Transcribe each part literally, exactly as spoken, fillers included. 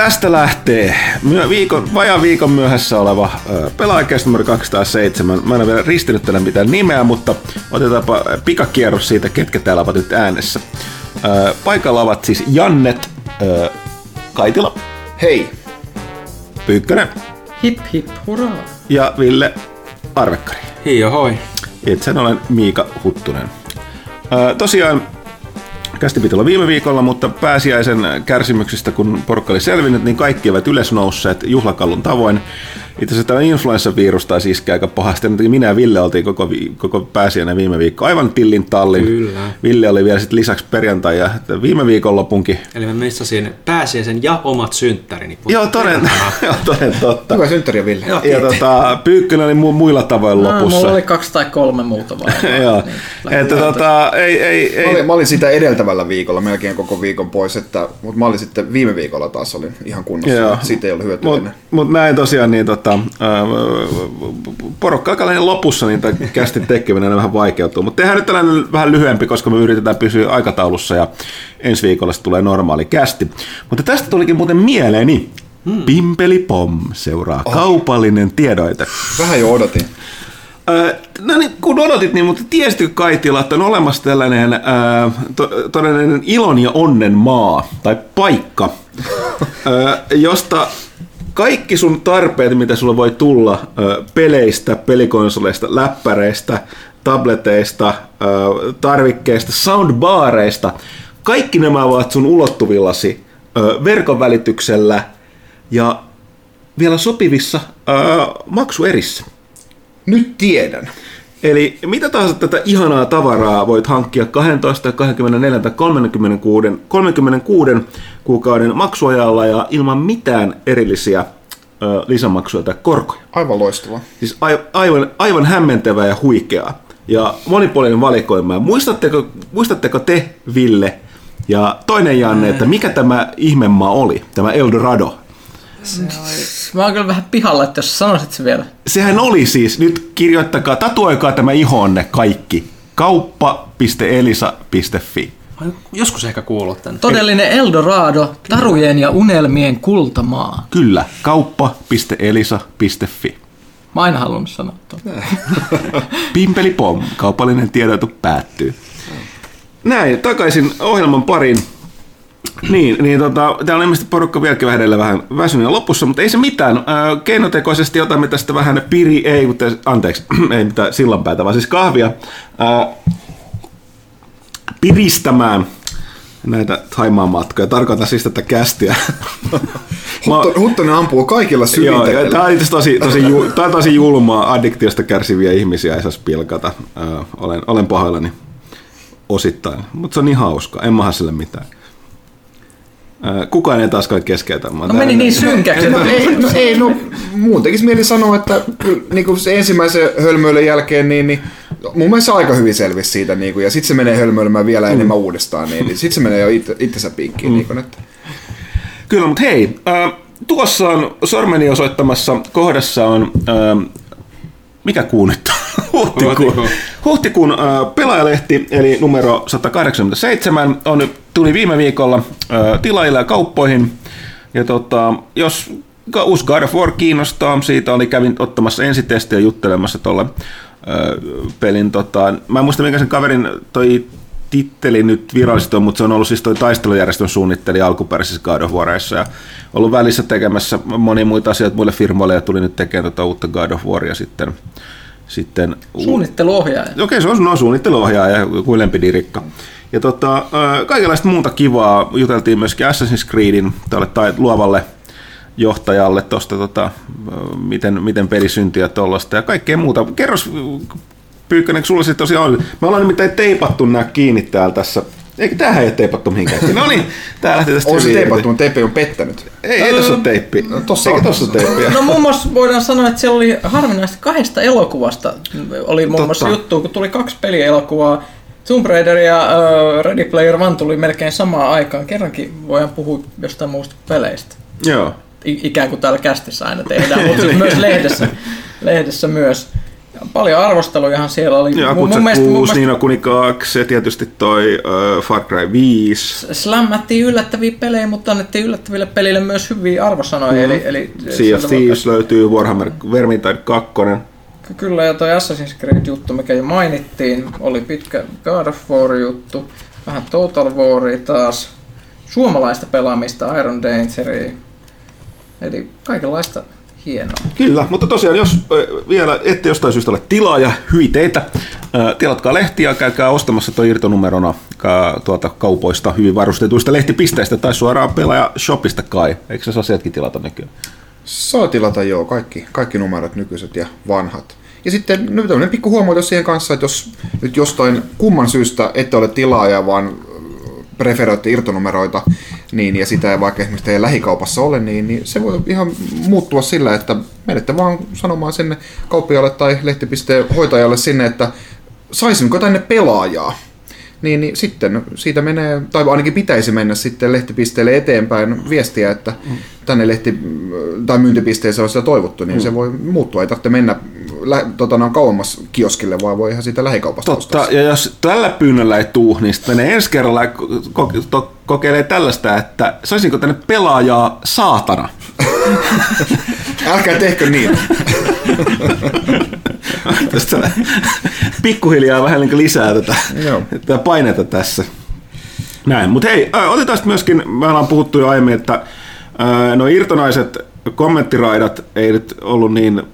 tästä lähtee viikon, vajaan viikon myöhässä oleva pelaajakäs numero kaksisataaseitsemän. Mä en ole vielä ristinyt tällä mitään nimeä, mutta otetaanpa pikakierros siitä, ketkä täällä ovat nyt äänessä. Paikalla ovat siis Jannet, Kaitila. Hei. Pyykkönen. Hip hip hurraa. Ja Ville Arvekkari. Hii ohoi. Itse olen Miika Huttunen. Ää, tosiaan kästi piti olla viime viikolla, mutta pääsiäisen kärsimyksistä, kun porukka oli selvinnyt, niin kaikki ovat ylösnousseet juhlakallun tavoin. Itse asiassa tämä influenssavirus taisi iskeä aika pahasti. Minä ja Ville oltiin koko, koko pääsiäinen viime viikko aivan tillin tallin. Kyllä. Ville oli vielä sitten lisäksi perjantai ja viime viikonlopunkin. Eli mä missasin pääsiäisen ja omat synttärini. Joo, toden, joo, toden totta. Hyvä synttäri, Ville. Joo, ja tota, Pyykkönen oli mu- muilla tavoin no, lopussa. Mulla oli kaksi tai kolme muuta vaan. Joo, niin, että tota, ei, ei, ei. Mä, olin, mä olin sitä edeltävällä viikolla melkein koko viikon pois, että, mutta mä olin sitten viime viikolla taas olin ihan kunnossa. Joo. Siitä ei ollut hyötyä Mut, ennen. mut näin tosiaan, niin tota, porukka alkaa lopussa, niin tämä kästin tekeminen on vähän vaikeutuu. Mutta tehdään nyt tällainen vähän lyhyempi, koska me yritetään pysyä aikataulussa ja ensi viikolla tulee normaali kästi. Mutta tästä tulikin muuten mieleeni. Hmm. Pimpeli pom seuraa oh. kaupallinen tiedoite. Vähän jo odotin. Öö, no niin, kun odotit, niin mutta tiesitkö Kaitila, että on olemassa tällainen öö, to, todellinen ilon ja onnen maa tai paikka, öö, josta kaikki sun tarpeet, mitä sulla voi tulla öö, peleistä, pelikonsoleista, läppäreistä, tableteista, öö, tarvikkeista, soundbaareista, kaikki nämä ovat sun ulottuvillasi öö, verkon välityksellä ja vielä sopivissa öö, maksuerissä. Nyt tiedän. Eli mitä tahansa tätä ihanaa tavaraa voit hankkia kaksitoista, kaksikymmentäneljä tai kolmekymmentäkuusi, kolmekymmentäkuusi kuukauden maksuajalla ja ilman mitään erillisiä ö, lisämaksuja tai korkoja. Aivan loistavaa. Siis a, aivan, aivan hämmentävää ja huikeaa. Ja monipuolinen valikoima. Muistatteko, muistatteko te, Ville, ja toinen Janne, että mikä tämä ihmemaa oli, tämä Eldorado? Mä oon kyllä vähän pihalla, että jos sanoisit se vielä. Sehän oli siis, nyt kirjoittakaa, tatuoikaa tämä ihoonne kaikki. kauppa piste elisa piste fi. Joskus ehkä kuullut tämän. Todellinen Eldorado, tarujen ja unelmien kultamaa. Kyllä, kauppa piste elisa piste fi. Mä oon aina halunnut sanoa tuon. Pimpeli pom, kaupallinen tiedotu päättyy. Näin, takaisin ohjelman pariin. Niin, niin tota, täällä on ilmeisesti porukka vieläkin vähän vähän väsynyt lopussa, mutta ei se mitään. Äh, keinotekoisesti otamme tästä vähän piri, ei, mutta, anteeksi, ei mitään sillanpäätä, vaan siis kahvia äh, piristämään näitä Thaimaan matkoja. Tarkoitan siis tätä kästiä. Hutto, Huttonen ampuu kaikilla syvinteillä. Tämä on tosi, tosi, ju, tämä on tosi julmaa, addiktiosta kärsiviä ihmisiä ei saisi pilkata. Äh, olen, olen pahoillani osittain, mutta se on niin hauska, en maha sille mitään. Kukaan ei taaskaan keskeytä. No meni niin synkäksi. No, ei, no, ei, no muun tekisi mieli sanoa, että niin kuin se ensimmäisen hölmöilyn jälkeen, niin, niin mun mielestä aika hyvin selvisi siitä, niin kuin, ja sitten se menee hölmöilemään vielä mm. enemmän uudestaan, niin, niin sitten se menee jo itse, itsensä piikkiin. Mm. Niin kuin, että. Kyllä, mutta hei, äh, tuossa on sormeni osoittamassa kohdassa on, äh, mikä kuu nyt Huhtikuun, Huhtikuun äh, pelaajalehti, eli numero sata kahdeksankymmentäseitsemän, on, tuli viime viikolla äh, tilaajille ja kauppoihin. Ja tota, jos uusi God of War kiinnostaa, siitä oli kävin ottamassa ensitestiä juttelemassa tuolla äh, pelin. Tota, mä en muista, minkä sen kaverin toi titteli nyt virallisesti on, mutta se on ollut siis toi taistelujärjestön suunnittelija alkuperäisissä God of Warissa ja ollut välissä tekemässä monia muita asioita muille firmoille ja tuli nyt tekemään tota uutta God of Waria sitten. sitten Suunnitteluohjaaja. Okei, okay, se on, no, suunnitteluohjaaja kuin lempidirikka. Ja tota, kaikenlaista muuta kivaa juteltiin myöskin Assassin's Creedin tälle tai luovalle johtajalle tuosta, tota, miten, miten peli syntyy ja tuollaista ja kaikkea muuta. Kerros, Pyykkönen, sulla sitten tosiaan on. Me ollaan nimittäin teipattu nämä kiinni täällä tässä. Eikö tämähän ei ole teipattu mihinkään? No niin, tää lähti tästä. On se teipattu, mutta teippi on pettänyt. Ei, ei tossa ole teippi. No, tossa Eikä on. tossa teippiä. No muun muassa voidaan sanoa, että siellä oli harvinaisesti kahdesta elokuvasta. Oli muun muassa juttu, kun tuli kaksi pelielokuvaa. Tomb Raider ja uh, Ready Player One tuli melkein samaan aikaan. Kerrankin voidaan puhua jostain muusta peleistä. Joo. I- ikään kuin täällä kästissä aina tehdään, mutta myös lehdessä, lehdessä myös. paljon arvostelujahan siellä oli. Ja mun, mun mielestä, kuusi, Niino Kuni kaksi ja tietysti toi uh, Far Cry viisi. Slämmättiin yllättäviä pelejä, mutta annettiin yllättäville pelille myös hyviä arvosanoja. Mm. Eli, eli Sea of Thieves löytyy, Warhammer Vermintide kaksi. Kyllä, ja toi Assassin's Creed-juttu, mikä jo mainittiin, oli pitkä God of War-juttu, vähän Total Waria taas, suomalaista pelaamista, Iron Dangeria, eli kaikenlaista hienoa. Kyllä, mutta tosiaan, jos vielä ette jostain syystä ole tilaaja, hyi teitä, tilatkaa lehtiä, käykää ostamassa tuo irtonumerona tuolta kaupoista hyvin varustetuista lehtipisteistä tai suoraan pelaaja shopista kai. Eikö se saa sieltäkin tilata nykyään? Saa tilata joo, kaikki, kaikki numerot nykyiset ja vanhat. Ja sitten nyt tämmöinen pikku huomioitus siihen kanssa, että jos nyt jostain kumman syystä ette ole tilaaja, vaan preferoitte irtonumeroita, niin, ja sitä ei vaikka esimerkiksi teidän lähikaupassa ole, niin, niin se voi ihan muuttua sillä, että menette vaan sanomaan sinne kauppialle tai lehtipisteen hoitajalle sinne, että saisinko tänne pelaajaa. Niin, niin sitten siitä menee, tai ainakin pitäisi mennä sitten lehtipisteelle eteenpäin viestiä, että tänne lehti- tai myyntipisteeseen on sitä toivottu, niin mm. se voi muuttua. Ei tarvitse mennä lä- tota, no, kauemmas kioskille, vaan voi ihan siitä lähikaupasta Totta, ostaa. ja jos tällä pyynnöllä ei tuu, niin sitten menee ensi kerralla ja ko- to- kokeilee tällaista, että saisinko tänne pelaajaa saatana? Älkää tehkö niin. Tästä pikkuhiljaa vähän niin lisää tätä, tätä painetta tässä. Näin, mutta hei, otetaan sitten myöskin, me ollaan puhuttu jo aiemmin, että nuo irtonaiset kommenttiraidat ei nyt ollut niin,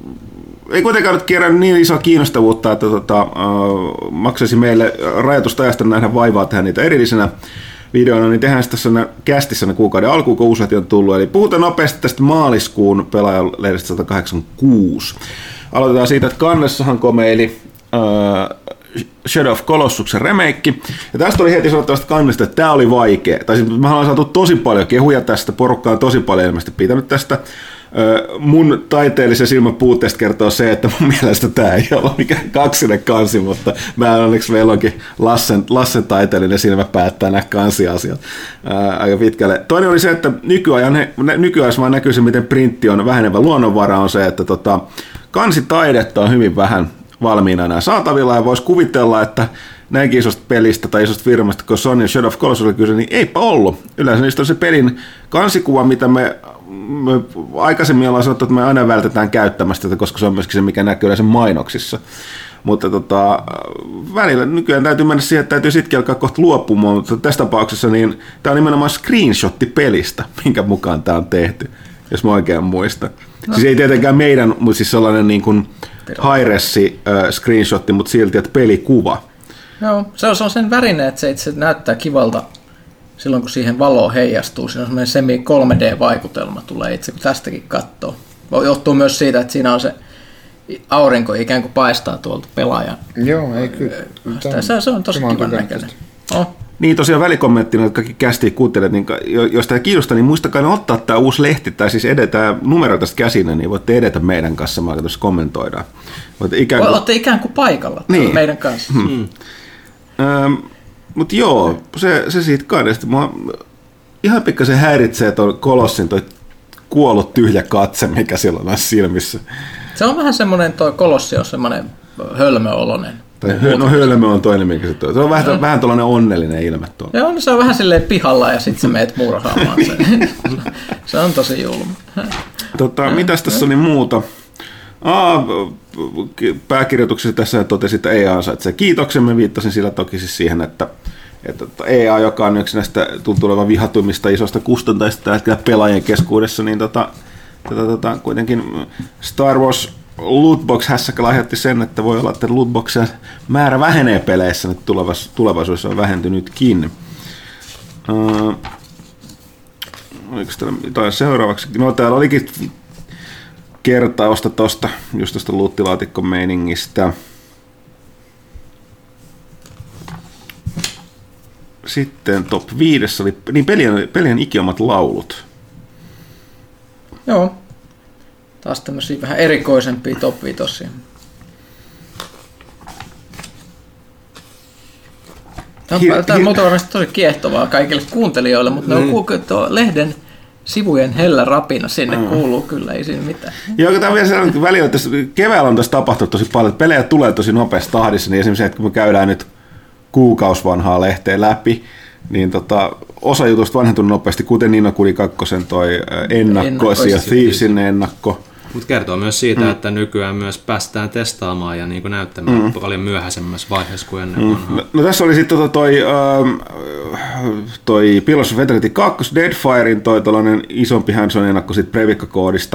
ei kuitenkaan nyt kerännyt niin isoa kiinnostavuutta, että tota, uh, maksaisi meille rajatusta ajasta nähdä vaivaa tehdä niitä erillisenä videona, niin tehdään tässä kästissä ne kuukauden alkuun, kun uusi on tullut. Eli puhutaan nopeasti tästä maaliskuun pelaajalehdestä sata kahdeksankymmentäkuusi. Aloitetaan siitä, että kannessahan komeili uh, Shadow of Colossuksen remake. Ja tästä oli heti sanottavasti kannesta, että tämä oli vaikea. Tai siis mä olen saatu tosi paljon kehuja tästä, porukka on tosi paljon ilmeisesti pitänyt tästä. Uh, mun taiteellisen silmän puutteesta kertoo se, että mun mielestä tämä ei ole mikään kaksinen kansi, mutta mä onneksi meillä onkin Lassen, Lassen taiteellinen silmä päättää nämä kansiasiat uh, aika pitkälle. Toinen oli se, että nykyajan, nykyään vaan näkyy se, miten printti on vähenevä luonnonvara, on se, että tota, kansitaidetta on hyvin vähän valmiina enää saatavilla, ja voisi kuvitella, että näinkin isosta pelistä tai isosta firmasta, kun Sony Shadow of Colossus oli kyse, niin eipä ollut. Yleensä niistä on se pelin kansikuva, mitä me, me aikaisemmin ollaan sanottu, että me aina vältetään käyttämästä, koska se on myöskin se, mikä näkyy yleensä mainoksissa. Mutta tota, välillä nykyään täytyy mennä siihen, että täytyy sitkin alkaa kohta luopumaan, mutta tässä tapauksessa niin tämä on nimenomaan screenshotti pelistä, minkä mukaan tämä on tehty, jos mä oikein muistan. No. Siis ei tietenkään meidän, mutta siis sellainen niin kuin high-ressi äh, screenshotti, mutta silti, että pelikuva. Joo, se on, se on sen värinen, että se itse näyttää kivalta silloin, kun siihen valo heijastuu. Siinä on semmoinen semi kolme D-vaikutelma tulee itse, kun tästäkin katsoo. Johtuu myös siitä, että siinä on se aurinko ikään kuin paistaa tuolta pelaajan. Joo, ei kyllä. Se, se on tosi kivan näköinen. Oh. Niin tosiaan välikommenttina, että kaikki kästi kuuntelet, niin jos tämä kiinnostaa, niin muistakaa ottaa tämä uusi lehti, tai siis edetään numero tästä käsinä, niin voitte edetä meidän kanssa, mä tuossa kommentoidaan. Voitte ikään kuin... Olette ikään kuin paikalla niin. Meidän kanssa. Hmm. Hmm. Ähm, mutta joo, se, se siitä kahdesta. Mua ihan pikkasen häiritsee tuon Kolossin toi kuollut tyhjä katse, mikä siellä on näissä silmissä. Se on vähän semmoinen, tuo Kolossi on semmoinen hölmöoloinen. Tai, no hölmö on toinen, mikä se tuo. Se on vähän, no. vähän tuollainen onnellinen ilme tuo. Joo, no se on vähän silleen pihalla ja sitten sä meet murhaamaan sen. Se on tosi julma. Tota, mitäs tässä oli muuta? Aa, pääkirjoituksessa tässä totesi, että E A ansaitsee kiitoksen. Mä viittasin sillä toki siis siihen, että, että E A, joka on yksi näistä tuntuu olevan vihatuimmista isoista kustantajista tällä hetkellä pelaajien keskuudessa, niin tota, tota, tota, kuitenkin Star Wars Lootbox-hässäkällä aiheutti sen, että voi olla, että lootboxien määrä vähenee peleissä nyt tulevaisuudessa on vähentynytkin. Uh, oliko täällä jotain seuraavaksi? No täällä olikin kertausta tuosta, just tuosta luuttilaatikon meiningistä. Sitten top viidessä oli niin pelien, pelien ikiomat laulut. Joo. Taas tämmöisiä vähän erikoisempia top viitosia. Tämä on, Hir- tämä on hir- varmasti tosi kiehtovaa kaikille kuuntelijoille, mutta mm. ne on kuullut lehden sivujen hellä rapina sinne mm. kuuluu kyllä, ei siinä mitään. Joo, tämä on vielä sellainen välillä, että keväällä on tässä tapahtunut tosi paljon, että pelejä tulee tosi nopeassa tahdissa, niin esimerkiksi että kun me käydään nyt kuukausi vanhaa lehteä läpi, niin tota, osa jutusta vanhentunut nopeasti, kuten Nino Kuni kakkosen toi ennakko ja Thievesin ennakko. Mutta kertoo myös siitä, mm. että nykyään myös päästään testaamaan ja niin näyttämään mm. paljon myöhäisemmässä vaiheessa kuin ennen vanhaa. Mm. No, no tässä oli sitten toi, toi Pillars of Eternity kaksi, Deadfirein toi tällainen isompi hands-on ennakko sit Previkka-koodista.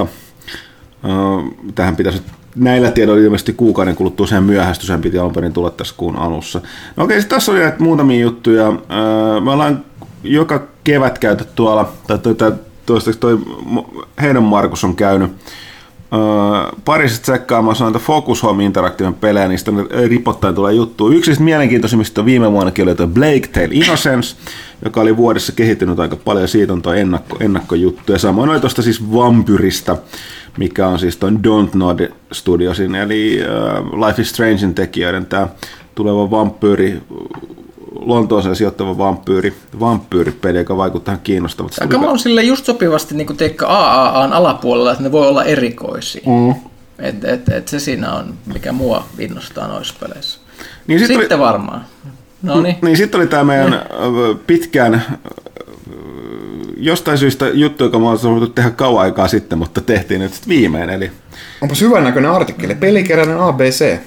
Tähän pitäisi näillä tiedoilla ilmeisesti kuukauden kuluttua sen myöhästys, sen piti alun perin tulla tässä kuun alussa. No okei, sitten tässä oli näitä muutamia juttuja. Me ollaan joka kevät käyty tuolla, tai toistaiseksi toi Heidon Markus on käynyt Uh, parissa tsekkaamassa noita Focus Home interaktiivinen pelejä, niistä ripottain tulee juttu. Yksi mielenkiintoisimmista viime vuonnakin oli tuo Plague Tale Innocence, joka oli vuodessa kehittynyt aika paljon, siitä on tuo ennakko, ennakkojuttu. Ja samoin oli tuosta siis Vampyrista, mikä on siis tuon Don't Nod Studiosin, eli uh, Life is Strangein tekijöiden tämä tuleva vampyyri, Lontooseen sijoittava vampyyri, vampyyripeli, joka vaikuttaa kiinnostavalta. Aika on sille just sopivasti niin teikka A A A:n alapuolella, että ne voi olla erikoisia. Mm. Et, et, et se siinä on, mikä mua innostaa noissa peleissä. Niin sit sitten oli, varmaan. No niin. Niin sitten oli tämä meidän mm. pitkään jostain syystä juttu, joka me ollaan tehdä kauan aikaa sitten, mutta tehtiin nyt sitten viimein. Eli... Onpas hyvän näköinen artikkeli. Pelikeräinen A B C.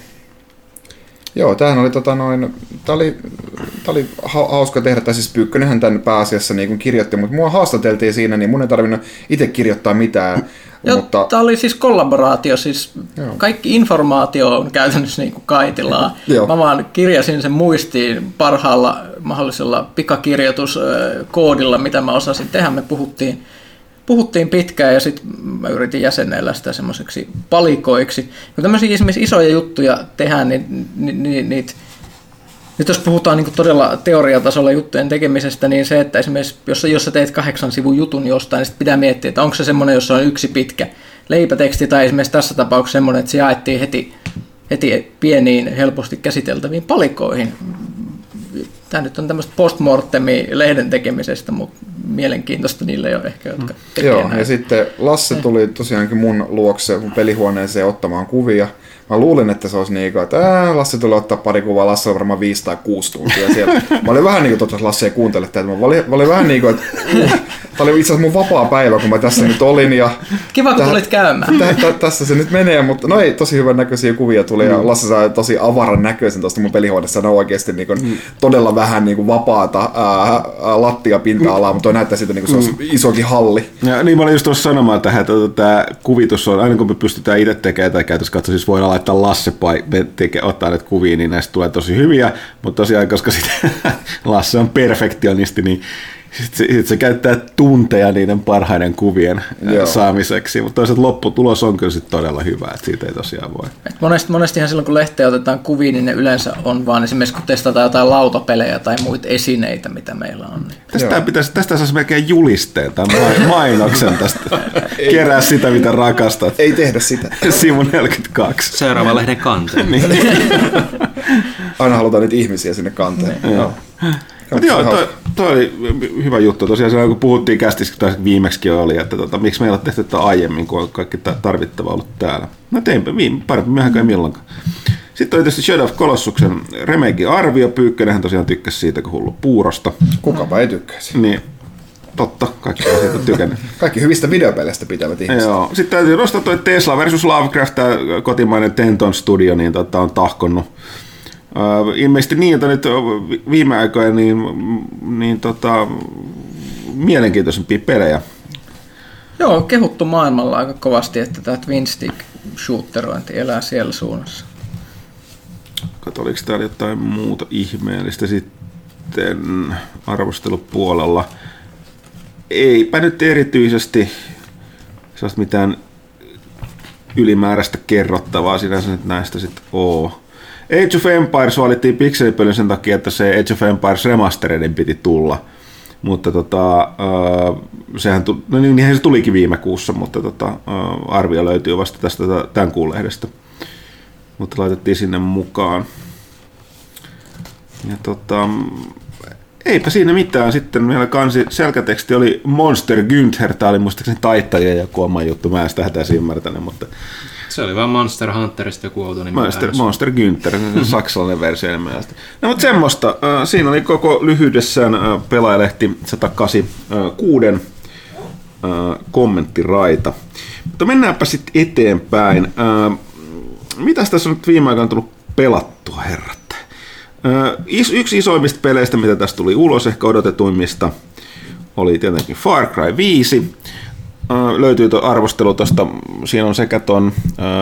Joo, tämähän oli, tota noin, tää oli, tää oli hauska tehdä, tai siis Pyykkönenhän tämän pääasiassa niin kirjoitti, mutta mua haastateltiin siinä, niin mun ei tarvinnut itse kirjoittaa mitään. Joo, mutta... tämä oli siis kollaboraatio, siis Joo. kaikki informaatio on käytännössä niin kuin Kaitilaa. Mä vaan kirjasin sen muistiin parhaalla mahdollisella pikakirjoituskoodilla, mitä mä osasin tehdä. Me puhuttiin, puhuttiin pitkään ja sitten mä yritin jäsennellä sitä semmoiseksi palikoiksi. Kun tämmöisiä esimerkiksi isoja juttuja tehdään, niin, niin, niin niitä nyt jos puhutaan niin todella teoriatasolla juttujen tekemisestä, niin se, että esimerkiksi jos, jos sä teet kahdeksan sivun jutun jostain, niin sitten pitää miettiä, että onko se semmoinen, jossa on yksi pitkä leipäteksti, tai esimerkiksi tässä tapauksessa semmoinen, että se jaettiin heti, heti pieniin, helposti käsiteltäviin palikoihin. Tämä nyt on tämmöistä postmortemia lehden tekemisestä, mutta mielenkiintoista niille ei ole ehkä, jotka tekee Joo, näin. Ja sitten Lasse tuli tosiaankin mun luokse mun pelihuoneeseen ottamaan kuvia. Mä luulin, että se olisi niin kuin, että ää, Lasse tuli ottaa pari kuvaa, Lasse on varmaan viisi tai kuusi tuntia siellä. Mä olin vähän niin kuin, toivottavasti Lasse ei kuuntele tätä, mä olin, mä olin vähän niin kuin, että uh, tää oli itse asiassa mun vapaa päivä, kun mä tässä nyt olin. Ja kiva, kun tulit käymään. Tä, tä, tässä se nyt menee, mutta no ei, tosi hyvän näköisiä kuvia tuli, ja Lasse sai tosi avaran näköisen tuosta mun pelihuoneessa, on oikeasti niin kuin, mm. todella vähän niin kuin vapaata ää, lattiapinta-alaa, mutta toi näyttää siltä niin kuin se olisi isokin halli. Ja niin mä olin just tuossa sanomaan tähän, että tämä kuvitus on, aina kun me pystytään itse tekemään tai käytössä katsoa, siis voidaan laittaa Lasse teke, ottaa näitä kuvia, niin näistä tulee tosi hyviä, mutta tosiaan, koska sitten Lasse on perfektionisti, niin sitten se, sit se käyttää tunteja niiden parhaiden kuvien Joo. saamiseksi, mutta toisaalta lopputulos on kyllä sitten todella hyvä, että siitä ei tosiaan voi. Et monesti, monestihan silloin, kun lehteä otetaan kuvia, niin ne yleensä on vaan esimerkiksi, kun testataan jotain lautapelejä tai muita esineitä, mitä meillä on. Niin. Tästä, pitäisi, tästä saisi melkein julisteen tai mainoksen tästä. Kerää sitä, mitä rakastat. Ei tehdä sitä. Sivu neljäkymmentäkaksi. Seuraava lehden kanteen. niin. Aina halutaan niitä ihmisiä sinne kanteen. Niin. Joo. Mutta joo, toi, toi oli hyvä juttu. Tosiaan silloin, kun puhuttiin kästissä, tai viimeksi oli, että tota, miksi meillä on tehty tätä aiemmin, kun on kaikki tarvittava ollut täällä. No teinpä viime, parempi myöhään kai milloinkaan. Sitten oli tietysti Shadow of Colossuksen remake-arvio. Pyykkönenhän tosiaan tykkäsi siitä, kun hullu puurosta. Kukapa ei tykkäisi. Niin, totta, kaikki on siitä tykännyt. Kaikki hyvistä videopeleistä pitävät ihmiset. Joo. Sitten täytyy nostaa toi Tesla versus Lovecraft, tämä kotimainen Tenton Studio, niin tota, on tahkonnut. Uh, ilmeisesti niin, että nyt viime aikoina niin, niin tota, mielenkiintoisempia pelejä. Joo, kehuttu maailmalla aika kovasti, että tämä twin stick shooterointi elää siellä suunnassa. Kato, oliko täällä jotain muuta ihmeellistä sitten arvostelupuolella? Eipä nyt erityisesti sellaista mitään ylimääräistä kerrottavaa sinänsä nyt näistä sitten oo. Age of Empires valittiin pikselipelyn sen takia, että se Age of Empires remastereiden piti tulla. Mutta tota, uh, sehän tuli, no niin, se tulikin viime kuussa, mutta tota, uh, arvio löytyy vasta tästä tämän kuun lehdestä. Mutta laitettiin sinne mukaan. Ja tota, Eipä siinä mitään. Sitten meillä kansi selkäteksti oli Monster Günther. Tämä oli muistaakseni taittajien joku oma juttu. Mä en sitä täysin ymmärtänyt, mutta... Se oli vaan Monster Hunterista joku outo nimi. Monster, Monster Günther, saksalainen versio ilmeisesti. No mutta semmoista. Siinä oli koko lyhyydessään Pelaajalehti sata kahdeksankymmentäkuusi kommenttiraita. Mutta mennäänpä sitten eteenpäin. Mitäs tässä on nyt viime aikoina tullut pelattua, herrat? Yksi isoimmista peleistä, mitä tästä tuli ulos, ehkä odotetuimmista, oli tietenkin Far Cry viisi. Löytyy tuo arvostelu tuosta, siinä on sekä tuon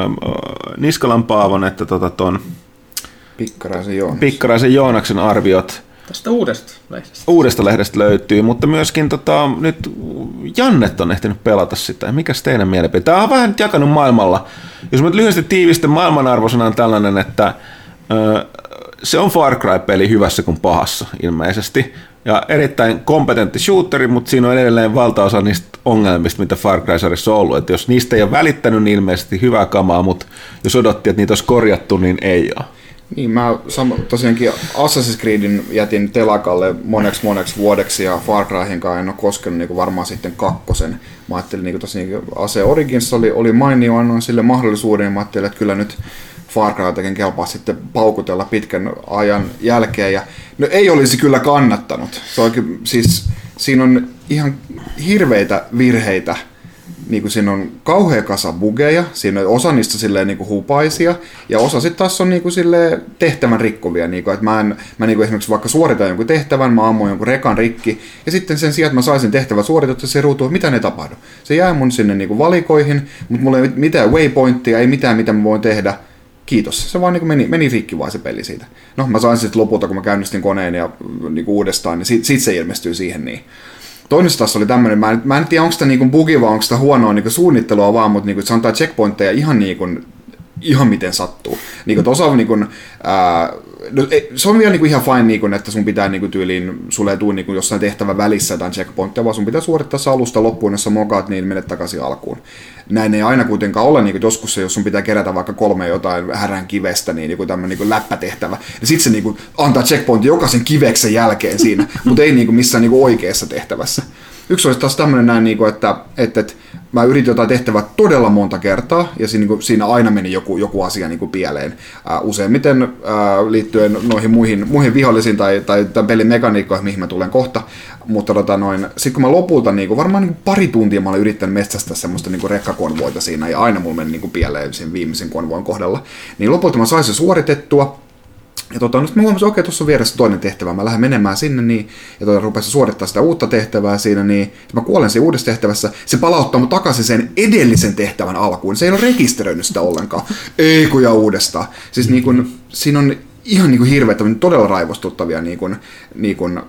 Niskalan Paavon että tota ton Pikkaraisen Joonaksen. Pikkaraisen Joonaksen arviot. Tästä uudesta lehdestä. Uudesta lehdestä löytyy, mutta myöskin tota, nyt Jannet on ehtinyt pelata sitä. Mikäs teidän mielipide? Tämä on vähän jakanut maailmalla. Jos mä lyhyesti tiivistän, maailmanarvosana on tällainen, että ö, se on Far Cry-peli hyvässä kuin pahassa ilmeisesti. Ja erittäin kompetentti shooteri, mutta siinä on edelleen valtaosa niistä ongelmista, mitä Far Cry-sarjassa on ollut. Että jos niistä ei ole välittänyt, niin ilmeisesti hyvää kamaa, mutta jos odotti, että niitä olisi korjattu, niin ei ole. Niin, mä sama, tosiaankin Assassin's Creedin jätin telakalle moneksi moneksi vuodeksi ja Far Cryhinkaan en ole koskenut niin varmaan sitten kakkosen. Mä ajattelin, niin tosiaankin Ase Origins oli, oli mainio, annoin sille mahdollisuuden ja mä ajattelin, että kyllä nyt Far Cry jotenkin kelpaa sitten paukutella pitkän ajan jälkeen. Ja, no ei olisi kyllä kannattanut. Se oikein, siis, siinä on ihan hirveitä virheitä. Niin kuin siinä on kauhea kasa bugeja, siinä on osa niistä silleen niin kuin hupaisia, ja osa sitten taas on niin kuin silleen tehtävän rikkovia. Niin kuin, että mä en, mä niin kuin esimerkiksi vaikka suoritan jonkun tehtävän, mä ammun jonkun rekan rikki, ja sitten sen sijaan, että mä saisin tehtävän suoritettua, se ruutuu, mitä ne tapahdu. Se jää mun sinne niin kuin valikoihin, mutta mulla ei mitään waypointtia, ei mitään, mitä mä voin tehdä. Kiitos. Se vaan niin kuin meni, meni rikki vaan se peli siitä. No, mä sain sitten lopulta, kun mä käynnistin koneen ja niin kuin uudestaan, niin sit, sit se ilmestyy siihen niin. Toinen taas oli tämmöinen, mä en, mä en tiedä onko sitä niinku bugi vai onko sitä huonoa niinku suunnittelua vaan, mutta niinku, se antaa checkpointteja ihan, niinku, ihan miten sattuu. Niinku, osa, niinku, ää, no, se on vielä niinku ihan fine, niinku, että sun pitää niinku, tyyliin, sulle ei tule niinku, jossain tehtävän välissä jotain checkpointteja, vaan sun pitää suorittaa se alusta loppuun, jos sä mokaat, niin menet takaisin alkuun. Näin ei aina kuitenkaan ole, niin joskus se, jos sun pitää kerätä vaikka kolme jotain härän kivestä, niin joku tämmöinen niin läppätehtävä, ja sitten se niin antaa checkpointin jokaisen kiveksen jälkeen siinä, mutta ei niin missään niin oikeassa tehtävässä. Yksi olisi taas tämmöinen näin, että, että, että mä yritin jotain tehtävää todella monta kertaa, ja siinä, siinä aina meni joku, joku asia niin kuin pieleen. Ää, useimmiten ää, liittyen noihin muihin, muihin vihollisiin tai, tai tämän pelin mekaniikkoihin, mihin mä tulen kohta. Mutta tota noin, sit kun mä lopulta niin kuin, varmaan niin kuin pari tuntia mä olin yrittänyt metsästää semmoista niin kuin rekkakonvoita siinä, ja aina mulla meni niin kuin pieleen sen viimeisen konvoin kohdalla. Niin lopulta mä sain se suoritettua. Ja tota, nyt mä huomasin, että okei, tuossa on vieressä toinen tehtävä, mä lähden menemään sinne, niin, ja tota, rupesin suorittaa sitä uutta tehtävää siinä, niin mä kuolen siinä uudessa tehtävässä, se palauttaa mut takaisin sen edellisen tehtävän alkuun, se ei ole rekisteröinyt sitä ollenkaan, ei kun ja uudestaan. Siis niin kun, siinä on ihan niin kuin hirveitä, todella raivostuttavia niin kun, niin kun,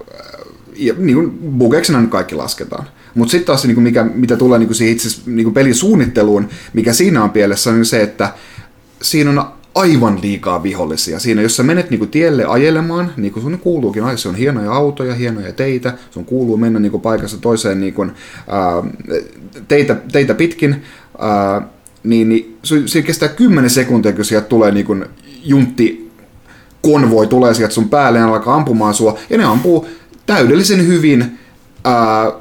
ja niin kuin bugeksena nyt kaikki lasketaan. Mutta sitten taas, niin kuin mikä, mitä tulee niin kuin siihen itse niin kuin pelin suunnitteluun, mikä siinä on pielessä, on se, että siinä on aivan liikaa vihollisia. Siinä, jos sä menet niinku tielle ajelemaan, niin kuin sun kuuluukin, se on hienoja autoja, hienoja teitä, sun kuuluu mennä niinku paikassa toiseen niinku, ää, teitä, teitä pitkin, ää, niin, niin se kestää kymmenen sekuntia, kun sieltä tulee niinku juntti konvoi, tulee sieltä sun päälle ja alkaa ampumaan sua, ja ne ampuu täydellisen hyvin, ää,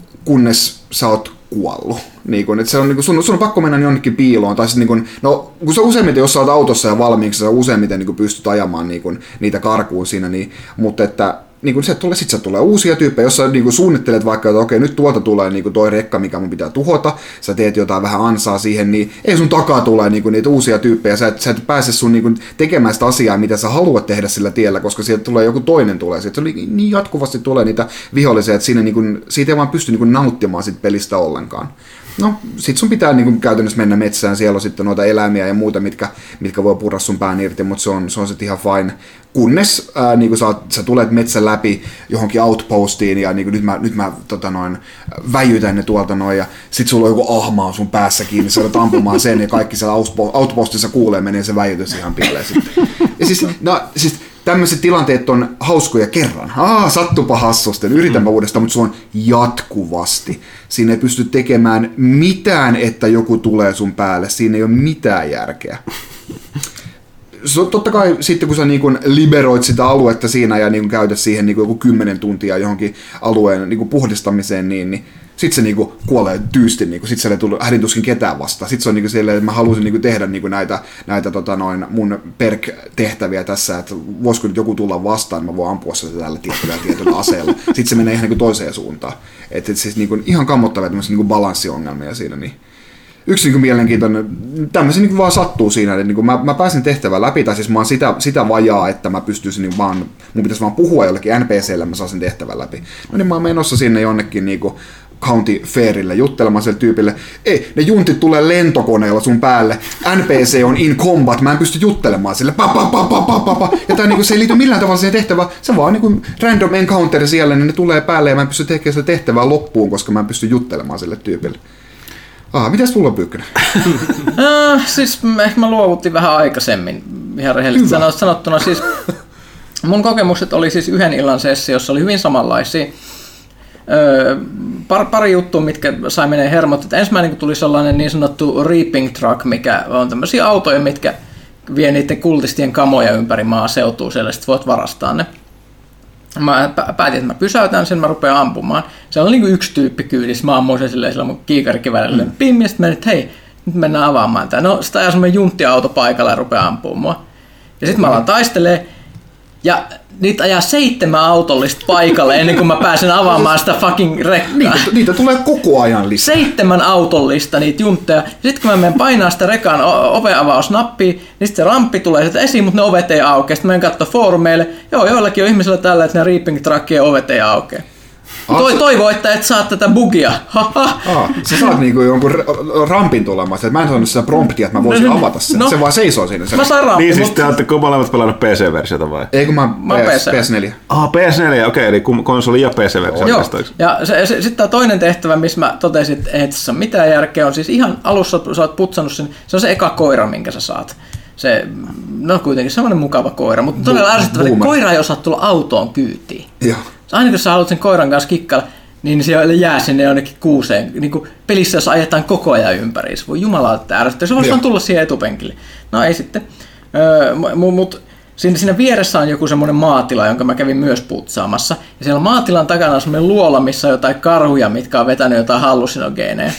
kunnes sä oot kuollut. Niin kun, että se on, niin kun, sun, sun on pakko mennä jonnekin piiloon. Tai niin kun, no, kun sä useimmiten, jos sä oot autossa ja valmiiksi, sä useimmiten niin kun pystyt ajamaan niin kun, niitä karkuun siinä. Niin, mutta että niin kun, se tulee, sit se tulee uusia tyyppejä. Jos sä niin kun, suunnittelet vaikka, että okei, nyt tuolta tulee niin kun, toi rekka, mikä mun pitää tuhota. Sä teet jotain vähän ansaa siihen, niin ei sun takaa tulee niin kun, niitä uusia tyyppejä. Sä et, sä et pääse sun niin kun, tekemään sitä asiaa, mitä sä haluat tehdä sillä tiellä, koska sieltä tulee joku toinen tulee. Sitten se niin jatkuvasti tulee niitä vihollisia, että siinä, niin kun, siitä ei vaan pysty niin kun, nauttimaan sit pelistä ollenkaan. No, sit sun pitää niin kun, käytännössä mennä metsään, siellä on sitten noita eläimiä ja muuta, mitkä, mitkä voi purra sun pään irti, mutta se on, se on sitten ihan fine. Kunnes ää, niin kun sä, sä tulet metsän läpi johonkin outpostiin ja niin kun, nyt mä, nyt mä tota noin, väijytän ne tuolta noin ja sit sulla on joku ahmaa sun päässä kiinni, sä olet ampumaan sen ja kaikki siellä outpostissa kuulee, menee se väijytys ihan pieleen sitten. Ja siis, no, siis tämmöiset tilanteet on hauskoja kerran. Aa, sattupa hassusten, yritänpä uudestaan, mutta se on jatkuvasti. Siinä ei pysty tekemään mitään, että joku tulee sun päälle. Siinä ei ole mitään järkeä. So, totta kai sitten kun sä niin kun liberoit sitä aluetta siinä ja niin kun käytät siihen niin kun joku kymmenen tuntia johonkin alueen niin kun puhdistamiseen, niin, niin sitten se niin kun kuolee tyysti, niin sitten siellä ei tullut hädintuskin ketään vastaan. Sitten se on niin silleen, että mä halusin niin tehdä niin näitä, näitä tota noin, mun perk-tehtäviä tässä, että voisiko nyt joku tulla vastaan, mä voin ampua sitä tällä tietyllä tietyllä aseella. Sitten se menee ihan niin toiseen suuntaan. Että et siis niin ihan kammottavia tämmöisiä niin balanssiongelmia siinä. Niin. Yksi niin mielenkiintoinen, tämmöisiä niin vaan sattuu siinä, että niin mä, mä pääsin tehtävän läpi, tai siis mä oon sitä, sitä vajaa, että mä pystyisin niin vaan, mun pitäisi vaan puhua jollekin N P C:lle, mä saan sen tehtävän läpi. No niin mä oon menossa sinne jonnekin niin kuin County Fairille juttelemaan sille tyypille, ei, ne juntit tulee lentokoneella sun päälle, N P C on in combat, mä en pysty juttelemaan sille, pa pa pa pa pa pa pa, ja tää niinku, se ei liity millään tavalla siihen tehtävään, se vaan niinku random encounter siellä, niin ne tulee päälle ja mä en pysty tekemään sitä tehtävää loppuun, koska mä en pysty juttelemaan sille tyypille. Ah, mitäs sulla on Pyykkönen? uh, siis ehkä mä luovutin vähän aikaisemmin, ihan rehellisesti sanottuna. Siis, mun kokemukset oli siis yhden illan sessiossa, oli hyvin samanlaisia. Öö, par, pari juttua, mitkä sai menee hermot. Että ensimmäinen tuli sellainen niin sanottu reaping truck, mikä on tämmöisiä autoja, mitkä vie niiden kultistien kamoja ympäri maaseutua, siellä sit voit varastaa ne. Mä päätin, että mä pysäytän sen, mä rupean ampumaan. Se on niin kuin yksi tyyppi kyydissä, mä ammuin sen silleen, sillä mun kiikarikivärillä mm. pim, ja sitten mä nyt, hei, nyt mennään avaamaan tää. No, sitä ajaa semmoinen junttiauto paikalla ja rupeaa ampumaan mua. Ja sitten mä alan taistelee, ja niitä ajaa seitsemän autollista paikalle ennen kuin mä pääsen avaamaan sitä fucking rekkaa. Niitä, niitä tulee koko ajan lisää. Seitsemän autollista niitä juntteja. Sitten kun mä menen painaa sitä rekan oveavausnappia, niin sitten se ramppi tulee sieltä esiin, mutta ne ovet ei aukea. Sitten mä menen katsoa foorumeille. Joo, joillakin on ihmisillä tällä, että ne reaping truckien ovet ei aukea. Toi, toivo, että et saa tätä bugia. Aa, sä saat niinku jonkun rampin tulemaan. Mä en saanut sitä promptia, että mä voisin no, avata sen. No, se vaan seisoo siinä. Mä sain rampin. Niin siis te ootte molemmat pelannut P C-versiota vai? Ei kun mä, mä P S neljä. Ah, P S neljä, okei, okay, eli konsoli ja P C-versio. Joo, ja se, se, sitten tämä toinen tehtävä, missä mä totesin, että ei tässä ole mitään järkeä, on siis ihan alussa sä oot putsannut sen, se on se eka koira, minkä sä saat. Se, no kuitenkin semmoinen mukava koira, mutta todella ärsyttävä, että koira ei osaa tulla autoon kyytiin. Joo. Aina kun sä haluat sen koiran kanssa kikkailla, niin se jää sinne jonnekin kuuseen. Niin kuin pelissä, jos ajetaan koko ajan ympäri, se voi jumalauta ärsyttää. Se voisi vaan tulla siihen etupenkille. No ei sitten. Öö, Mutta siinä, siinä vieressä on joku semmoinen maatila, jonka mä kävin myös putsaamassa. Ja siellä maatilan takana on semmoinen luola, missä on jotain karhuja, mitkä on vetänyt jotain hallusinogeeneja.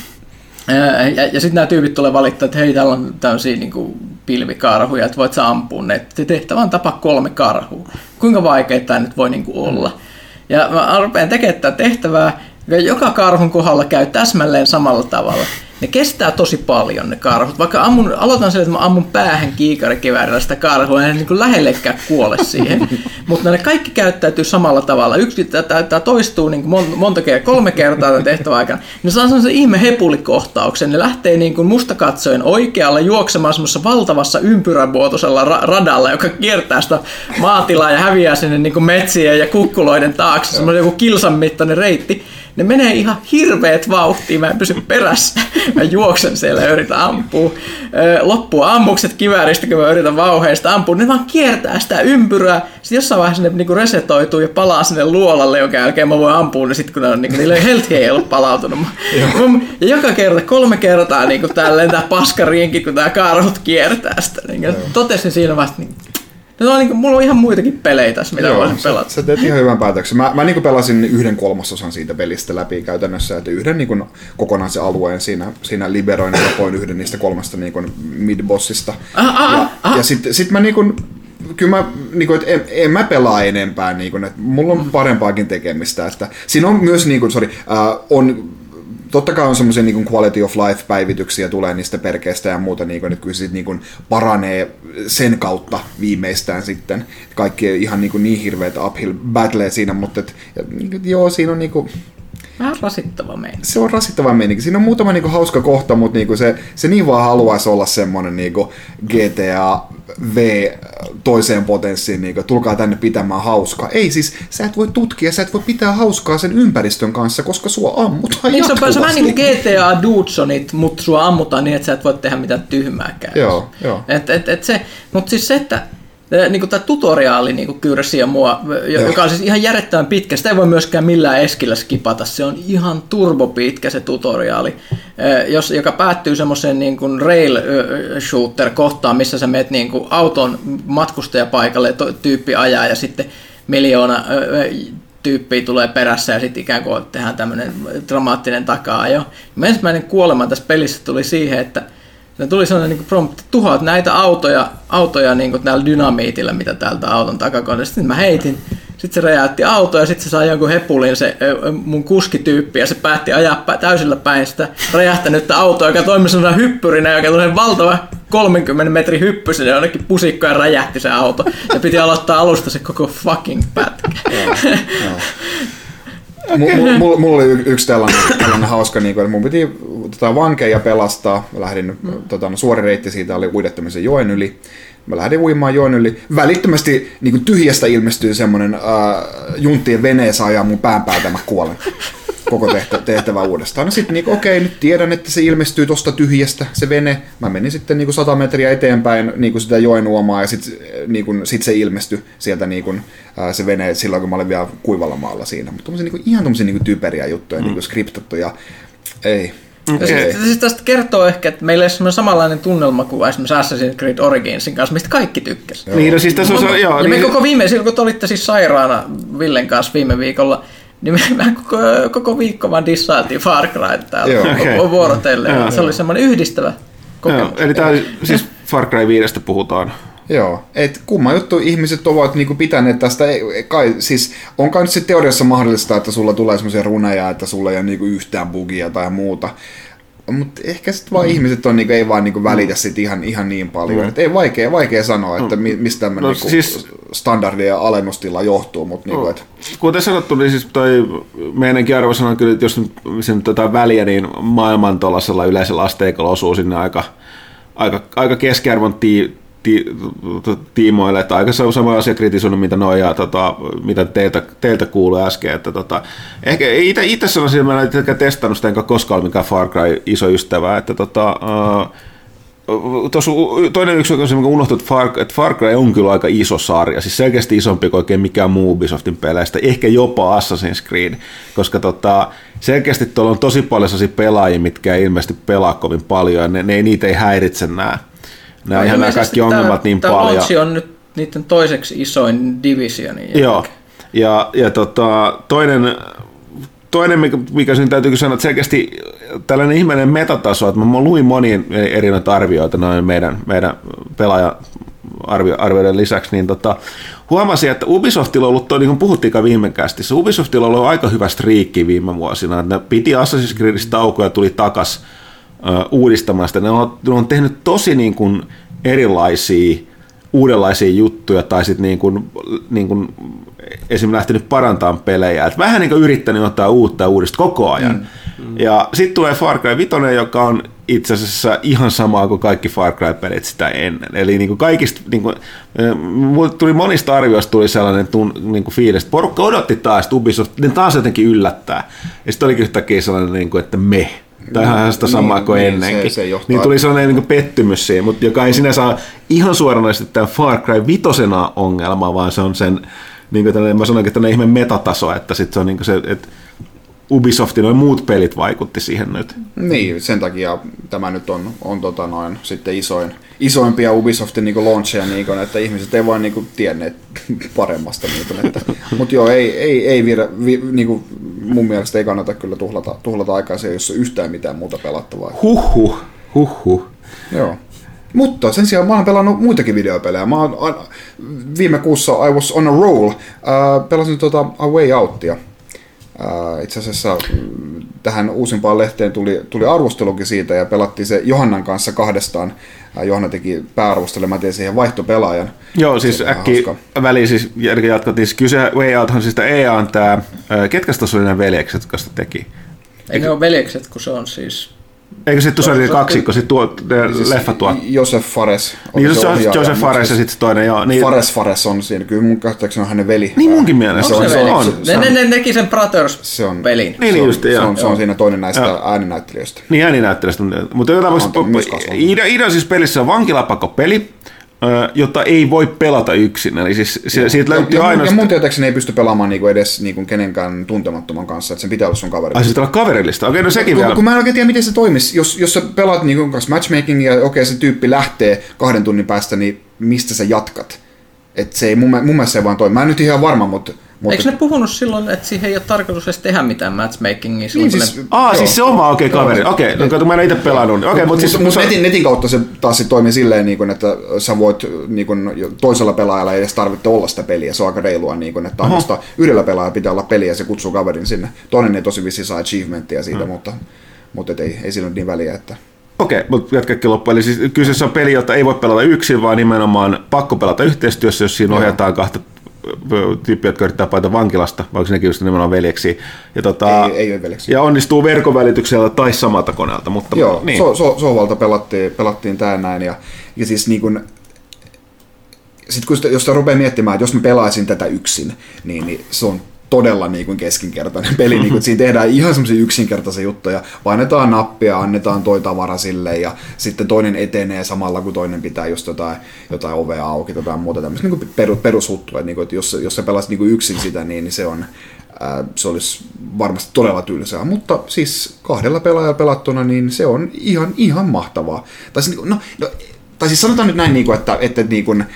öö, ja ja sitten nämä tyypit tulee valittaa, että hei, täällä on tämmöisiä niin kuin pilvikarhuja, että voit sä ampua ne. Tehtävä on tapa kolme karhua. Kuinka vaikea tämä nyt voi niin kuin olla? Ja mä rupean tekemään tätä tehtävää, ja joka karhun kohdalla käy täsmälleen samalla tavalla. Ne kestää tosi paljon ne karhut. Vaikka ammun, aloitan sille, että mä ammun päähän kiikarikiväärillä sitä karhua, ja ne niin lähellekään kuole siihen. Mutta ne kaikki käyttäytyy samalla tavalla. Yksi, tämä toistuu niin monta kertaa, kolme kertaa tämän tehtävän aikana. Ne saa sellaisen ihme hepulikohtauksen. Ne lähtee niin kuin mustakatsojen oikealla juoksemaan semmoisessa valtavassa ympyrämuotoisella ra- radalla, joka kiertää sitä maatilaa ja häviää sinne niin kuin metsien ja kukkuloiden taakse. Semmoinen joku kilsan mittainen reitti. Ne menee ihan hirveet vauhtiin, mä en pysy perässä. Mä juoksen siellä ja yritän ampua. Loppuu ammukset kivääristä, kun mä yritän vauheista ampua. Ne vaan kiertää sitä ympyrää. Sitten jossain vaiheessa ne niinku resetoituu ja palaa sinne luolalle, jonka jälkeen mä voin ampua ne sitten, kun ne on, niinku, niillä health ei ollut palautunut. Ja joka kerta, kolme kertaa niinku tälleen tää paskariinkin, kun tää karhut kiertää sitä. Niinku, totesin siinä vasta, niin no, on, niin kuin, mulla on ihan muitakin pelejä tässä, mitä Joo, voisin pelata. Sä teet ihan hyvän päätöksen. Mä, mä niin pelasin yhden kolmasosan siitä pelistä läpi käytännössä, että yhden niin kuin, kokonaisen alueen siinä, siinä liberoin ja lopoin yhden niistä kolmesta niin kuin, mid-bossista. Aha, aha, ja aha. ja sitten sit mä niin kuin, kyllä mä, niin kuin, että en, en mä pelaa enempää, niin kuin, että mulla on parempaakin tekemistä. Että siinä on myös, niin kuin, sorry, äh, on totta kai on semmoisia niin quality of life-päivityksiä tulee niistä perkeistä ja muuta, niin kuin, että kyllä se niin kuin paranee sen kautta viimeistään sitten. Kaikki ei ihan niin, kuin niin hirveät uphill battleja siinä, mutta et, ja, joo, siinä on niin kuin, vähän rasittava meininki. Se on rasittava meininki. Siinä on muutama niin kuin hauska kohta, mutta niin kuin se, se niin vaan haluaisi olla semmoinen niin kuin G T A V toiseen potenssiin, niin kuin, tulkaa tänne pitämään hauskaa. Ei siis, sä et voi tutkia, sä et voi pitää hauskaa sen ympäristön kanssa, koska sua ammutaan niin, jatkuvasti. Se on vähän niin kuin G T A Dudesonit, mutta sua ammutaan niin, että sä et voi tehdä mitään tyhmääkään. Joo, joo. Et, et, et se, mutta siis se, että Niin tämä tutoriaali niin kyyräsi ja mua, joka on siis ihan järjettömän pitkä. Sitä ei voi myöskään millään eskillä skipata. Se on ihan turbopitkä se tutoriaali, jos, joka päättyy semmoiseen niin kuin rail shooter kohtaan, missä sä menet niin kuin auton matkustajapaikalle, tyyppi ajaa ja sitten miljoona tyyppiä tulee perässä ja sitten ikään kuin tehdään tämmöinen dramaattinen takaa-ajo. Ensimmäinen kuolema tässä pelissä tuli siihen, että ne tuli sellainen niin prompti, tuhoat näitä autoja, autoja niin kuin näillä dynamiitilla, mitä täältä auton takakohdasta. Sitten mä heitin, sitten se räjäytti auto ja sitten se sai jonkun hepulin se mun kuskityyppi ja se päätti ajaa täysillä päin sitä räjähtänyttä autoa, joka toimi sellainen hyppyrinä, joka tuli valtava kolmenkymmenen metrin hyppy sinne jonnekin pusikkoon ja räjähti se auto. Ja piti aloittaa alusta se koko fucking pätkä. M- mulla, mulla oli yksi tällainen, tällainen hauska, niin kuin, että mun piti tota, vankeja pelastaa. Mä lähdin, mm. tota, no, suori reitti siitä oli uidettamisen joen yli. Mä lähdin uimaan joen yli. Välittömästi niin kuin tyhjästä ilmestyy semmoinen äh, junttien veneessä ajaa mun pään päältä, mä kuolen. Koko tehtä, tehtävä uudestaan. No sitten niin, okei, nyt tiedän, että se ilmestyy tosta tyhjästä, se vene. Mä menin sitten niin kuin sata metriä eteenpäin niin kuin sitä joen uomaa ja sitten niin sit se ilmestyi sieltä niin kuin, ää, se vene silloin, kun mä olin vielä kuivalla maalla siinä. Mutta niin ihan tommosia niin kuin typeriä juttuja, mm. niin kuin skriptattuja. Ei. Okay. Siis, siis tästä kertoo ehkä, että meillä ei ole samanlainen tunnelma kuin esimerkiksi Assassin's Creed Originsin kanssa, mistä kaikki tykkäsivät. Niin, no siis tässä on... Joo, ja niin... me koko viime, silloin kun te olitte siis sairaana Villen kanssa viime viikolla, niin me koko, koko viikko vaan dissailtiin Far Cry täällä okay. vuorotellen. Se oli semmoinen yhdistävä kokemus. Joo, eli tää siis Far Cry viidestä puhutaan. Joo, et kumma juttu ihmiset ovat niinku pitäneet tästä, kai, siis on kai nyt sitten teoriassa mahdollista, että sulla tulee semmoisia runeja, että sulla ei ole niinku yhtään bugia tai muuta. Mutta ehkä sitten vaan mm. ihmiset on, niinku, ei vaan niinku välitä sit ihan, ihan niin paljon. Mm. Et ei vaikea, vaikea sanoa, että mi, mistä tämmöinen no, niinku siis, standardi- ja alennustila johtuu. Mut, niinku, no, et... Kuten sanottu, niin siis toi meidänkin arvo sanoo kyllä, että jos nyt, nyt jotain väliä, niin maailman tuollaisella yleisellä asteikolla osuu sinne aika, aika, aika keskiarvon tii, ti, tiimoille. Että aika sama asia kritisoinut, mitä noja, tota, mitä teiltä, teiltä kuului äsken. Että, tota, ehkä itse sanoisin, että mä en ole testannut sitä, enkä koskaan mikään Far Cry iso ystävä. Että, tota, uh, Tuossa toinen yksi on se, mikä unohtui, että Far, että Far Cry on kyllä aika iso sarja, siis selkeästi isompi kuin oikein mikään muu Ubisoftin peleistä, ehkä jopa Assassin's Creed, koska tota, selkeästi tuolla on tosi paljon sellaisia pelaajia, mitkä ei ilmeisesti pelaa kovin paljon, ja ne, ne, niitä ei häiritse nämä, nämä, ihan nämä kaikki ongelmat niin tämä paljon. Tämä on nyt niiden toiseksi isoin divisioni. Joo, ja, ja tota, toinen... Toinen, mikä sinun täytyy sanoa, että selkeästi tällainen ihmeellinen metataso, että mä luin monia eri arvioita noin meidän, meidän pelaaja-arvioiden lisäksi, niin tota, huomasin, että Ubisoftilla on ollut, toi, niin kuin puhuttiinkaan viime kästissä, Ubisoftilla on ollut aika hyvä striikki viime vuosina, että ne piti Assassin's Creedistä taukoa ja tuli takas uh, uudistamaan sitä. Ne on, ne on tehnyt tosi niin kuin erilaisia, uudenlaisia juttuja tai sitten niin kuin, niin kuin esimerkiksi lähtenyt parantamaan pelejä. Et vähän niin kuin yrittänyt ottaa uutta ja uudesta koko ajan. Mm. Mm. Ja sitten tulee Far Cry viisi, joka on itse asiassa ihan samaa kuin kaikki Far Cry-pelit sitä ennen. Eli niin kuin kaikista, niin kuin, tuli monista arvioista tuli sellainen tun, niin kuin fiilis, että porukka odotti taas, että Ubisoft ne taas jotenkin yllättää. Ja sitten olikin yhtäkkiä sellainen, niin kuin, että me. Tai ihan sitä samaa niin, kuin niin, ennenkin. Se, se niin tuli sellainen niin pettymys siihen, mutta joka ei sinänsä ole ihan suoranaisesti tämä Far Cry vitosena ongelma, vaan se on sen, niin kuin tällainen, mä sanoinkin, että ihme metataso, että sit se on niin kuin se, että Ubisoftin noin muut pelit vaikutti siihen nyt. Niin, sen takia tämä nyt on, on tota noin, sitten isoin, isoimpia Ubisoftin niin launcheja, niin että ihmiset ei vaan niin tienneet paremmasta. Niin mutta joo, ei, ei, ei vir, vi, niin kuin mun mielestä ei kannata kyllä tuhlata, tuhlata aikaa siihen, jos on yhtään mitään muuta pelattavaa. Huhhuh, huhhuh. Joo. Mutta sen sijaan mä oon pelannut muitakin videopelejä. Mä oon, viime kuussa I was on a roll. Äh, pelasin tuota A Way Outia. Uh, itse asiassa tähän uusimpaan lehteen tuli, tuli arvostelukin siitä ja pelattiin se Johannan kanssa kahdestaan. Uh, Johanna teki pääarvostelun, mä tein siihen vaihtopelaajan. Joo, siis äkki väliin siis jatkottiin. Kyse Way Outhan siis E A on tää, ketkä tässä oli nämä veljekset, jotka sitä teki? Ei ne ole veljekset, kun se on siis... Eikö se tuossa oli kaksikko, sitten tuo, siis leffa tuo? Josef Fares. Niin, se on Josef Fares ja sitten se toinen, joo. Niin. Fares Fares on siinä, kyllä mun käsittääkseni on hänen veli. Niin munkin mielestä. On se, se, on, se on. Ne, ne, ne teki sen Brothers-pelin. Niin, niin just, se on, se on siinä toinen näistä joo. ääninäyttelijöistä. Niin, ääninäyttelijöistä. Mutta jotain idea, idea siis pelissä on vankilapakko-peli. jota ei voi pelata yksin. Eli siis se, siitä löytyy ja, ainoastaan... Ja mun tietääkseni ei pysty pelaamaan niinku edes niinku kenenkään tuntemattoman kanssa, että sen pitää olla sun kaveri. Ai siis olla kaverillista? Okei, no sekin kun, vielä. Kun mä en oikein tiedä, miten se toimisi. Jos, jos sä pelaat niinku kanssa matchmakingia ja okei, se tyyppi lähtee kahden tunnin päästä, niin mistä sä jatkat? Et se ei, mun, mun mielestä se ei vaan toimi. Mä en nyt ihan varma, mutta... Mutta... Eikö ne puhunut silloin, että siihen ei ole tarkoitus edes tehdä mitään matchmakingia? Silloin, niin, siis, ne... Aa, siis se oma okei okay, kaveri. Okei, okay, no, mä en itse pelannut. Okay, mutta mut siis, mut netin, netin kautta se taas sit toimii silleen, niin kun, että sä voit niin kun, toisella pelaajalla ei edes tarvitse olla sitä peliä. Se on aika reilua, niin kun, että ainoastaan yhdellä pelaajalla pitää olla peliä ja se kutsuu kaverin sinne. Toinen ei tosi vissiin saa achievementtia siitä, hmm. mutta, mutta et ei, ei sillä ole niin väliä. Että... Okei, okay, mutta jatkakin loppuun. Eli siis kyseessä on peli, jota ei voi pelata yksin, vaan nimenomaan pakko pelata yhteistyössä, jos siinä ohjataan kahta tyyppiä, jotka yrittää paita vankilasta, vai onko nekin just nimenomaan veljeksi. Ja, tota, ei, ei ole veljeksi. Ja onnistuu verkon välityksellä tai samalta koneelta. Mutta, joo, niin. so, so, sohvalta pelattiin, pelattiin tää näin. Ja, ja siis niin kun, sit kun sitä, jos sitä rupeaa miettimään, että jos mä pelaisin tätä yksin, niin, niin se on todella niin kuin keskinkertainen peli. Niin kuin, siinä tehdään ihan semmoisia yksinkertaisia juttuja. Painetaan nappia, annetaan toi tavara sille ja sitten toinen etenee samalla, kun toinen pitää just jotain, jotain ovea auki tai jotain muuta tämmöistä niin kuin perushuttua. Niin kuin, että jos, jos sä pelasit niin kuin yksin sitä, niin, niin se, on, ää, se olisi varmasti todella tylsää. Mutta siis kahdella pelaajalla pelattuna, niin se on ihan, ihan mahtavaa. Tai siis, no, no, tai siis sanotaan nyt näin, niin kuin, että, että niin kuin,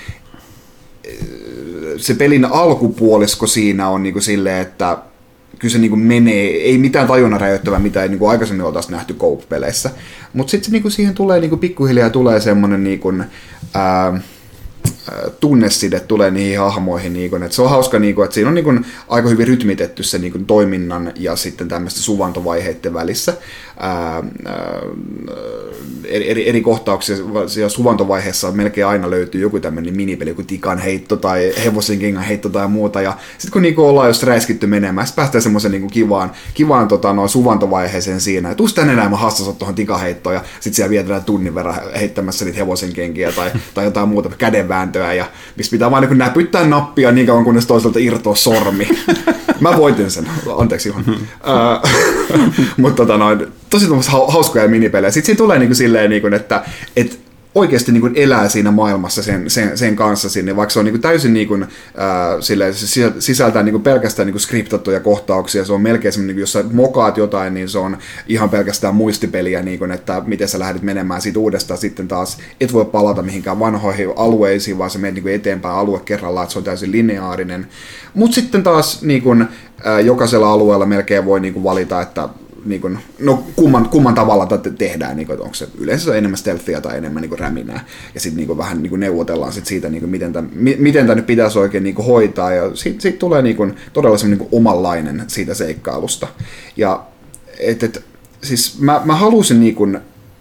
se pelin alkupuolisko siinä on niinku silleen, että kyllä se niinku menee, ei mitään tajunnan räjäyttävää, mitä ei niinku aikaisemmin oltaisi nähty Coop-peleissä. Mutta sitten niinku siihen tulee niinku pikkuhiljaa tulee semmoinen niinku, ää, tunneside tulee niihin hahmoihin. Niinku, että se on hauska, niinku, että siinä on niinku aika hyvin rytmitetty se niinku toiminnan ja sitten tämmöisten suvantovaiheiden välissä. Ää, ää, eri, eri, eri kohtauksia ja suvantovaiheessa melkein aina löytyy joku tämmöinen minipeli, joku tikan heitto tai hevosen kengän heitto tai muuta. Ja sitten kun niinku ollaan just räiskitty menemään, sitten päästään semmoisen niinku kivaan, kivaan tota, no, suvantovaiheeseen siinä, että uus tänne enää mä hassasot tuohon tikaheittoon ja sitten siellä vietetään tunnin verran heittämässä niitä hevosen kenkiä tai, tai jotain muuta kädenvääntöä ja missä pitää vaan niin näpyttää nappia niin kauan kunnes toiselta irtoaa sormi. Mä voitin sen, anteeksi Juhan. Mutta tota noin, tosi hauskoja minipelejä. Sitten siinä tulee niinku silleen, niinku, että et oikeasti niinku elää siinä maailmassa sen, sen, sen kanssa sinne, vaikka se on niinku täysin niinku, äh, silleen, se sisältää niinku pelkästään niinku skriptattuja kohtauksia. Se on melkein semmoinen, niinku, jos sä mokaat jotain, niin se on ihan pelkästään muistipeliä, niinku, että miten sä lähdet menemään siitä uudestaan. Sitten taas et voi palata mihinkään vanhoihin alueisiin, vaan sä menet niinku eteenpäin alue kerrallaan, että se on täysin lineaarinen. Mutta sitten taas niinku, äh, jokaisella alueella melkein voi niinku valita, että niin kuin, no kumman, kumman tavalla tätä tehdään, niin kuin, onko se yleensä enemmän stealthia tai enemmän niin kuin räminää, ja sitten niin kuin, vähän niin kuin neuvotellaan sit siitä, niin kuin, miten tämä miten nyt pitäisi oikein niin kuin, hoitaa, ja siitä sit tulee niin kuin, todella semmoinen niin kuin, omanlainen siitä seikkailusta. Ja et, et, siis mä, mä halusin niin kuin,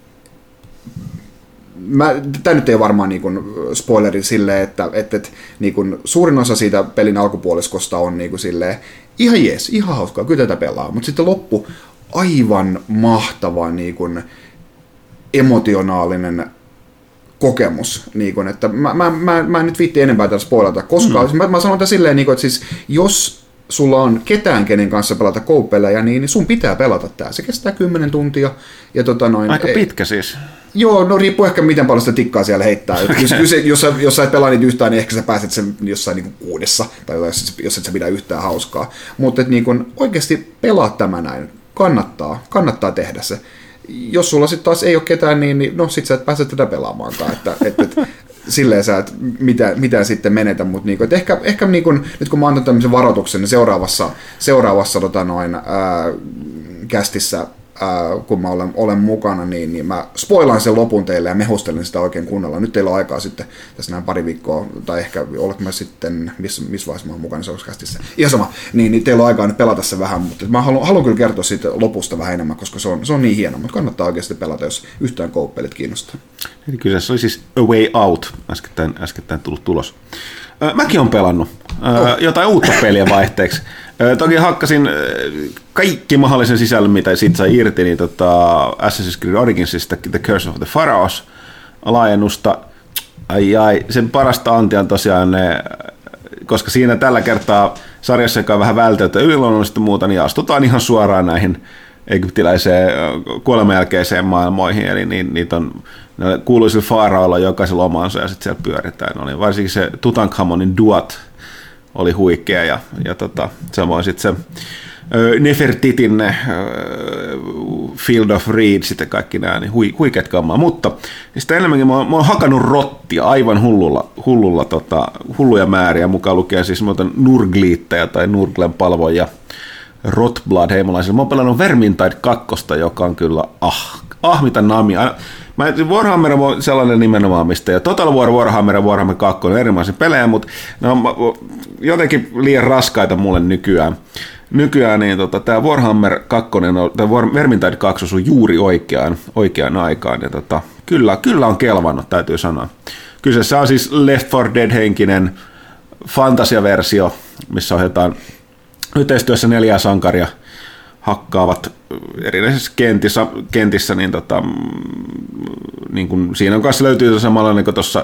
tämä nyt ei varmaan niin kuin, spoileri silleen, että et, et, niin kuin, suurin osa siitä pelin alkupuoliskosta on niin kuin, silleen, ihan jees, ihan hauskaa, kyllä tätä pelaa, mutta sitten loppu aivan mahtava niin kuin, emotionaalinen kokemus. Niin kuin, että mä, mä, mä, mä en nyt viitti enempää tätä spoilata, koska mm. mä, mä sanon tämän silleen, niin kuin, että siis, jos sulla on ketään, kenen kanssa pelata Coop-pelejä, niin sun pitää pelata tää. Se kestää kymmenen tuntia. Ja tota noin, aika pitkä siis. Joo, no riippuu ehkä miten paljon sitä tikkaa siellä heittää. Jos, jos, jos, sä, jos sä et pelaa niitä yhtään, niin ehkä sä pääset sen jossain niin kuin kuudessa, tai jos, jos et sä pidä yhtään hauskaa. Mutta niin oikeasti pelaa tämä näin. Kannattaa, kannattaa tehdä se. Jos sulla sitten taas ei ole ketään, niin, niin no sit sä et pääse tätä pelaamaankaan. Että, et, et, silleen sä et mitään, mitään sitten menetä, mutta niinku, ehkä, ehkä niinku, nyt kun mä antan tämmöisen varoituksen, niin seuraavassa, seuraavassa tota noin, ää, kästissä, ää, kun mä olen, olen mukana, niin, niin mä spoilaan sen lopun teille ja mehustelen sitä oikein kunnolla. Nyt teillä on aikaa sitten tässä näin pari viikkoa, tai ehkä olenko mä sitten, missä miss vaiheessa mä olen mukana seuraavassa kästissä. Ihan sama, niin, niin teillä on aikaa nyt pelata se vähän, mutta mä haluan, haluan kyllä kertoa siitä lopusta vähän enemmän, koska se on, se on niin hieno, mutta kannattaa oikeasti pelata, jos yhtään Coop-pelit kiinnostaa. Eli kyseessä oli siis A Way Out, äskettäin, äskettäin tullut tulos. Mäkin olen pelannut oh. jotain uutta peliä vaihteeksi. Toki hakkasin kaikki mahdollisen sisällön, mitä siitä sai irti, niin tota Assassin's Creed Originsista The Curse of the Pharaohs laajennusta. Ai ai, sen parasta antia on tosiaan ne, koska siinä tällä kertaa sarjassa, joka on vähän välteltä yliluonnollista muuta, niin astutaan ihan suoraan näihin egyptiläiseen kuoleman jälkeiseen maailmoihin, eli niitä on kuuluisilla faaraoilla jokaisella omansa ja sitten siellä pyöritään. Oli varsinkin se Tutankhamonin duat oli huikea ja, ja tota, samoin sitten se Nefertitin ne Field of Reed, sitten kaikki nämä, niin hui, huikeat kammaa, mutta sitä enemmänkin mä oon, mä oon hakannut rottia aivan hullulla, hullulla tota, hulluja määriä, mukaan lukee siis mä otan Nurgliittejä tai Nurglen palvoja, Rotblood heimolaisilla. Mä oon pelannut Vermintide kaksi, joka on kyllä, ah, ah mitä namia. Mä, Warhammer on sellainen nimenomaan, mistä ja Total War, Warhammer ja Warhammer kaksi on erilaisia pelejä, mutta ne on jotenkin liian raskaita mulle nykyään. Nykyään niin tota, tämä Warhammer kaksi, tämä Vermintide kaksi osui juuri oikeaan, oikeaan aikaan, ja tota, kyllä, kyllä on kelvannut, täytyy sanoa. Kyseessä on siis Left four Dead-henkinen fantasiaversio, missä ohjataan yhteistyössä neljää sankaria hakkaavat erinäisissä kentissä, kentissä niin tota, niin kun siinä on kanssa löytyy samalla niin kuin tuossa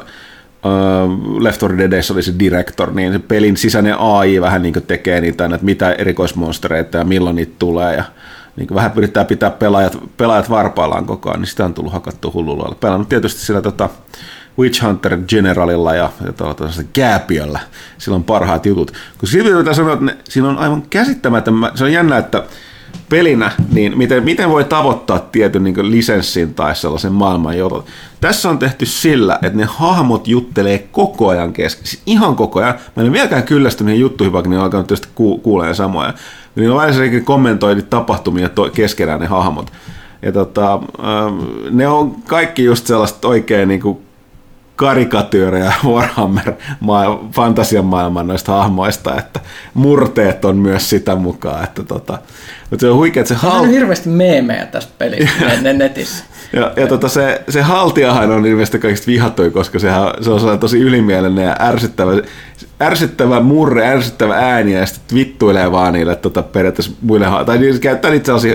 Uh, Left four Deadissä oli se director, niin se pelin sisäinen A I vähän niin kuin tekee niitä, että mitä erikoismonstereita ja milloin niitä tulee, ja niin vähän pyritään pitää pelaajat, pelaajat varpaillaan koko ajan, niin sitä on tullut hakattua hullulla. Pelannut tietysti sillä tota, Witch Hunter Generalilla ja, ja tuolla Gääpiöllä, sillä on parhaat jutut. Kun siitä pitää sanoa, että ne, siinä on aivan käsittämätön, se on jännä, että pelinä, niin miten, miten voi tavoittaa tietyn niin lisenssin tai sellaisen maailman jutut. Tässä on tehty sillä, että ne hahmot juttelee koko ajan kesken, siis ihan koko ajan. Mä en vieläkään kyllästynyt niihin juttuihin, vaikka ne on alkanut tietysti ku, kuulemaan samoja. Niin on välillä kommentoi tapahtumia to, keskenään ne hahmot. Ja tota, ne on kaikki just sellaista oikein niin kuin karikatyyrejä Warhammer fantasian maailman noista hahmoista, että murteet on myös sitä mukaan, että tota, mutta se on huikea, että se hal... on hirveästi meemejä tästä pelistä netissä. Ja, ja tota, se, se haltijahan on ilmeisesti kaikista vihattuja, koska sehän, se on tosi ylimielinen ja ärsyttävä, ärsyttävä murre, ärsyttävä ääni ja sitten vittuilee vaan niille tota, periaatteessa muille, tai niin, käyttää niitä sellaisia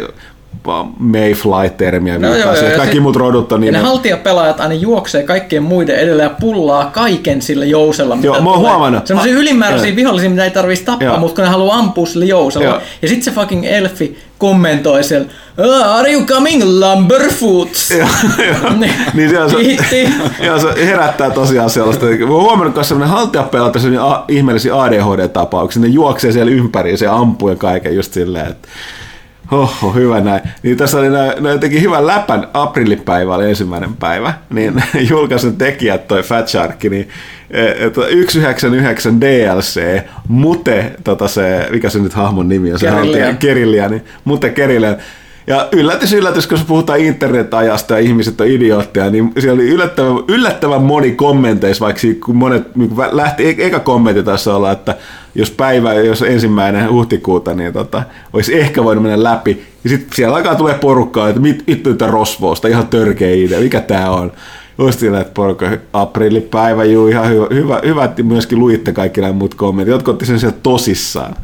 Mayfly-termiä, no, joo, joo, kaikki muut rodut on niin. Ja ne haltijapelaajat aina juoksee kaikkien muiden edellä ja pullaa kaiken sillä jousella, mitä joo, mä oon huomannut. Sellaisia ylimääräisiä vihollisia, mitä ei tarvitse tappaa, joo, mutta kun ne haluaa ampua sillä jousella. Joo. Ja sit se fucking elfi kommentoi siellä, are you coming Lumberfoots? Niin se, on, joo, se herättää tosiaan sellaista. Mä oon huomannut, että semmoinen haltijapelaajat on sellainen ihmeellisiä A D H D-tapauksia, ne juoksee siellä ympäri ja se ampuu ja kaiken just silleen, että oho, hyvä näin. Niin tässä oli näin, näin jotenkin hyvän läpän, aprillipäivä oli ensimmäinen päivä, niin julkaisun tekijät toi Fat Shark, niin sata yhdeksänkymmentäyhdeksän D L C, Mute, tota se, mikä se nyt hahmon nimi on, se Kerillian, Kerillian, niin Mute Kerillian. Ja yllätys, yllätys, kun puhutaan internet-ajasta ja ihmiset on idiootteja, niin siellä oli yllättävän, yllättävän moni kommenteissa, vaikka kun monet lähti, eka kommentti tässä olla, että jos päivä, jos ensimmäinen huhtikuuta, niin tota, olisi ehkä voinut mennä läpi. Ja sitten siellä alkaa tulee porukkaa, että mit, itse tätä rosvousta, ihan törkeä idea, mikä tämä on. Just sillä, että porukka, aprillipäivä, juu, ihan hyvä, hyvä, hyvä, että myöskin luitte kaikki nämä muut kommentit. Jotkut otti sen sieltä tosissaan.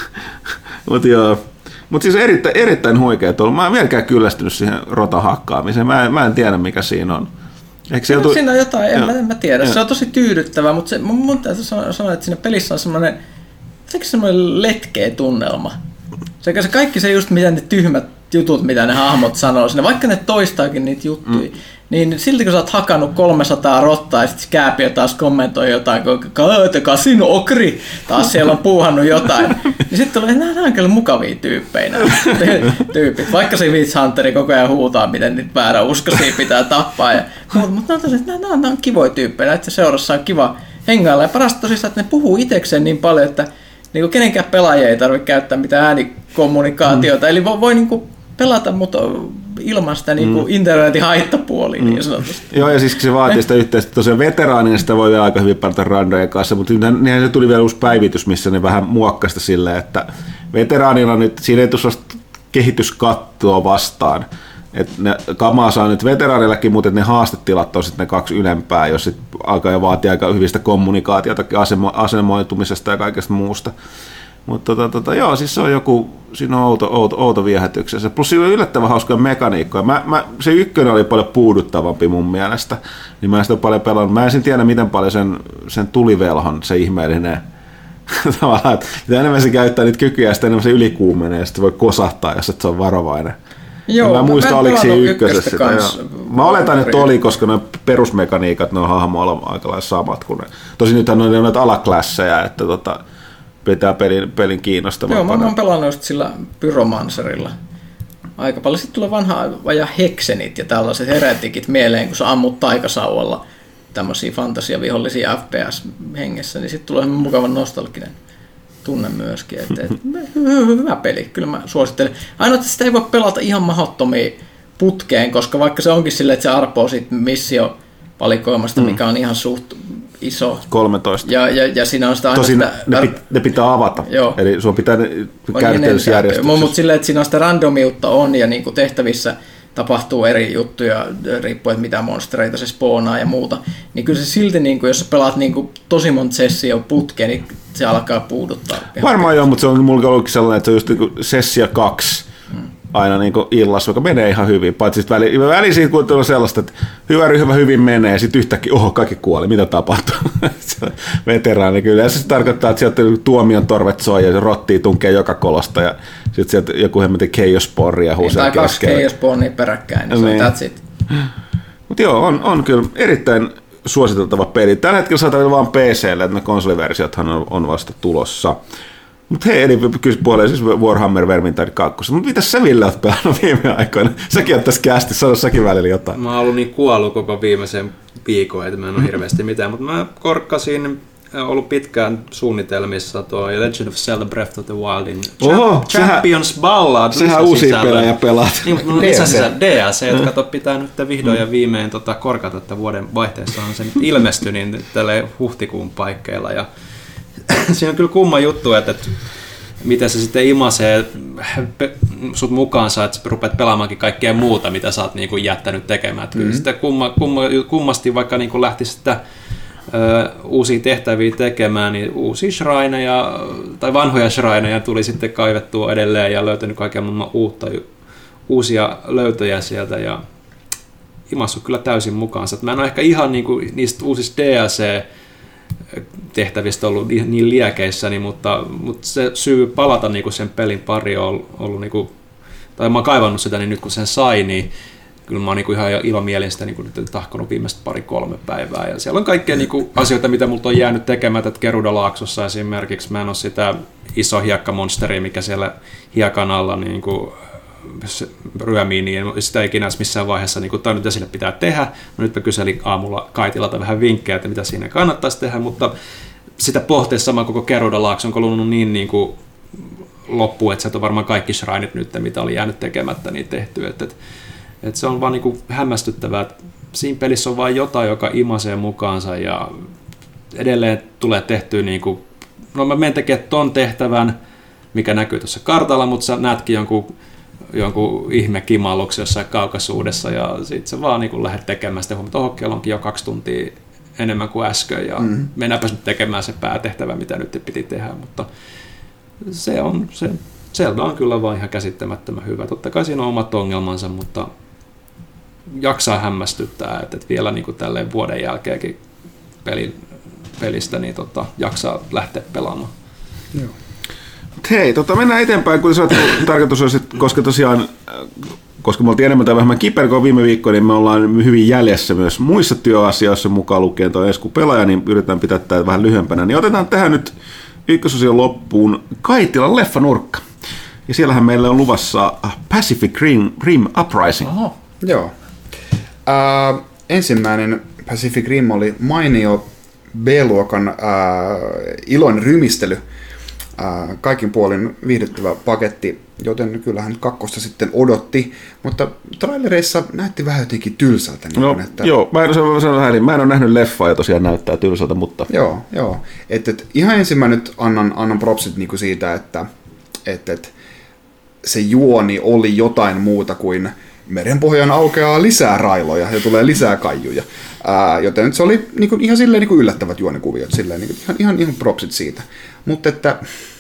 Mutta joo. Mutta siis erittäin, erittäin huikea tuolla. Mä en vieläkään kyllästynyt siihen rotahakkaamiseen. Mä en, mä en tiedä, mikä siinä on. Eikö siinä, tu... siinä on jotain, en, mä, en mä tiedä. Se on tosi tyydyttävä, mutta se, mun täytyy sanoa, että siinä pelissä on semmoinen, semmoinen letkeä tunnelma. Sekä se kaikki se just, mitä ne tyhmät jutut, mitä ne hahmot sanoo siinä, vaikka ne toistaakin niitä juttuja, mm. niin silti kun sä oot hakannut kolmesataa rottaa ja sitten Kääpiö taas kommentoi jotain, kun kasin okri taas siellä on puuhannut jotain, niin sitten tulee, että nämä on kyllä mukavia tyyppejä tyypit. Vaikka se Witch Hunteri koko ajan huutaa, miten niitä vääräuskoisia pitää tappaa. Ja, mutta nämä, nämä, nämä, nämä on kivoja tyyppejä, että seurassa on kiva hengailla. Ja parasta tosissaan, että ne puhuu itsekseen niin paljon, että niin kuin kenenkään pelaajia ei tarvitse käyttää mitään äänikommunikaatiota. Mm. Eli voi, voi niin kuin pelata, mutta ilman sitä niin kuin mm. internetin haittapuolia, mm. niin sanotusti. Joo, ja siis se vaatii sitä yhteistä. Tosiaan veteraanina sitä voi aika hyvin pelata randojen kanssa, mutta niinhän se tuli vielä uusi päivitys, missä ne vähän muokkasta silleen, että veteraanilla nyt, siinä ei tule kehityskattoa vastaan. Että ne kamaa saa nyt veteraanillakin, mutta ne haastetilat on sitten ne kaksi ylempää, jos sit alkaa jo vaatia aika hyvistä kommunikaatiota, asemo, asemoitumisesta ja kaikesta muusta. Mutta tota, tota, joo, siis se on joku, siinä on outo, outo, outo viehätyksessä. Plus siinä on yllättävän hauskoja mekaniikkoja. Mä, mä, se ykkönen oli paljon puuduttavampi mun mielestä, niin mä en sitä paljon pelannut. Mä en tiedä, miten paljon sen, sen tulivelhon, se ihmeellinen tavallaan, että enemmän se käyttää niitä kykyjä, ja sitten enemmän se ylikuumenee, ja sitten voi kosahtaa, jos et se on varovainen. Joo, mä muistan, oliko siinä ykkösessä sitä. Kans. Mä oletan, että oli, koska ne perusmekaniikat, ne on hahmoilla aika lailla samat kuin ne. Tosin nythän on noita alaklasseja, että tota, pitää pelin, pelin kiinnostavampana. Joo, mä oon pelannut just sillä Pyromancerilla. Aika paljon. Sitten tulee vanha ajan heksenit ja tällaiset heretikit mieleen, kun sä ammut taikasauvalla tämmöisiä fantasiavihollisia F P S-hengessä, niin sitten tulee mukavan nostalginen tunne myöskin. Että, että hyvä peli, kyllä mä suosittelen. Ainoa, että sitä ei voi pelata ihan mahdottomia putkeen, koska vaikka se onkin silleen, että se arpoo siitä missiovalikoimasta, mm. mikä on ihan suht iso. kolmetoista. Ja, ja, ja siinä on sitä aina Tosin sitä... ne, pit, ne pitää avata. Joo. Eli sun pitää kääritellä järjestyksessä. Mutta silleen, että siinä on sitä randomiutta on ja niin kuin tehtävissä tapahtuu eri juttuja riippuen, että mitä monstereita se spoonaa ja muuta. Niin kyllä se silti, niin kuin, jos sä pelaat niin kuin tosi monta sessioa putkeen, niin se alkaa puuduttaa. Varmaan joo, mutta se on mulla ollut sellainen, että se on just niin sessia kaksi. Hmm. Aina niin illassa, joka menee ihan hyvin. Paitsi väli, väli siitä, kun on sellaista, että hyvä ryhmä hyvin menee, ja sitten yhtäkkiä, oho, kaikki kuoli, mitä tapahtuu? Veteraani kyllä. Ja se tarkoittaa, että sieltä tuomion torvet soi, ja se rottii tunkee joka kolosta, ja sitten sieltä joku hemmetin keijosporria huusaa keskellä. Tai kaksi keijospornia peräkkäin, niin se on that's it. Mutta joo, on, on kyllä erittäin suositeltava peli. Tällä hetkellä saattaa vaan P C:lle, että ne konsoliversiothan on, on vasta tulossa. Mutta hei, eli kysy puoleen siis Warhammer Vermintide kaksi. Mutta mitäs sä, Ville, oot pelannut viime aikoina? Säkin oot tässä kästi, sano säkin välillä jotain. Mä oon ollut niin kuollut koko viimeisen viikon, että mä en ole hirveästi mitään, mutta mä korkkasin, ollut pitkään suunnitelmissa tuo Legend of Zelda Breath of the Wildin Oho, Champions sehän, Ballad. Sehän uusia pelejä pelaat. Niin, mutta lisäsisällä D L C, jotka kato, pitää nyt vihdoin ja viimein tota, korkata, että vuoden vaihteessa on se nyt ilmestyi niin tälle huhtikuun paikkeilla. Ja siinä on kyllä kumma juttu, että, että miten se sitten imasee sut mukaansa, että sä rupeat pelaamaankin kaikkea muuta, mitä sä oot niin kuin jättänyt tekemään. Mm-hmm. Kyllä sitten kumma, kumma, kummasti vaikka niin kuin lähtisi sitä ö, uusia tehtäviä tekemään, niin uusia shrineja tai vanhoja shrineja tuli sitten kaivettua edelleen ja löytänyt kaiken maailman uutta, uusia löytöjä sieltä ja imassut kyllä täysin mukaansa. Mä en ole ehkä ihan niin kuin niistä uusista D L C tehtävistä ollut niin liekeissä, niin, mutta, mutta se syy palata niin kuin sen pelin pari on ollut, niin kuin, tai mä oon kaivannut sitä, niin nyt kun sen sai, niin kyllä mä oon niin kuin ihan ilomielin sitä niin kuin nyt tahkonut viimeiset pari-kolme päivää. Ja siellä on kaikkea niin kuin asioita, mitä multa on jäänyt tekemättä, että Geruda-laaksossa esimerkiksi mä en ole sitä iso hiekkamonsteria, mikä siellä hiekan alla niin kuin ryömiin, niin sitä ei ikinä missään vaiheessa niin kuin, mitä sille pitää tehdä. No, nyt mä kyselin aamulla Kaitilalta vähän vinkkejä, että mitä siinä kannattaisi tehdä, mutta sitä pohteessa sama koko Geruda-laakso on kulunut niin, niin kuin loppuun, että sieltä on varmaan kaikki shrineit nyt, mitä oli jäänyt tekemättä, niin tehty. Että, että, että se on vaan niin kuin hämmästyttävää, että siinä pelissä on vain jotain, joka imasee mukaansa ja edelleen tulee tehtyä, niin kuin, no mä menen tekemään ton tehtävän, mikä näkyy tuossa kartalla, mutta sä näetkin jonkun jonkun ihme kimalluksen jossain kaukaisuudessa ja sitten se vaan niin lähdet tekemään sitä huomioon, että oho, onkin jo kaksi tuntia enemmän kuin äsken ja mm-hmm. mennäänpäs nyt tekemään se päätehtävä, mitä nyt piti tehdä, mutta se on, se, Zelda on kyllä vaan ihan käsittämättömän hyvä. Totta kai siinä on omat ongelmansa, mutta jaksaa hämmästyttää, että, että vielä niin kuin tälleen vuoden jälkeenkin pelin, pelistä niin tota, jaksaa lähteä pelaamaan. Joo. Hei, tota, mennään eteenpäin, kun sanottu, tarkoitus olisi, koska tosiaan, koska me oltiin enemmän tai vähemmän kipeä kuin viime viikko, niin me ollaan hyvin jäljessä myös muissa työasioissa, mukaan lukien tuo Esku Pelaaja, niin yritetään pitää tämä vähän lyhyempänä. Niin otetaan tähän nyt ykkösosion loppuun Kaitilan leffanurkka. Ja siellähän meillä on luvassa Pacific Rim, Rim Uprising. Oho. Joo. Äh, ensimmäinen Pacific Rim oli mainio B-luokan äh, iloinen rymistely. Kaikin puolin viihdyttävä paketti, joten kyllähän kakkosta sitten odotti, mutta trailereissa näytti vähän jotenkin tylsältä. Niin no, kun, että... Joo, mä en, sanon, mä en ole nähnyt leffaa ja tosiaan näyttää tylsältä, mutta... Joo, joo. Et, et, ihan ensin mä nyt annan, annan propsit niinku siitä, että et, et, se juoni oli jotain muuta kuin merenpohjan aukeaa lisää railoja ja tulee lisää kaijuja. Ää, joten se oli niinku, ihan silleen niinku yllättävät juonikuviot, silleen, niinku, ihan, ihan, ihan propsit siitä. Mutta että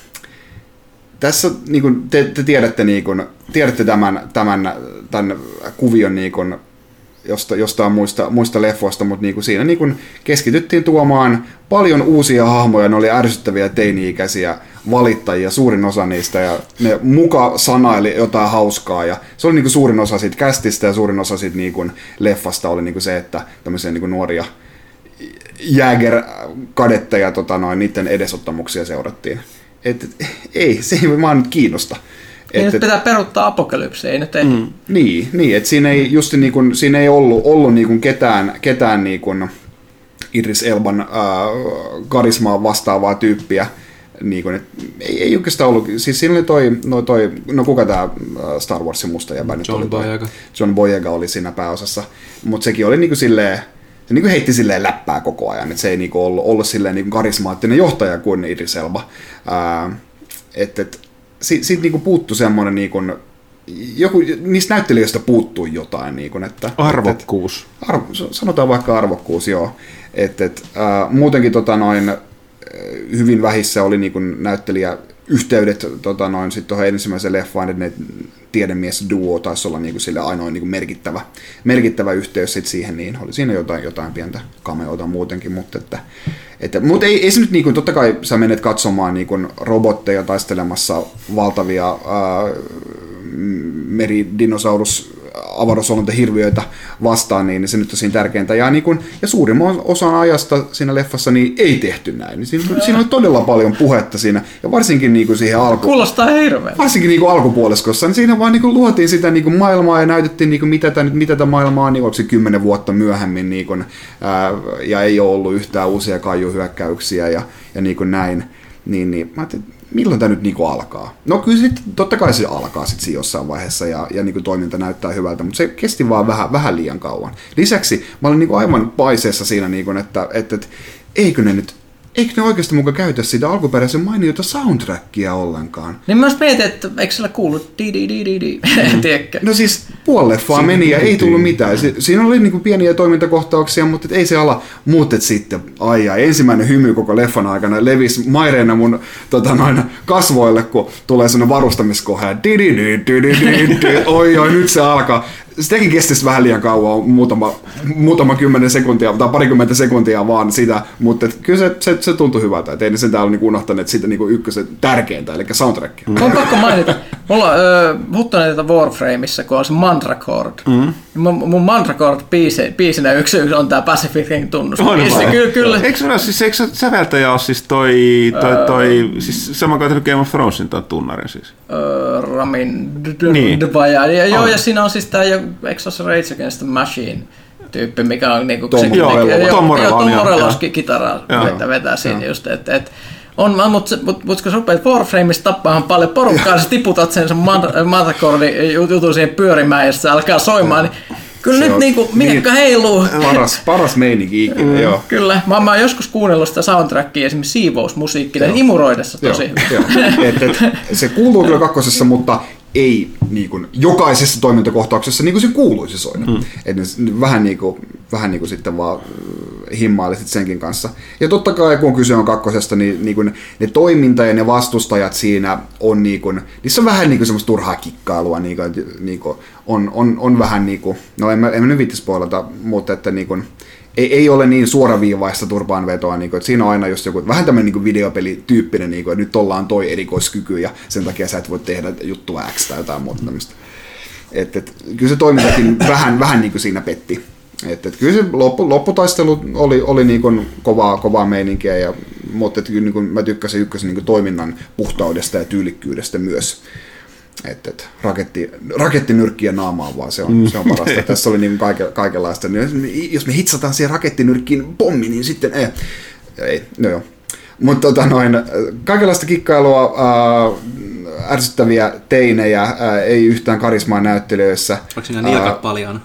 tässä niin kuin te, te tiedätte, niin kuin, tiedätte tämän, tämän, tämän kuvion niin kuin, josta, jostain muista, muista leffoista, mutta niin kuin siinä niin kuin keskityttiin tuomaan paljon uusia hahmoja, ne oli ärsyttäviä teini-ikäisiä valittajia, suurin osa niistä, ja ne muka sanaili jotain hauskaa, ja se oli niinku suurin osa siitä kästistä, ja suurin osa siitä niinku leffasta oli niinku se, että tämmöisiä niinku nuoria Jäger-kadetteja, tota noin, niiden edesottamuksia seurattiin. Et, et, ei, se ei vaan nyt kiinnosta. Niin et, nyt pitää peruuttaa apokalypsi, ei nyt ei. Mm, niin, niin että siinä ei, just niin kuin, siinä ei ollut, ollut niin kuin ketään, ketään niin kuin Idris Elban äh, karismaa vastaavaa tyyppiä. Niin kuin, ei, ei oikeastaan ollut, siis siinä oli toi, no, toi, no kuka tää Star Warsin musta jäbä nyt John oli? Toi, Boyega. John Boyega oli siinä pääosassa, mutta sekin oli niin kuin silleen, se niin kuin heitti silleen läppää koko ajan, että se ei niin kuin ollut, ollut silleen niin kuin karismaattinen johtaja kuin Idris Elba. Äh, että et, Siitä, siitä niinku puuttui semmoinen, niinku, joku, niistä näyttelijöistä puuttui jotain. Niinku, että, arvokkuus. Et, arvo, sanotaan vaikka arvokkuus, joo. Et, et, äh, muutenkin tota, noin, hyvin vähissä oli niinku, näyttelijäyhteydet tota, noin, sit tuohon ensimmäiseen leffaan, että ne tiedemies-duo taisi olla niinku, sille ainoa niinku, merkittävä, merkittävä yhteys sit siihen, niin oli siinä jotain, jotain pientä cameota muutenkin, mutta että Että, mutta ei, ei se nyt, niin kuin, totta kai sä menet katsomaan niin kuin, robotteja taistelemassa valtavia ää, meridinosaurus avaruusolentahirviöitä vastaan, niin se nyt on siinä tärkeintä. Ja, niin kuin, ja suurimman osan ajasta siinä leffassa niin ei tehty näin. Niin siinä, siinä oli todella paljon puhetta siinä, ja varsinkin niin kuin siihen alku... Kuulostaa hirveän. Varsinkin niin kuin alkupuoliskossa, niin siinä vaan niin kuin, luotiin sitä niin kuin, maailmaa ja näytettiin, niin kuin, mitä tämä mitä tämä maailmaa on, niin onko se kymmenen vuotta myöhemmin, niin kuin, ää, ja ei ole ollut yhtään uusia kaijuhyökkäyksiä ja, ja niin kuin näin. Niin, niin, mä ajattelin, milloin tämä nyt niinku alkaa? No kyllä sit, totta kai se alkaa sitten siinä jossain vaiheessa ja, ja niinku toiminta näyttää hyvältä, mutta se kesti vaan vähän, vähän liian kauan. Lisäksi mä olin niinku aivan paiseessa siinä, niinku, että, että, että eikö ne nyt, eikö ne oikeasti mukaan käytä sitä alkuperäisen mainiota soundtrackia ollenkaan? Niin mä mietin, että eikö siellä kuullut di di di di di, tiedätkö? No siis puoli leffaa meni ja ei tullut mitään. Si- siinä oli niinku pieniä toimintakohtauksia, mutta ei se ala. Mutta sitten, ai ai, ensimmäinen hymy koko leffan aikana levisi maireena mun tota, noin, kasvoille, kun tulee sellainen varustamiskohe. Di di di di di di, oi oi, nyt se alkaa. Sitäkin kestisi vähän liian kauan, muutama, muutama kymmenen sekuntia tai parikymmentä sekuntia vaan sitä, mutta kyllä se, se, se tuntui hyvältä, että ei ne sen täällä niinku unohtaneet sitä niinku ykkösen tärkeintä, eli soundtrackia. Mm. On pakko mainita, mulla öö, Huttoneita Warframeissa, kun on se Mandracord. Mm. Mun, mun Mandracord-biisinä yksi, yksi on tää Pacific Ring tunnus. Kyllä, kyllä. Eikö se ole siis, eikö säveltäjä ole siis toi, toi, toi, toi siis sama kuin Game of Thronesin toi tunnarin siis? Öö, Ramin Dvaja. Niin. Joo, ja siinä on siis tää, eikö se ole se Rage Against the Machine tyyppi, mikä on niinku... Tom, se, joo, ne, joo, Tom Morelos kitaraa vetää, vetää siinä just, että... Et, on, mutta mut, mut, kun sä rupeat Warframeissa tappaahan paljon porukkaa, sä tiputat sen, sen Mandracordin jutun siihen pyörimään, ja se alkaa soimaan, niin kyllä se nyt niinku, mikä niin, heiluu. Paras, paras meininki ikinä, mm, joo. Kyllä, mä, mä oon joskus kuunnellut sitä soundtrackia esimerkiksi siivousmusiikkina, imuroidessa tosi hyvä. Et, et, se kuuluu kyllä kakkosessa, mutta ei niin kuin, jokaisessa toimintakohtauksessa niin kuin se kuuluisi soida. Mm. Et ne, vähän, niin kuin, vähän niin kuin sitten vaan himmailisit senkin kanssa. Ja totta kai kun kyse on kakkosesta, niin, niin kuin ne toiminta ja ne vastustajat siinä on, niin kuin, niissä on vähän niin kuin semmoista turhaa kikkailua. Niin kuin, niin kuin, on, on, on vähän niin kuin, no en mä, en mä nyt viitti spoilata, mutta että niin kuin, Ei, ei ole niin suoraviivaista turpaanvetoa, niin kuin, että siinä on aina just joku vähän tämmöinen niin videopelityyppinen, niin kuin, että nyt ollaan toi erikoiskyky ja sen takia sä et voi tehdä juttua X tai jotain muuta tämmöistä. Et, et, kyllä se toimintakin vähän, vähän niin kuin siinä petti. Et, et, kyllä se loppu, lopputaistelu oli, oli niin kuin kovaa, kovaa meininkiä, ja, mutta et, niin kuin, mä tykkäsin ykkösen niin kuin toiminnan puhtaudesta ja tyylikkyydestä myös. Että et, raketti, rakettinyrkkiä naamaan vaan, se on, se on parasta. Tässä oli niin kaike, kaikenlaista. Jos me hitsataan siihen rakettinyrkkiin pommi, niin sitten ei. ei no joo. Mutta tota noin, kaikenlaista kikkailua, äh, ärsyttäviä teinejä, äh, ei yhtään karismaa näyttelijöissä. Onko siinä nilkat äh, paljon?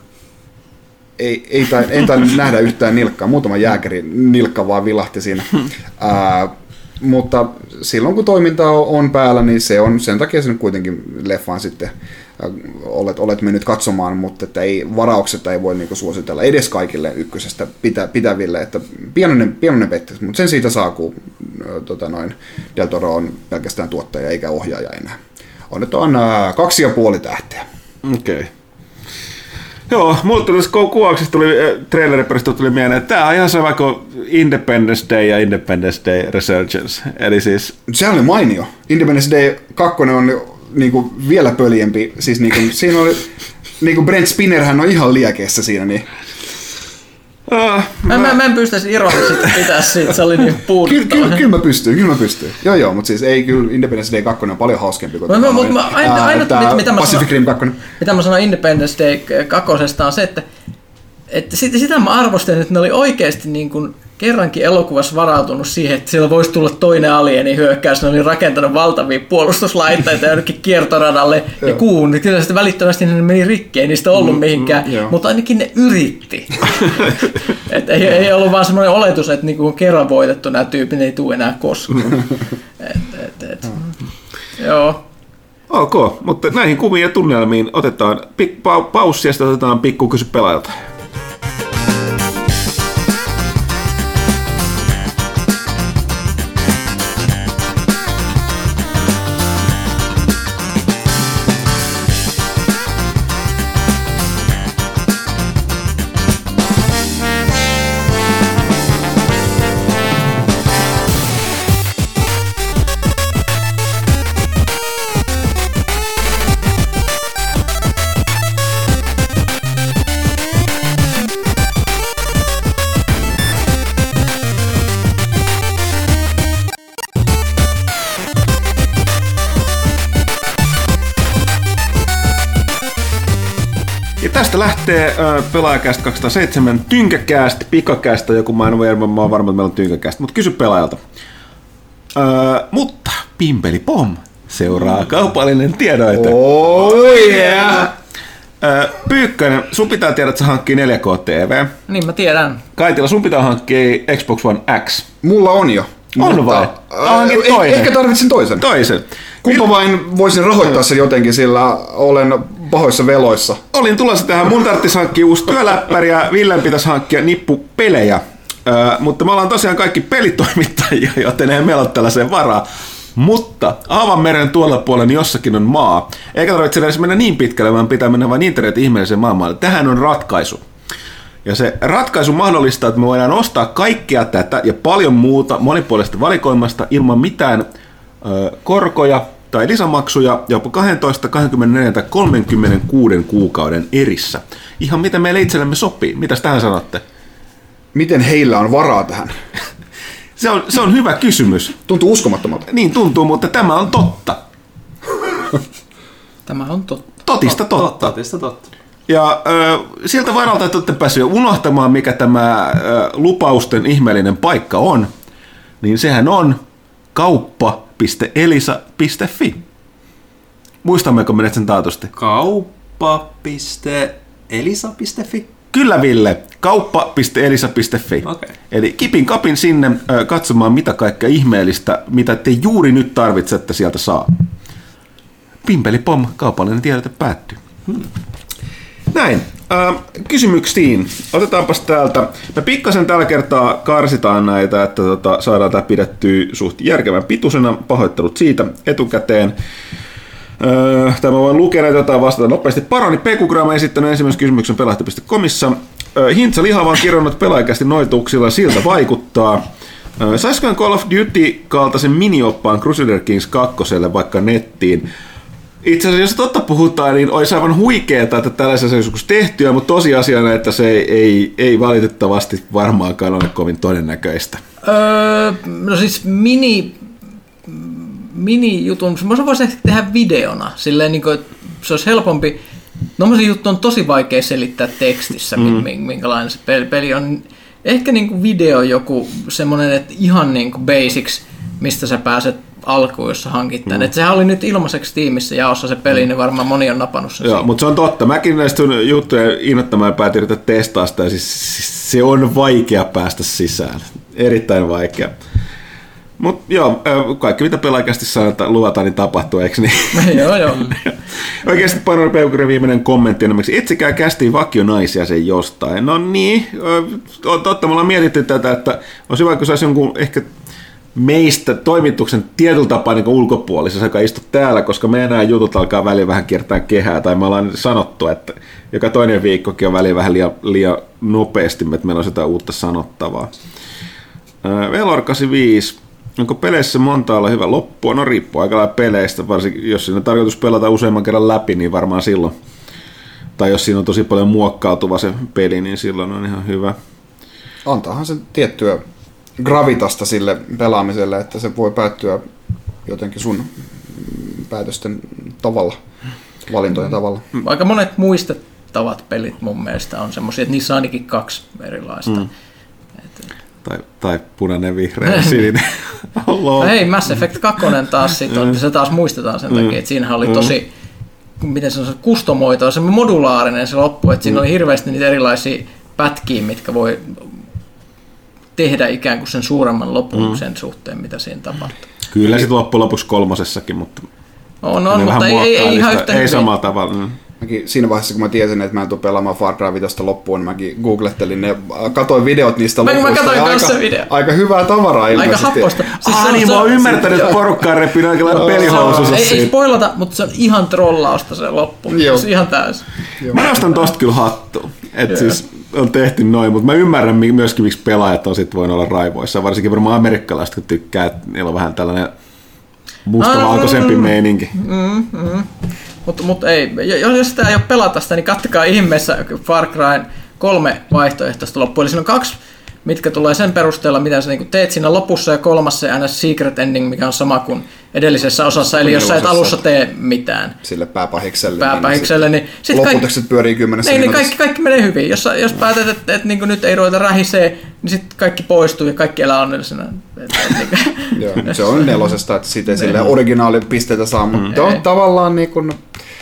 Ei, ei tain, en tainnut nähdä yhtään nilkkaa. Muutama jääkärin nilkka vaan vilahti siinä. Äh, Mutta silloin kun toiminta on päällä, niin se on sen takia se nyt kuitenkin leffaan sitten olet, olet mennyt katsomaan, mutta että ei, varauksetta ei voi niinku suositella edes kaikille ykkösestä pitä, pitäville, että pienoinen, pienoinen pettys, mutta sen siitä saa, kun tota noin, Del Toro on pelkästään tuottaja eikä ohjaaja enää. On nyt on äh, kaksi ja puoli tähteä. Okei. Okay. Joo, mulle tuli tässä kuvauksesta tuli, trailerin perusteella tuli mieleen, että tämä on ihan sama kuin Independence Day ja Independence Day Resurgence. Eli siis... Sehän oli mainio. Independence Day kaksi on niinku vielä pöljempi. Siis niinku, siinä oli... Niinku Brent Spinnerhän on ihan liekeessä siinä, niin... Uh, mä, mä, mä en pystyisi ironisesti pitää siitä, se oli niin puuduttava. Kyllä ky, ky, mä pystyn, kyllä mä pystyn. Joo joo, mutta siis ei kyllä Independence Day kaksi on paljon hauskempi kuin mä, mä, mä, aina, ää, aina, tää mitä mä Pacific Rim kaksi. Mitä mä sanoin Independence Day kakkosesta on se, että, että sitä, sitä mä arvostin, että ne oli oikeasti niin kuin kerrankin elokuvassa varautunut siihen, että siellä voisi tulla toinen alieni hyökkäys. Ne oli rakentanut valtavia puolustuslaitteita jonnekin kiertoradalle ja kuun. Kyllä sitten välittömästi ne meni rikki, ei niistä ollut mihinkään, mm, mm, mutta ainakin ne yritti. Et ei, ei ollut vaan semmoinen oletus, että niinku on kerran voitettu nämä tyypit, ne ei tule enää koskaan. et, et, et. Joo. Ok, mutta näihin kuviin ja tunnelmiin otetaan pik- pa- paussi ja sitten otetaan pikku kysy pelaajalta. Tästä lähtee äh, Pelaajakästä kaksisataaseitsemän tynkäkästä, pikakästä, joku mä en ole varma, mä oon varma, että meillä on tynkäkästä, mutta kysy pelaajalta. Äh, mutta Pimpeli Pom seuraa kaupallinen tiedoite. Oh yeah! Äh, Pyykkönen, sun pitää tiedä, että sä hankkii neljä K-T V. Niin mä tiedän. Kaitila, sun pitää hankkia Xbox One X. Mulla on jo. On vai? Äh, eh, ehkä tarvitsen toisen. Toisen. Kumpa vain voisin rahoittaa sen jotenkin, sillä olen pahoissa veloissa. Olin tulossa tähän. Mun tarvitsisi hankkia uusi työläppäri ja Villen pitäisi hankkia nippu pelejä. Ö, mutta me ollaan tosiaan kaikki pelitoimittajia, joten ei meillä ole tällaiseen varaa. Mutta Aavanmeren tuolla puolella jossakin on maa. Eikä tarvitse edes mennä niin pitkälle, vaan pitää mennä vain internetin ihmeelliseen maailmalle. Tähän on ratkaisu. Ja se ratkaisu mahdollistaa, että me voidaan ostaa kaikkea tätä ja paljon muuta monipuolista valikoimasta ilman mitään ö, korkoja tai lisämaksuja jopa kaksitoista, kaksikymmentäneljä tai kolmekymmentäkuusi kuukauden erissä. Ihan mitä meille itsellemme sopii. Mitäs tähän sanotte? Miten heillä on varaa tähän? Se on, se on hyvä kysymys. Tuntuu uskomattomalta. Niin tuntuu, mutta tämä on totta. Tämä on totta. Totista totta. Totista totta. Ja äh, siltä varalta, että olette päässeet jo unohtamaan, mikä tämä äh, lupausten ihmeellinen paikka on, niin sehän on kauppa piste elisa piste fi. Muistammeko menet sen taatusti? kauppa piste elisa piste fi? Kyllä, Ville. kauppa piste elisa piste fi. Okay. Eli kipin kapin sinne äh, katsomaan, mitä kaikkea ihmeellistä, mitä te juuri nyt tarvitsette sieltä saa. Pimpeli pom, kaupallinen tiedote päättyy. Hmm. Näin. Äh, kysymyksiin. Otetaanpas täältä. Me pikkasen tällä kertaa karsitaan näitä, että tota, saadaan tämä pidettyä suht järkevän pituisena. Pahoittelut siitä etukäteen. Äh, tämä voin lukea näitä jotain vastata nopeasti. Paroni Pekugram on esittänyt ensimmäisen kysymyksen pelaajat piste comissa. Äh, Hintsa Lihava on kirjannut pelaajakästi noituuksilla, siltä vaikuttaa. Äh, saisiko Call of Duty-kaltaisen minioppaan Crusader Kings kakkoselle vaikka nettiin? Itse asiassa, jos totta puhutaan, niin olisi aivan huikeeta, että tällaisen olisi joskus tehtyä, mutta tosiasiana, että se ei, ei, ei valitettavasti varmaankaan ole kovin todennäköistä. Öö, no siis mini, mini-jutun, se voisi ehkä tehdä videona, silleen niin kuin, että se olisi helpompi. Tuommoisen juttu on tosi vaikea selittää tekstissä, mm. minkälainen se peli on. Ehkä niin kuin video joku semmoinen, että ihan niin kuin basics, mistä sä pääset alkuun, jos sä hankit tämän. Mm. Että sehän oli nyt ilmaiseksi tiimissä jaossa se peli, mm. niin varmaan moni on napannut sen. Joo, mutta se on totta. Mäkin näistä juttuja innoittamaan päätin yrittää testaa sitä, ja siis se on vaikea päästä sisään. Erittäin vaikea. Mutta joo, kaikki mitä pelaajakästi sanotaan, luvataan, niin tapahtuu, eikö niin? Joo, joo. Oikeasti Paroni Peukurin viimeinen kommentti on esimerkiksi, etsikää kästiin vakionaisia sen jostain. No niin, on totta, me ollaan mietitty tätä, että olisi hyvä, kun saisi jonkun ehkä meistä toimituksen tietyllä tapaa niin ulkopuolisessa, joka istuu täällä, koska meidän jutut alkaa väliin vähän kiertää kehää, tai me ollaan sanottu, että joka toinen viikkokin on väliin vähän liian, liian nopeasti, että meillä on sitä uutta sanottavaa. Velor kahdeksankymmentäviisi. Onko peleissä monta olla hyvä loppua? No riippuu aika lailla peleistä, varsinkin jos siinä on tarkoitus pelata useamman kerran läpi, niin varmaan silloin. Tai jos siinä on tosi paljon muokkautuva se peli, niin silloin on ihan hyvä. Antaahan se tiettyä gravitasta sille pelaamiselle, että se voi päättyä jotenkin sun päätösten tavalla, valintojen tavalla. Aika monet muistettavat pelit mun mielestä on semmoisia, että niissä on ainakin kaksi erilaista. Mm. Tai, tai punainen, vihreä ja sininen. No hei, Mass Effect kaksi taas sit on, se taas muistetaan sen takia, että siinähän oli tosi, miten se on, kustomoitua, se modulaarinen se loppu, että siinä oli hirveästi niitä erilaisia pätkiä, mitkä voi tehdä ikään kuin sen suuremman lopun mm. sen suhteen, mitä siinä tapahtuu. Kyllä sitten loppujen lopuksi kolmosessakin, mutta on, on, mutta ei, ei, ei ihan yhtä ei samalla tavalla. Mm. Mäkin siinä vaiheessa, kun mä tiesin, että mä en tule pelaamaan Far Cry viisi loppuun, niin mäkin googlettelin ne, katoin videot niistä mä, lopuista. Mä aika, kanssa video. aika hyvää tavaraa ilmeisesti. Aika happosta. Siis ah, niin mä oon ymmärtänyt, että porukkaa repii aika lailla pelihousussa. Ei, ei spoilata, mutta se on ihan trollausta se loppu. Joo. Se on ihan täysin. Mä nostan tosta kyllä hattua. Että siis on tehty noin, mutta mä ymmärrän myöskin, miksi pelaajat on sit voinut olla raivoissa. Varsinkin varmaan amerikkalaiset, kun tykkää, että niillä on vähän tällainen mustavalkoisempi mm, meininki. Mm, mm. Mutta mut ei, jos sitä ei ole pelata sitä, niin katsokaa ihmeessä Far Cry kolme vaihtoehtoista loppua. Eli siinä on kaksi, mitkä tulee sen perusteella, mitä sä niin teet siinä lopussa, ja kolmas se aina secret ending, mikä on sama kuin edellisessä osassa, eli jos sä et alussa tee mitään. Sille pääpahikselle. Pääpahikselle, niin, niin loputukset pyörii kymmenessä niin, niin kaikki, kaikki menee hyvin. Jos, jos päätät, että et, niin nyt ei ruveta rähisee, niin sitten kaikki poistuu ja kaikki elää onnellisena. Joo, se on nelosesta, että siitä ei sille originaalipisteitä saa, mutta on tavallaan niin kuin,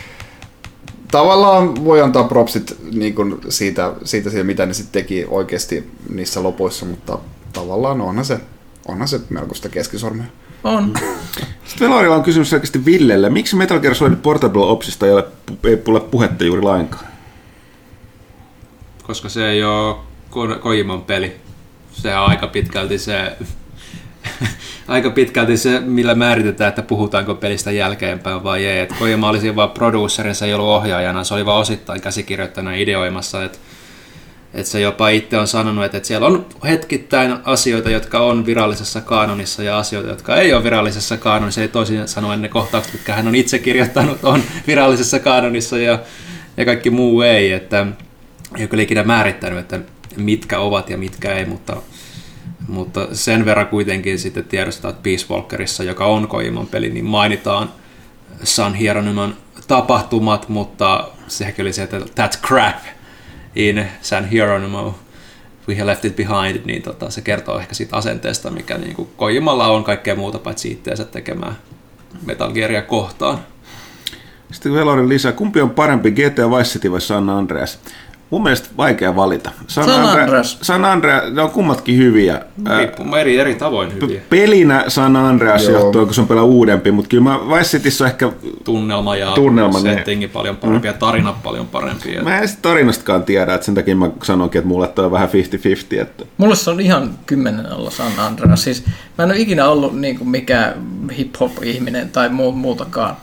tavallaan voi antaa propsit niin kuin siitä, siitä, siitä, mitä ne sitten teki oikeasti niissä lopuissa, mutta tavallaan onhan se, onhan se melkoista keskisormea. On. Sitten Velorilla on kysymys selkeästi Villelle. Miksi Metal Gear Solid Portable Opsista ei ole, ei ole puhetta juuri lainkaan? Koska se ei ole Ko- Kojiman peli. Se on aika pitkälti se, aika pitkälti se, millä määritetään, että puhutaanko pelistä jälkeenpäin vai ei. Et Kojima oli siinä vaan producerin, se ei ollut ohjaajana, se oli vaan osittain käsikirjoittajana ideoimassa. Et, et se jopa itse on sanonut, että et siellä on hetkittäin asioita, jotka on virallisessa kaanonissa ja asioita, jotka ei ole virallisessa kaanonissa. Ei toisin sanoen ne kohtaukset, mitkä hän on itse kirjoittanut, on virallisessa kaanonissa ja, ja kaikki muu ei. Että ei ole kyllä ikinä määrittänyt, että mitkä ovat ja mitkä ei, mutta Mutta sen verran kuitenkin sitten tiedostetaan, että Peace Walkerissa, joka on Kojiman peli, niin mainitaan San Hieronyman tapahtumat, mutta sekin oli se, että that's crap in San Hieronymo, we have left it behind, niin tota, se kertoo ehkä siitä asenteesta, mikä niin kuin Kojimalla on kaikkea muuta paitsi itseänsä tekemään Metal Gearia kohtaan. Sitten Velorin lisää, kumpi on parempi, G T A Vice City vai San Andreas? Mun mielestä vaikea valita. San, San Andreas. Andreas. San Andreas, ne on kummatkin hyviä. Riippuu eri, eri tavoin hyviä. Pelinä San Andreas johtuu, kun se on pelaa uudempi, mutta kyllä mä Vice Cityssä on ehkä tunnelma ja tunnelma, settingi paljon parempi mm. ja tarinat paljon parempi. Mä en sitten tarinastakaan tiedä, että sen takia mä sanoinkin, että mulle toi on vähän viisikymmentä viisikymmentä. Että mulle se on ihan kymmenen alla San Andreas. Siis mä en ole ikinä ollut niin kuin mikään hip-hop-ihminen tai muutakaan.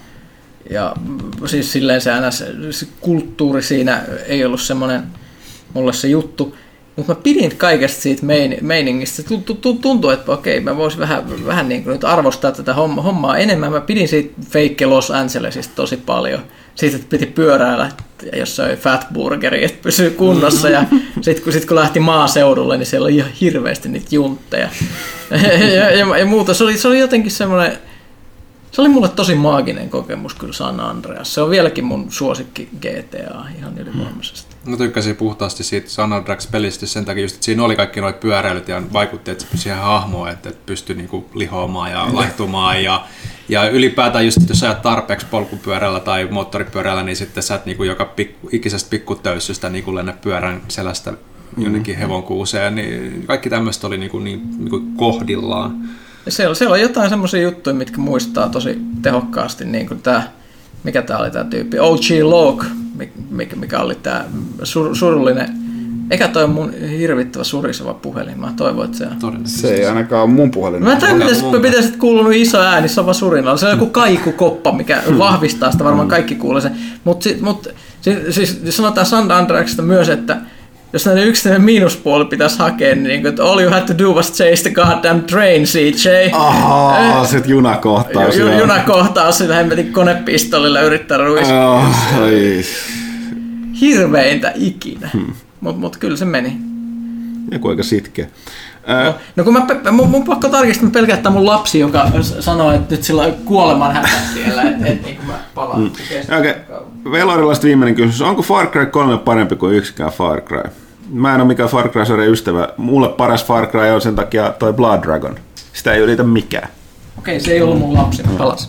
Ja siis silleen se, se kulttuuri siinä ei ollut semmoinen mulle se juttu, mutta mä pidin kaikesta siitä mein, meiningistä. Tuntuu, että okei, mä voisin vähän, vähän niin kuin nyt arvostaa tätä hommaa enemmän. Mä pidin siitä fake Los Angelesista tosi paljon. Siitä, että piti pyöräillä, jos se oli fatburgeri, että pysyy kunnossa. Ja sitten kun, sit, kun lähti maaseudulle, niin siellä oli ihan hirveästi niitä juntteja. ja, ja, ja, ja muuta. Se oli, se oli jotenkin semmoinen. Se oli mulle tosi maaginen kokemus kyllä San Andreas. Se on vieläkin mun suosikki G T A ihan ylivoimaisesti. Mä tykkäsin puhtaasti siitä San Andreas-pelistä sen takia, just, että siinä oli kaikki nuo pyöräilyt ja vaikutti, että se pystyi ihan hahmoon, että, että pystyi niinku lihoamaan ja laihtumaan. Ja, ja ylipäätään just, että jos sä ajat tarpeeksi polkupyörällä tai moottoripyörällä, niin sitten sä et niinku joka pikku, ikisestä pikkutöyssystä niinku lennä pyörän selästä jonnekin hevonkuuseen. Niin kaikki tämmöistä oli niinku, niin, niinku kohdillaan. Siellä, siellä on jotain semmoisia juttuja, mitkä muistaa tosi tehokkaasti, niin kuin tämä, mikä tämä oli tämä tyyppi, O G Log, mikä, mikä oli tämä sur, surullinen Eikä toi mun hirvittävä suriseva puhelin. Mä toivon, että se on. Se ei ainakaan mun puhelin. Mä tajun, että pitäisi kuulunut iso ääni, se on vaan surinalla. Se on joku kaikukoppa, mikä vahvistaa sitä, varmaan kaikki kuulee sen. Mutta mut, siis sanotaan Sand Andreaksesta myös, että jos näiden yksittäinen miinuspuoli pitäisi hakea, niin että all you had to do was chase the goddamn train, C J. Ahaa, se junakohtaus. Ju, junakohtaus, sillä hemmetin konepistolilla yrittää ruiskia. Oh, hirveintä ikinä, hmm. mutta mut kyllä se meni. Joku aika sitkeä. No, no kun mä, mun, mun pakko tarkistaa, mä pelkään, että mun lapsi, joka sanoo, että nyt sillä on kuoleman hätä siellä, että et, niin mä palaan. Mm. Okei, okay. Velorilasta viimeinen kysymys. Onko Far Cry kolme parempi kuin yksikään Far Cry? Mä en ole mikään Far Cry-sarjan ystävä. Mulle paras Far Cry on sen takia toi Blood Dragon. Sitä ei ylitä mikään. Okei, okay, se ei ollut mun lapsi, mä palasin.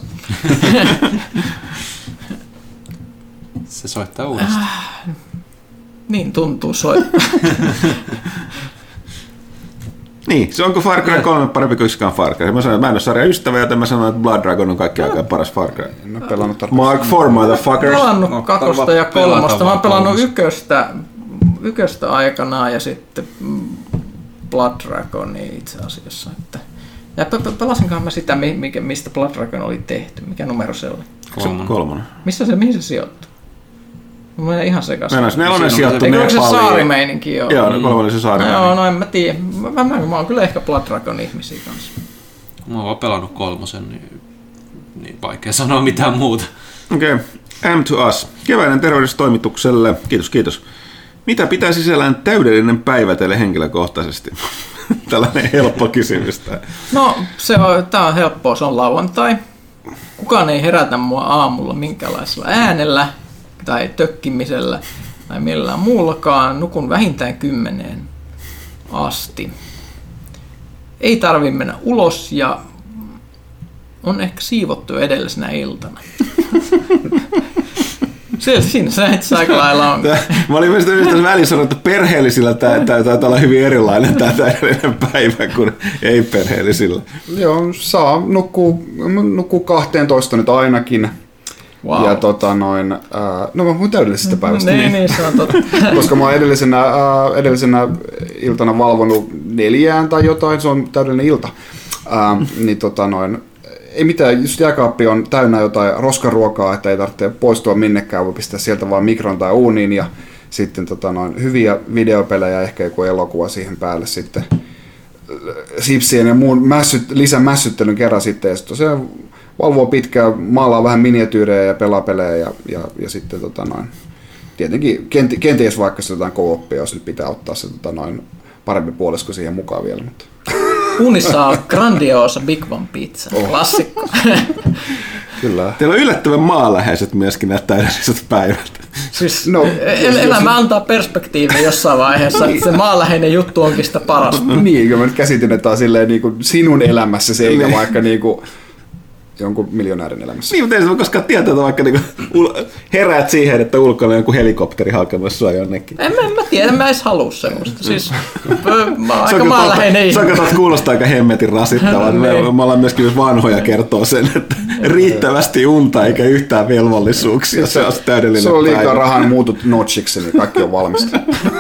Se soittaa uudestaan. Äh, niin tuntuu soittaa. Niin, se onko Far Cry kolme parempi kuin yksikään Far Cry? Mä sanoin, että mä en ole sarjan ystävä, joten mä sanoin, että Blood Dragon on kaikki aikaan paras Far Cry. En ole pelannut tarpeeksi. Mark four, motherfuckers. Mä oon pelannut kakkosta ja kolmosta. Mä oon pelannut yköstä, yköstä aikanaan ja sitten Blood Dragonia itse asiassa. Että ja pelasinkohan mä sitä, mistä Blood Dragon oli tehty. Mikä numero se oli? Kolmonen. Kolmonen. Missä se, mihin se sijoittuu? Mä menen ihan sekaisin. Mennään, nelonen sijoittuu Nepaliin. Eikö se saarimeininki joo? Joo, kolmonen se saarimeininki. Joo, no en mä tiedä. Mä, mä, mä oon kyllä ehkä Blood Dragon ihmisiä kanssa. Mä oon vaan pelannut kolmosen, niin, niin vaikea sanoa mitään muuta. Okei, okay. M to Us. Keväinen tervehdys toimitukselle. Kiitos, kiitos. Mitä pitää sisällään täydellinen päivä teille henkilökohtaisesti? Tällainen helppo kysymys. No, se on, tää on helppoa, se on lauantai. Kukaan ei herätä mua aamulla minkälaisella äänellä tai tökkimisellä tai millään muullakaan. Nukun vähintään kymmeneen asti. Ei tarvi mennä ulos ja on ehkä siivottu edellisenä iltana. Siinä se itse aika lailla on. Mä olin myös tässä välissä sanonut, että perheellisillä tämä taitaa olla hyvin erilainen tämä täydellinen päivä kuin ei-perheellisillä. Joo, saa nukkuu, nukkuu kahteentoista nyt ainakin. Wow. Ja tota noin, äh, no mä puhun täydellisestä päivästä. Niin, niin, se on totta. Koska mä oon edellisenä, äh, edellisenä iltana valvonut neljään tai jotain, se on täydellinen ilta. Äh, niin tota noin, ei mitään, just jääkaappi on täynnä jotain roskaruokaa, että ei tarvitse poistua minnekään, voi pistää sieltä vaan mikron tai uuniin ja sitten tota noin, hyviä videopelejä, ehkä joku elokuva siihen päälle sitten sipsien ja muun mässyt, lisämässyttelyn kerran sitten ja sitten tosiaan valvoo pitkään, maalaa vähän miniatyyrejä ja pelaa pelejä ja, ja, ja sitten tota noin, tietenkin kenti, kenties vaikka se jotain co-opia, jos nyt pitää ottaa se tota noin, parempi puolisko siihen mukaan vielä. Mutta. Uunissa on grandiosa Big One Pizza, oh. Klassikko. Kyllä. Teillä on yllättävän maaläheiset myöskin nämä täydelliset päivät. Siis no, el- elämä antaa perspektiiviä jossain vaiheessa, että se maanläheinen juttu onkin sitä parasta. Niin, kun mä nyt käsitin, että on silleen niin kuin sinun elämässä se, eikä vaikka niin kuin jonkun miljonäärin elämässä. Niin, mutta ei se voi koskaan tietää, että vaikka niinku heräät siihen, että ulkona on joku helikopteri hakemassa sua jonnekin. En, en mä tiedä, mä edes halua semmoista. Siis, mä oon aika maanläheinen ihminen. Se on katsotaan, kuulostaa aika hemmetin rasittavaa. me, me ollaan myöskin vanhoja kertoo sen, että riittävästi unta eikä yhtään velvollisuuksia. Se on täydellinen päivä. Se on liikaa rahan muutut notchiksi, niin kaikki on valmista.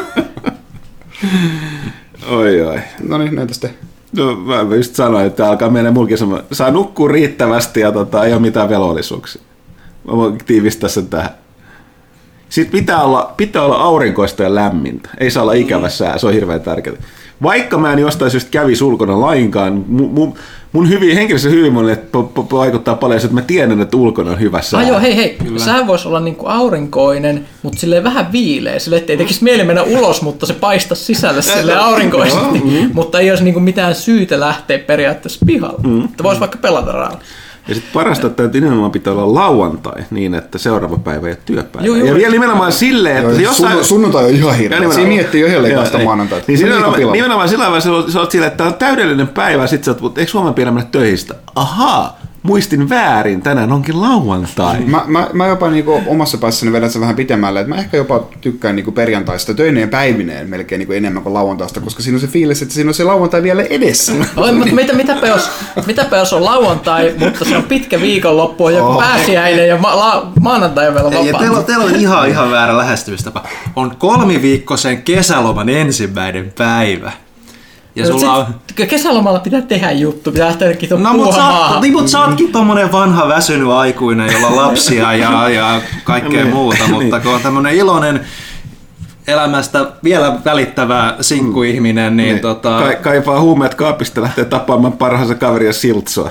Oi oi. No niin, näitä sitten. No, mä just sanoin, että alkaa mennä mulkin sanomaan, saa nukkua riittävästi ja tota, ei ole mitään velvollisuuksia. Mä voin tiivistää sen tähän. Sitten pitää olla, pitää olla aurinkoista ja lämmintä. Ei saa olla ikävä sää, se on hirveän tärkeää. Vaikka mä en jostain syystä kävisi ulkona lainkaan, mun, mun hyvin, henkilössä hyvinvoinnille vaikuttaa paljon se, että mä tiedän, että ulkona on hyvä sää. Ah, joo, hei hei, kyllä. Sää voisi olla niinku aurinkoinen, mutta silleen vähän viileä, silleen, ettei tekisi mieli mennä ulos, mutta se paistaisi sisälle silleen aurinkoisesti, mm-hmm. Mutta ei olisi niinku mitään syytä lähteä periaatteessa pihalle, mm-hmm. Että voisi vaikka pelata raalla. Ja sitten parasta, että nimenomaan pitää olla lauantai niin, että seuraava päivä ei ole työpäivä. Joo, joo, ja vielä nimenomaan silleen, että... Joo, jossain... sun, sunnuntai on ihan hirveä. Siinä miettii jo helleen sitä maanantaita. Niin nimenomaan, nimenomaan sillä tavalla sä oot silleen, että tämä on täydellinen päivä, sit sä oot, eikö huomenna pidä mennä töistä? Ahaa, muistin väärin, tänään onkin lauantai. Mä, mä, mä jopa niinku omassa päässäni vedän sen vähän pitemmälle, että mä ehkä jopa tykkään niinku perjantaista töineen päivineen melkein niinku enemmän kuin lauantaista, koska siinä on se fiilis, että siinä on se lauantai vielä edessä. Oi, mutta mitä, mitäpä, jos, mitäpä jos on lauantai, mutta se on pitkä viikonloppu, on joku oh. pääsiäinen ja ma- la- maanantai on vielä vapaa. Ja teillä on, teillä on ihan, ihan väärä lähestymistapa. On kolmiviikkoisen kesäloman ensimmäinen päivä. Ja no, sulla on... Kesälomalla pitää tehdä juttu, pitää lähteä jokin no, mutta sä, niin, mut sä ootkin tommonen vanha väsynyt aikuinen, jolla on lapsia ja, ja kaikkea muuta, mutta kun on tämmönen iloinen elämästä vielä välittävä sinkkuihminen, niin, niin tota... Ka- kaipaa huumeet kaapista, lähtee tapaamaan parhaansa kaveria Siltsoa.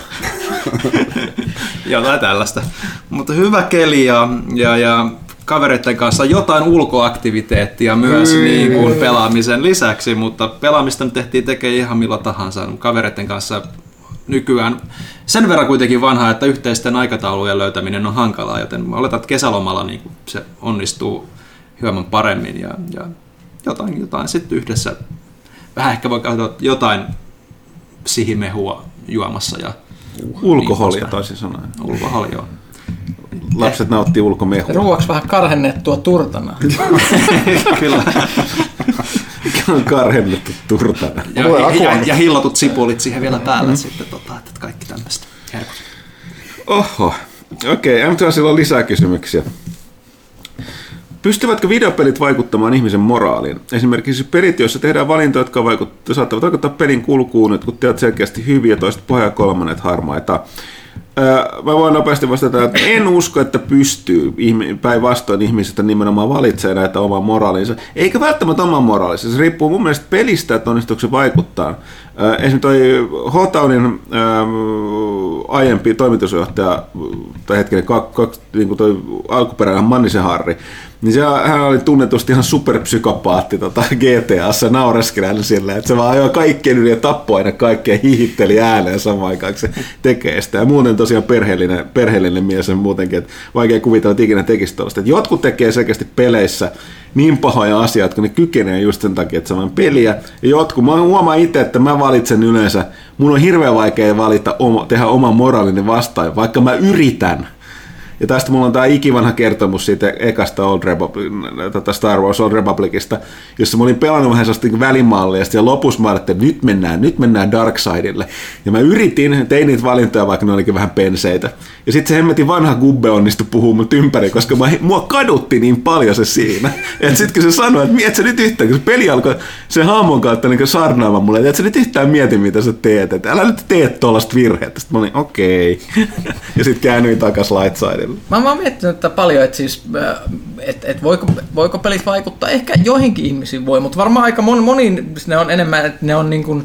Jotain tällaista. Mutta hyvä keli ja, ja, ja kavereiden kanssa jotain ulkoaktiviteettia myös mm. niin kuin pelaamisen lisäksi, mutta pelaamista nyt tehtiin tekemään ihan millä tahansa kavereiden kanssa nykyään. Sen verran kuitenkin vanhaa, että yhteisten aikataulujen löytäminen on hankalaa, joten oletan, että kesälomalla niin kuin se onnistuu hieman paremmin ja, ja jotain, jotain sitten yhdessä. Vähän ehkä voi katsoa jotain sihimehua juomassa. Ja ulkoholia toisin sanoen. Ulkoholia, joo. Lapset nauttii ulkomehua. Ruuaksi vähän karhennettua turtana. Kyllä. Mikä on karhennettu turtana? Ja, ja, ja, ja hillotut sipulit siihen vielä päälle mm-hmm. sitten, tota, että kaikki tämmöistä herkut. Oho. Okei, okay, M T S:lla on lisää kysymyksiä. Pystyvätkö videopelit vaikuttamaan ihmisen moraaliin? Esimerkiksi pelit, joissa tehdään valintoja, jotka vaikuttaa, saattavat vaikuttaa pelin kulkuun, kun teet selkeästi hyviä, toiset pohja ja kolmannet harmaita. Mä voin nopeasti vastata, että en usko, että pystyy päinvastoin ihmisestä nimenomaan valitsee näitä oman moraalinsa. Eikä välttämättä oman moraalinsa. Se riippuu mun mielestä pelistä, että onnistuuko se vaikuttaa. Esimerkiksi toi H-Townin aiempi toimitusjohtaja, tai hetkinen, niin kuin toi alkuperäinen Mannisen Harri, niin se, hän oli tunnetusti ihan superpsykopaatti tota, G T A:ssa naureskeli sillä, että se vaan ajoi kaikkien yli ja tappoi aina kaikkea, hihitteli ääneen samaan aikaan, kun se tekee sitä. Ja muuten tosiaan perheellinen, perheellinen mies on muutenkin, että vaikea kuvitella, että ikinä tekisi tuollaista. Että jotkut tekee selkeästi peleissä niin pahoja asioita, kun ne kykenee just sen takia, että se on peliä. Ja jotkut, mä huomaan itse, että mä valitsen yleensä, mun on hirveän vaikea valita, tehdä oma moraalinen vastaan, vaikka mä yritän. Ja tästä mulla on tämä ikivanha kertomus siitä ekasta Old Republic, Star Wars Old Republicista, jossa mä olin pelannut vähän sellaista välimallia, ja sitten lopussa mä ajattelin, että nyt mennään, nyt mennään Darksidelle. Ja mä yritin, tein niitä valintoja, vaikka ne olikin vähän penseitä. Ja sitten se hemmetin vanha gubbe onnistui puhua mut ympäri, koska mä, mua kadutti niin paljon se siinä. Että sitten kun se sanoi, että et sä nyt yhtään, kun se peli alkoi sen haamon kautta niin sarnaamaan mulle, että et sä nyt yhtään mieti, mitä sä teet. Että älä nyt tee tuollaista virheettä. Sitten mä olin, okei. Okay. Ja sitten käännyin takas Lightsidelle. Mä oon vaan miettinyt että paljon, että siis, et, et voiko, voiko pelit vaikuttaa. Ehkä joihinkin ihmisiin voi, mutta varmaan aika mon, moniin ne on enemmän, että ne on niin kuin,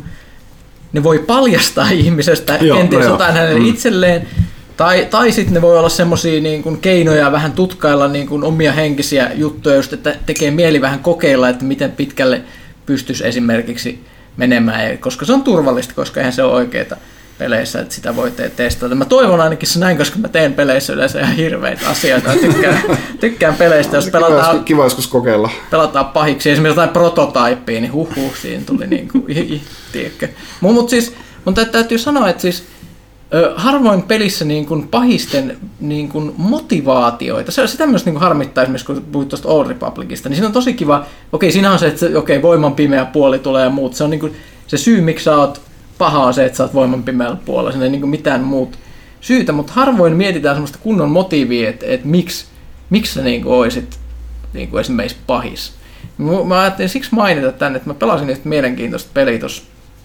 ne voi paljastaa ihmisestä joo, kenties no jotain hänelle mm. itselleen. Tai, tai sitten ne voi olla semmoisia niin kuin keinoja vähän tutkailla niin kuin omia henkisiä juttuja, just, että tekee mieli vähän kokeilla, että miten pitkälle pystyisi esimerkiksi menemään, koska se on turvallista, koska eihän se ole oikeaa peleissä, että sitä voi te- testata. Mä toivon ainakin se näin, koska mä teen peleissä yleensä ihan hirveitä asioita. Tykkään, tykkään peleistä, jos pelataan, kiva joskus kokeilla. Pelataan pahiksi. Esimerkiksi jotain prototyyppiä, niin huh huh, siinä tuli niin kuin, tiedätkö. Mutta siis, mun täytyy sanoa, että siis harvoin pelissä niin kuin pahisten niin kuin motivaatioita. Se, sitä myös niin kuin harmittaa esimerkiksi, kun puhuit tuosta Old Republicista, niin siinä on tosi kiva, okei, siinä on se, että se, okei, voiman pimeä puoli tulee ja muut. Se on niin kuin, se syy, miksi sä oot paha on se, että sä oot voiman pimeällä puolella. Siinä ei niin kuin mitään muut syytä, mutta harvoin mietitään semmoista kunnon motiivia, että, että miksi, miksi sä niin kuin oisit niin kuin esimerkiksi pahis. Mä ajattelin siksi mainita tänne, että mä pelasin yhtä mielenkiintoista peliä tuossa.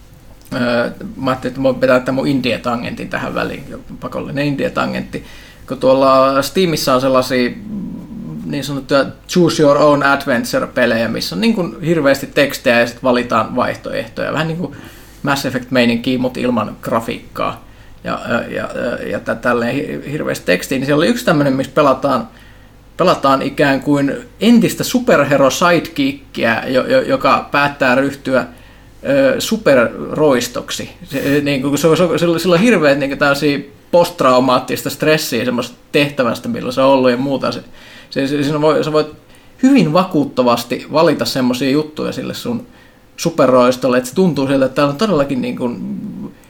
Mä ajattelin, että mä vetää tämän mun India-tangentin tähän väliin, pakollinen India-tangentti. Kun tuolla Steamissa on sellaisia niin sanottuja Choose Your Own Adventure-pelejä, missä on niin kuin hirveästi tekstejä ja sitten valitaan vaihtoehtoja. Vähän niin kuin Mass Effect-meininkiä, mutta ilman grafiikkaa ja, ja, ja, ja tälleen hirveästi tekstiä. Niin siellä oli yksi tämmöinen, missä pelataan, pelataan ikään kuin entistä superhero-sidekickia, joka päättää ryhtyä superroistoksi. Se, niin kuin, se, se, sillä on hirveät niin tällaisia posttraumaattista stressiä semmoista tehtävästä, millä se on ollut ja muuta. Se, se, se, voi, sä voit hyvin vakuuttavasti valita semmoisia juttuja sille sun superroistolle, että se tuntuu siltä, että täällä on todellakin niin kuin,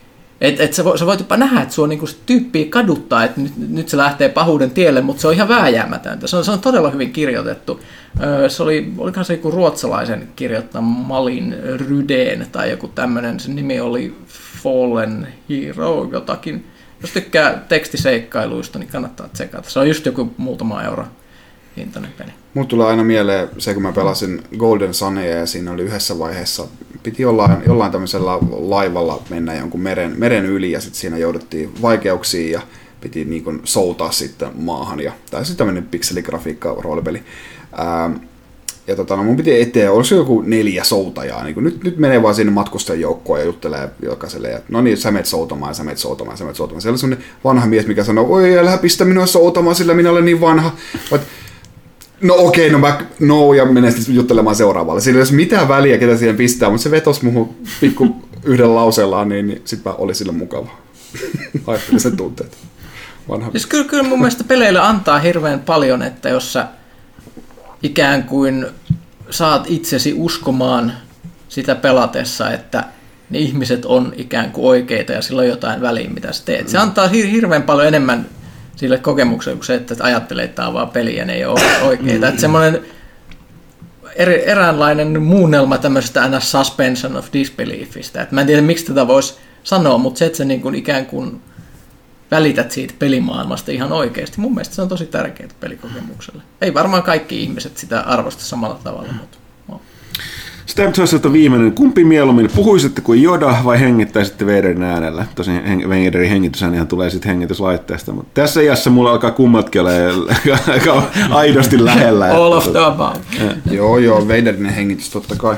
Että et sä, vo, sä voit jopa nähdä, että sua niinku tyyppiä kaduttaa, että nyt, nyt se lähtee pahuuden tielle, mutta se on ihan vääjäämätöntä. Se on, se on todella hyvin kirjoitettu. Se oli, olikohan se joku ruotsalaisen kirjoittama Malin Rydén tai joku tämmöinen, sen nimi oli Fallen Hero jotakin. Jos tykkää tekstiseikkailuista, niin kannattaa tsekata. Se on just joku muutama euro hintainen peli. Mulla tulee aina mieleen se, kun mä pelasin Golden Sunia ja siinä oli yhdessä vaiheessa, piti jollain, jollain tämmöisellä laivalla mennä jonkun meren, meren yli ja sitten siinä jouduttiin vaikeuksiin ja piti niin kuin soutaa sitten maahan. Ja, tai sitten tämmöinen pikseligrafiikka roolipeli. Ää, ja tota, no mun piti eteen, oliko se joku neljä soutajaa, niin nyt, nyt menee vaan sinne matkustajan joukkoon ja juttelee jokaiselle, ja no niin, sä menet soutamaan, ja sä menet soutamaan, sä menet soutamaan. Siellä oli semmoinen vanha mies, mikä sanoo, oi, älä pistä minua soutamaan, sillä minä olen niin vanha. But, no okei, okay, no mä, no, ja menee sitten juttelemaan seuraavalle. Sillä ei olisi mitään väliä, ketä siihen pistää, mutta se vetosi muuhun pikku yhden lauseellaan, niin, niin sit mä olin sille mukava. Ajattelin sen tunteet. Vanha siis kyllä, kyllä mun mielestä peleille antaa hirveän paljon, että jos sä ikään kuin saat itsesi uskomaan sitä pelatessa, että ne ihmiset on ikään kuin oikeita ja sillä on jotain väliä, mitä sä teet. Se antaa hirveän paljon enemmän sille kokemukselle kuin se, että ajattelee, että tämä on vaan peli ja ne ei ole oikeita. Että semmoinen eri, eräänlainen muunnelma tämmöisestä ns. Suspension of disbeliefistä. Että mä en tiedä, miksi tätä voisi sanoa, mutta se, että sä niin kuin ikään kuin välität siitä pelimaailmasta ihan oikeasti. Mun mielestä se on tosi tärkeää pelikokemukselle. Ei varmaan kaikki ihmiset sitä arvosta samalla tavalla, mutta no. Stamp-toiselta viimeinen. Kumpi mieluummin? Puhuisitte kuin Yoda vai hengittäisitte Vaderin äänellä? Tosin heng- Vaderin hengitysäänihän tulee sitten hengityslaitteesta, mutta tässä iässä mulla alkaa kummatkin olla aika aidosti lähellä. All of the above. Joo, joo, Vaderin hengitys totta kai.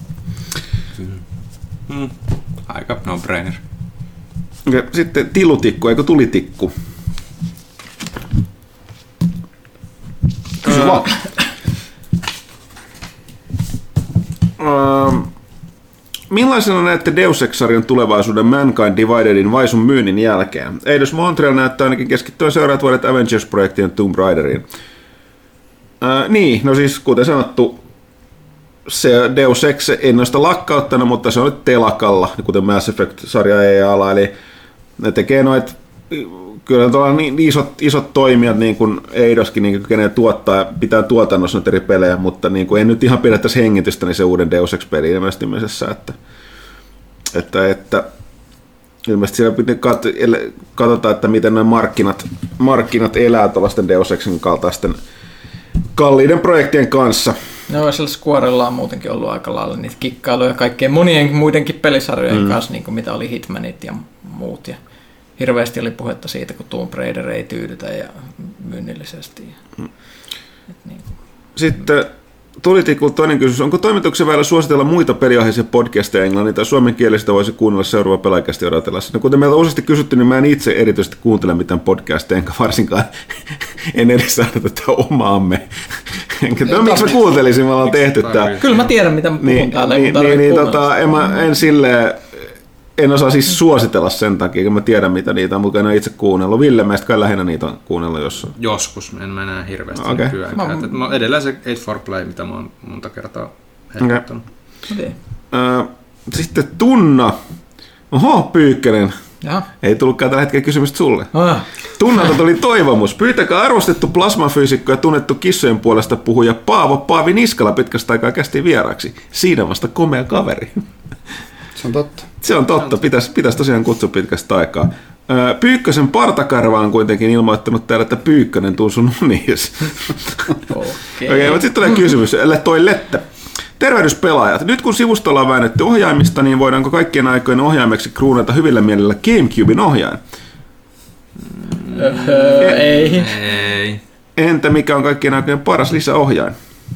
Hmm. Aika no-brainer. Okay, sitten tilutikku, eikö tulitikku? Kysy vaan. Uh, millaisena näette Deus Ex-sarjan tulevaisuuden Mankind Dividedin vaisun myynnin jälkeen? Eidos Montreal näyttää ainakin keskittyen seuraavat vuodet Avengers-projektiin Tomb Raideriin. Uh, niin, no siis kuten sanottu, se Deus Ex en ole sitä lakkauttanut, mutta se on nyt telakalla, kuten Mass Effect-sarja ei ala, eli ne tekee noit, kyllä tuolla niin isot, isot toimijat, niin kuin Eidoskin, niin kykenee tuottaa, pitää tuotannossa noita eri pelejä, mutta niin kuin ei nyt ihan pidettäisi hengitystä niin se uuden Deus Ex-pelin ilmestymisessä, että, että, että ilmeisesti siellä katsotaan, että miten nämä markkinat, markkinat elää tuollaisten Deus Exin kaltaisten kalliiden projektien kanssa. No, sillä Squarella on muutenkin ollut aika lailla niitä kikkailuja kaikkien monien muidenkin pelisarjojen mm. kanssa, niin kuin mitä oli Hitmanit ja muut. Ja hirveästi oli puhetta siitä, kun Tomb Raider ei tyydytä ja myynnillisesti. Mm. Niin Sitten Tulitikulta toinen kysymys. Onko toimituksen välillä suositella muita peliaiheisia podcasteja englannin tai suomenkielistä voisi kuunnella seuraava pelaajakästi odotellessa? No, kuten meiltä useasti kysytty, niin mä en itse erityisesti kuuntele mitään podcasteja, enkä varsinkaan en edes saada tätä omaamme. Enkä no, miksi mä kuuntelisin, me ollaan tehty tää. Kyllä mä tiedän, mitä mä puhun niin, täällä. Niin, niin, niin tota, en, mä, en silleen, en osaa siis suositella sen takia, kun mä tiedän, mitä niitä on, mutta en ole itse kuunnellut. Ville, meistä kai lähinnä niitä on kuunnellut jossain. Joskus, en mä enää hirveästi okay. nykyään. Mä... Mä edelleen se eight four Play, mitä mä oon monta kertaa heikottanut. Okay. Uh, sitten Tunna. Oho, Pyykkönen. Jaha. Ei tullutkaan tällä hetkellä kysymystä sulle. Ah. Tunnalta tuli toivomus. Pyytäkää arvostettu plasmafyysikko ja tunnettu kissojen puolesta puhuja Paavo Paavi Niskala pitkästä aikaa kästiin vieraaksi. Siinä vasta komea kaveri. Se on totta. Se on totta. Pitäisi, pitäisi tosiaan kutsua pitkästä aikaa. Pyykkösen partakarva on kuitenkin ilmoittanut täällä, että Pyykkönen tuu sun uniis. Okei. Okay, mutta sitten tulee kysymys. Toi Lette. Tervehdys pelaajat. Nyt kun sivustolla on väännetty ohjaimista, niin voidaanko kaikkien aikojen ohjaimeksi kruunata hyvillä mielellä GameCuben ohjain? Öö, ei. Ei. Entä mikä on kaikkien aikojen paras lisäohjain?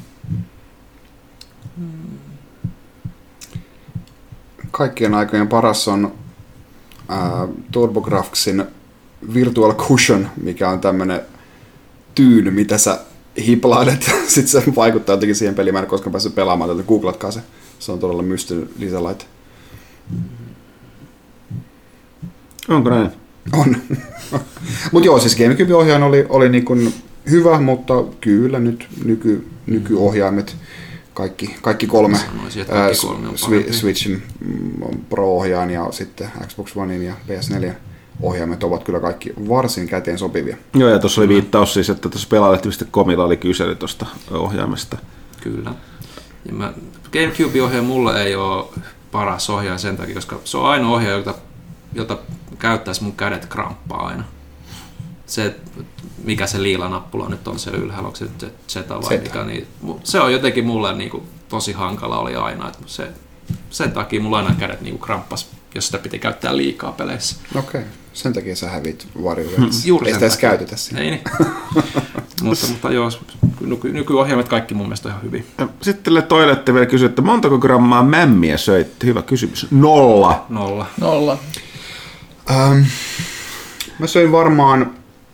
Kaikkien aikojen paras on ää, TurboGrafxin Virtual Cushion, mikä on tämmönen tyyny, mitä sä hiplailet ja sit se vaikuttaa jotenkin siihen peliin. Mä en koskaan päässyt pelaamaan tätä, googlatkaa se. Se on todella mystinen lisälaite. Onko näin? On. Mut joo, siis GameCube-ohjaaja oli, oli niin kuin hyvä, mutta kyllä nyt nyky, nykyohjaimet kaikki, kaikki kolme, Sanoisin, että kaikki kolme on Swi- Switchin Pro-ohjaan ja sitten Xbox Onein ja P S neljän ohjaimet ovat kyllä kaikki varsin käteen sopivia. Joo, ja tuossa oli viittaus siis, että tuossa pelaalehti piste comilla oli kysely tuosta ohjaimesta. Kyllä. Ja mä, GameCube-ohjaaja mulle ei ole paras ohjaaja sen takia, koska se on ainoa ohjaaja, jota, jota käyttäisi mun kädet kramppaa aina. Se, mikä se liila nappula nyt on se ylhäällä, onko se Z vai Zeta. mikä, niin se on jotenkin mulle niin kuin tosi hankala oli aina. Että se, sen takia mulla aina kädet niin kuin kramppas, jos sitä piti käyttää liikaa peleissä. Okei, sen takia sä hävit WarioWares. Juuri Ei sen sitä edes takia. käytetä siinä. Ei niin. mutta, mutta joo, nyky, nykyohjaimet kaikki mun mielestä on ihan hyvin. Sitten toilette vielä kysyä, että montako grammaa mämmiä söitte? Hyvä kysymys. Nolla. Nolla. Nolla. Ähm, mä söin varmaan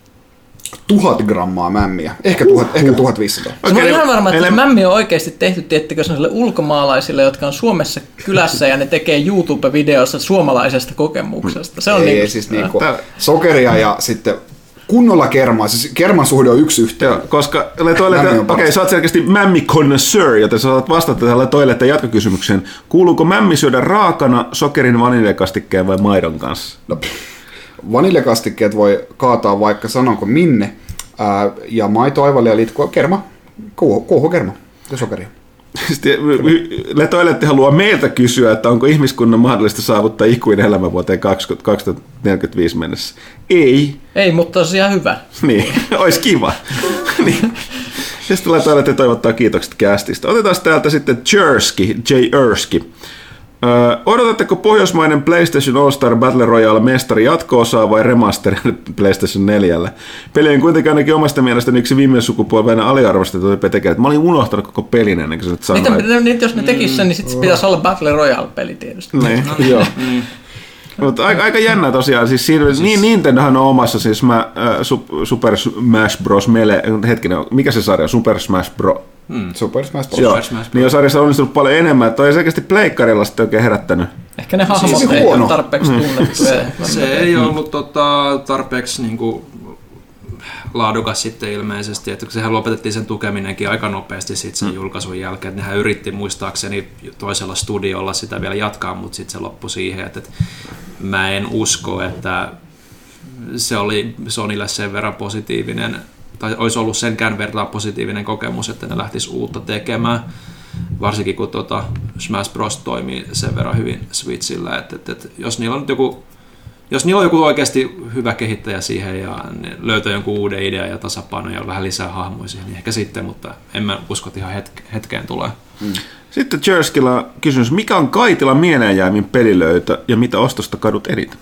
tuhat grammaa mämmiä. Ehkä, tuhat, ehkä tuhatviisisataa. Okay, mä olen ihan varma, että ele- mämmi on oikeasti tehty, tiettikö, sellaisille ulkomaalaisille, jotka on Suomessa kylässä ja ne tekee YouTube-videossa suomalaisesta kokemuksesta. Se on Ei, niinku, ei siis niinku sokeria ja sitten kunnolla kermaa. Siis kerman suhde on yksi yhteen. Joo, koska toilette, Mämmi on okei, paras. sä oot selkeästi mämmi connoisseur, joten sä saat vastata tällä toilette jatkokysymykseen. Kuuluuko mämmi syödä raakana, sokerin, vaniljakastikkeen vai maidon kanssa? No, vaniljekastikkeet voi kaataa vaikka sanonko minne. Ää, ja maito, aivalia, litkua, kerma, kuohu, kuohukerma ja sokeria. Sitten Letoiletti haluaa meiltä kysyä, että onko ihmiskunnan mahdollista saavuttaa ikuinen elämä vuoteen kaksituhattaneljäkymmentäviisi mennessä. Ei. Ei, mutta on ihan hyvä. Niin, olisi kiva. niin. Ja sitten Letoiletti toivottaa kiitokset kästistä. Otetaan täältä sitten Jerski, J. Erski. Öö, odotatteko pohjoismainen PlayStation All-Star Battle Royale mestari jatko-osaa vai remasterin PlayStation neljälle? Peli on kuitenkin ainakin omasta mielestäni yksi viime sukupolven arvostettu tekijä. Mä olin unohtanut koko pelin ennen kuin sä nyt sanoit. Niitä, niitä, jos ne tekis sen, niin sitten pitäisi olla Battle Royale-peli tietysti. Niin, joo. Mutta aika, aika jännä tosiaan. Siis siinä, siis... Niin, Nintendohan on omassa siis mä, äh, Super Smash Bros. Melee, hetkinen, mikä se sarja? Super Smash Bros. Hmm. Super Smash Bros. Joo, Super Smash Bros. niin on sarjassa onnistunut paljon enemmän. Toi ei selkeästi pleikkarilla sitten oikein herättänyt. Ehkä ne hahmot Siis ei huono. ole tarpeeksi tunnettuja. Se ei ollut tota, tarpeeksi niinku, laadukas sitten ilmeisesti, että sehän lopetettiin sen tukeminenkin aika nopeasti sitten sen julkaisun jälkeen, että nehän yritti muistaakseni toisella studiolla sitä vielä jatkaa, mutta sitten se loppui siihen, että, että mä en usko, että se oli Sonylle sen verran positiivinen, tai olisi ollut senkään verran positiivinen kokemus, että ne lähtis uutta tekemään, varsinkin kun tuota Smash Bros. Toimii sen verran hyvin Switchillä, että, että, että jos niillä on nyt joku Jos niillä on joku oikeasti hyvä kehittäjä siihen ja ne löytää jonkun uuden idean ja tasapaino ja vähän lisää hahmoja siihen, niin ehkä sitten, mutta en mä usko, että ihan hetke, hetkeen tulee. Mm. Sitten Jerskillä on kysymys, mikä on Kaitilan mieleenjäämin pelilöytö ja mitä ostosta kadut eniten?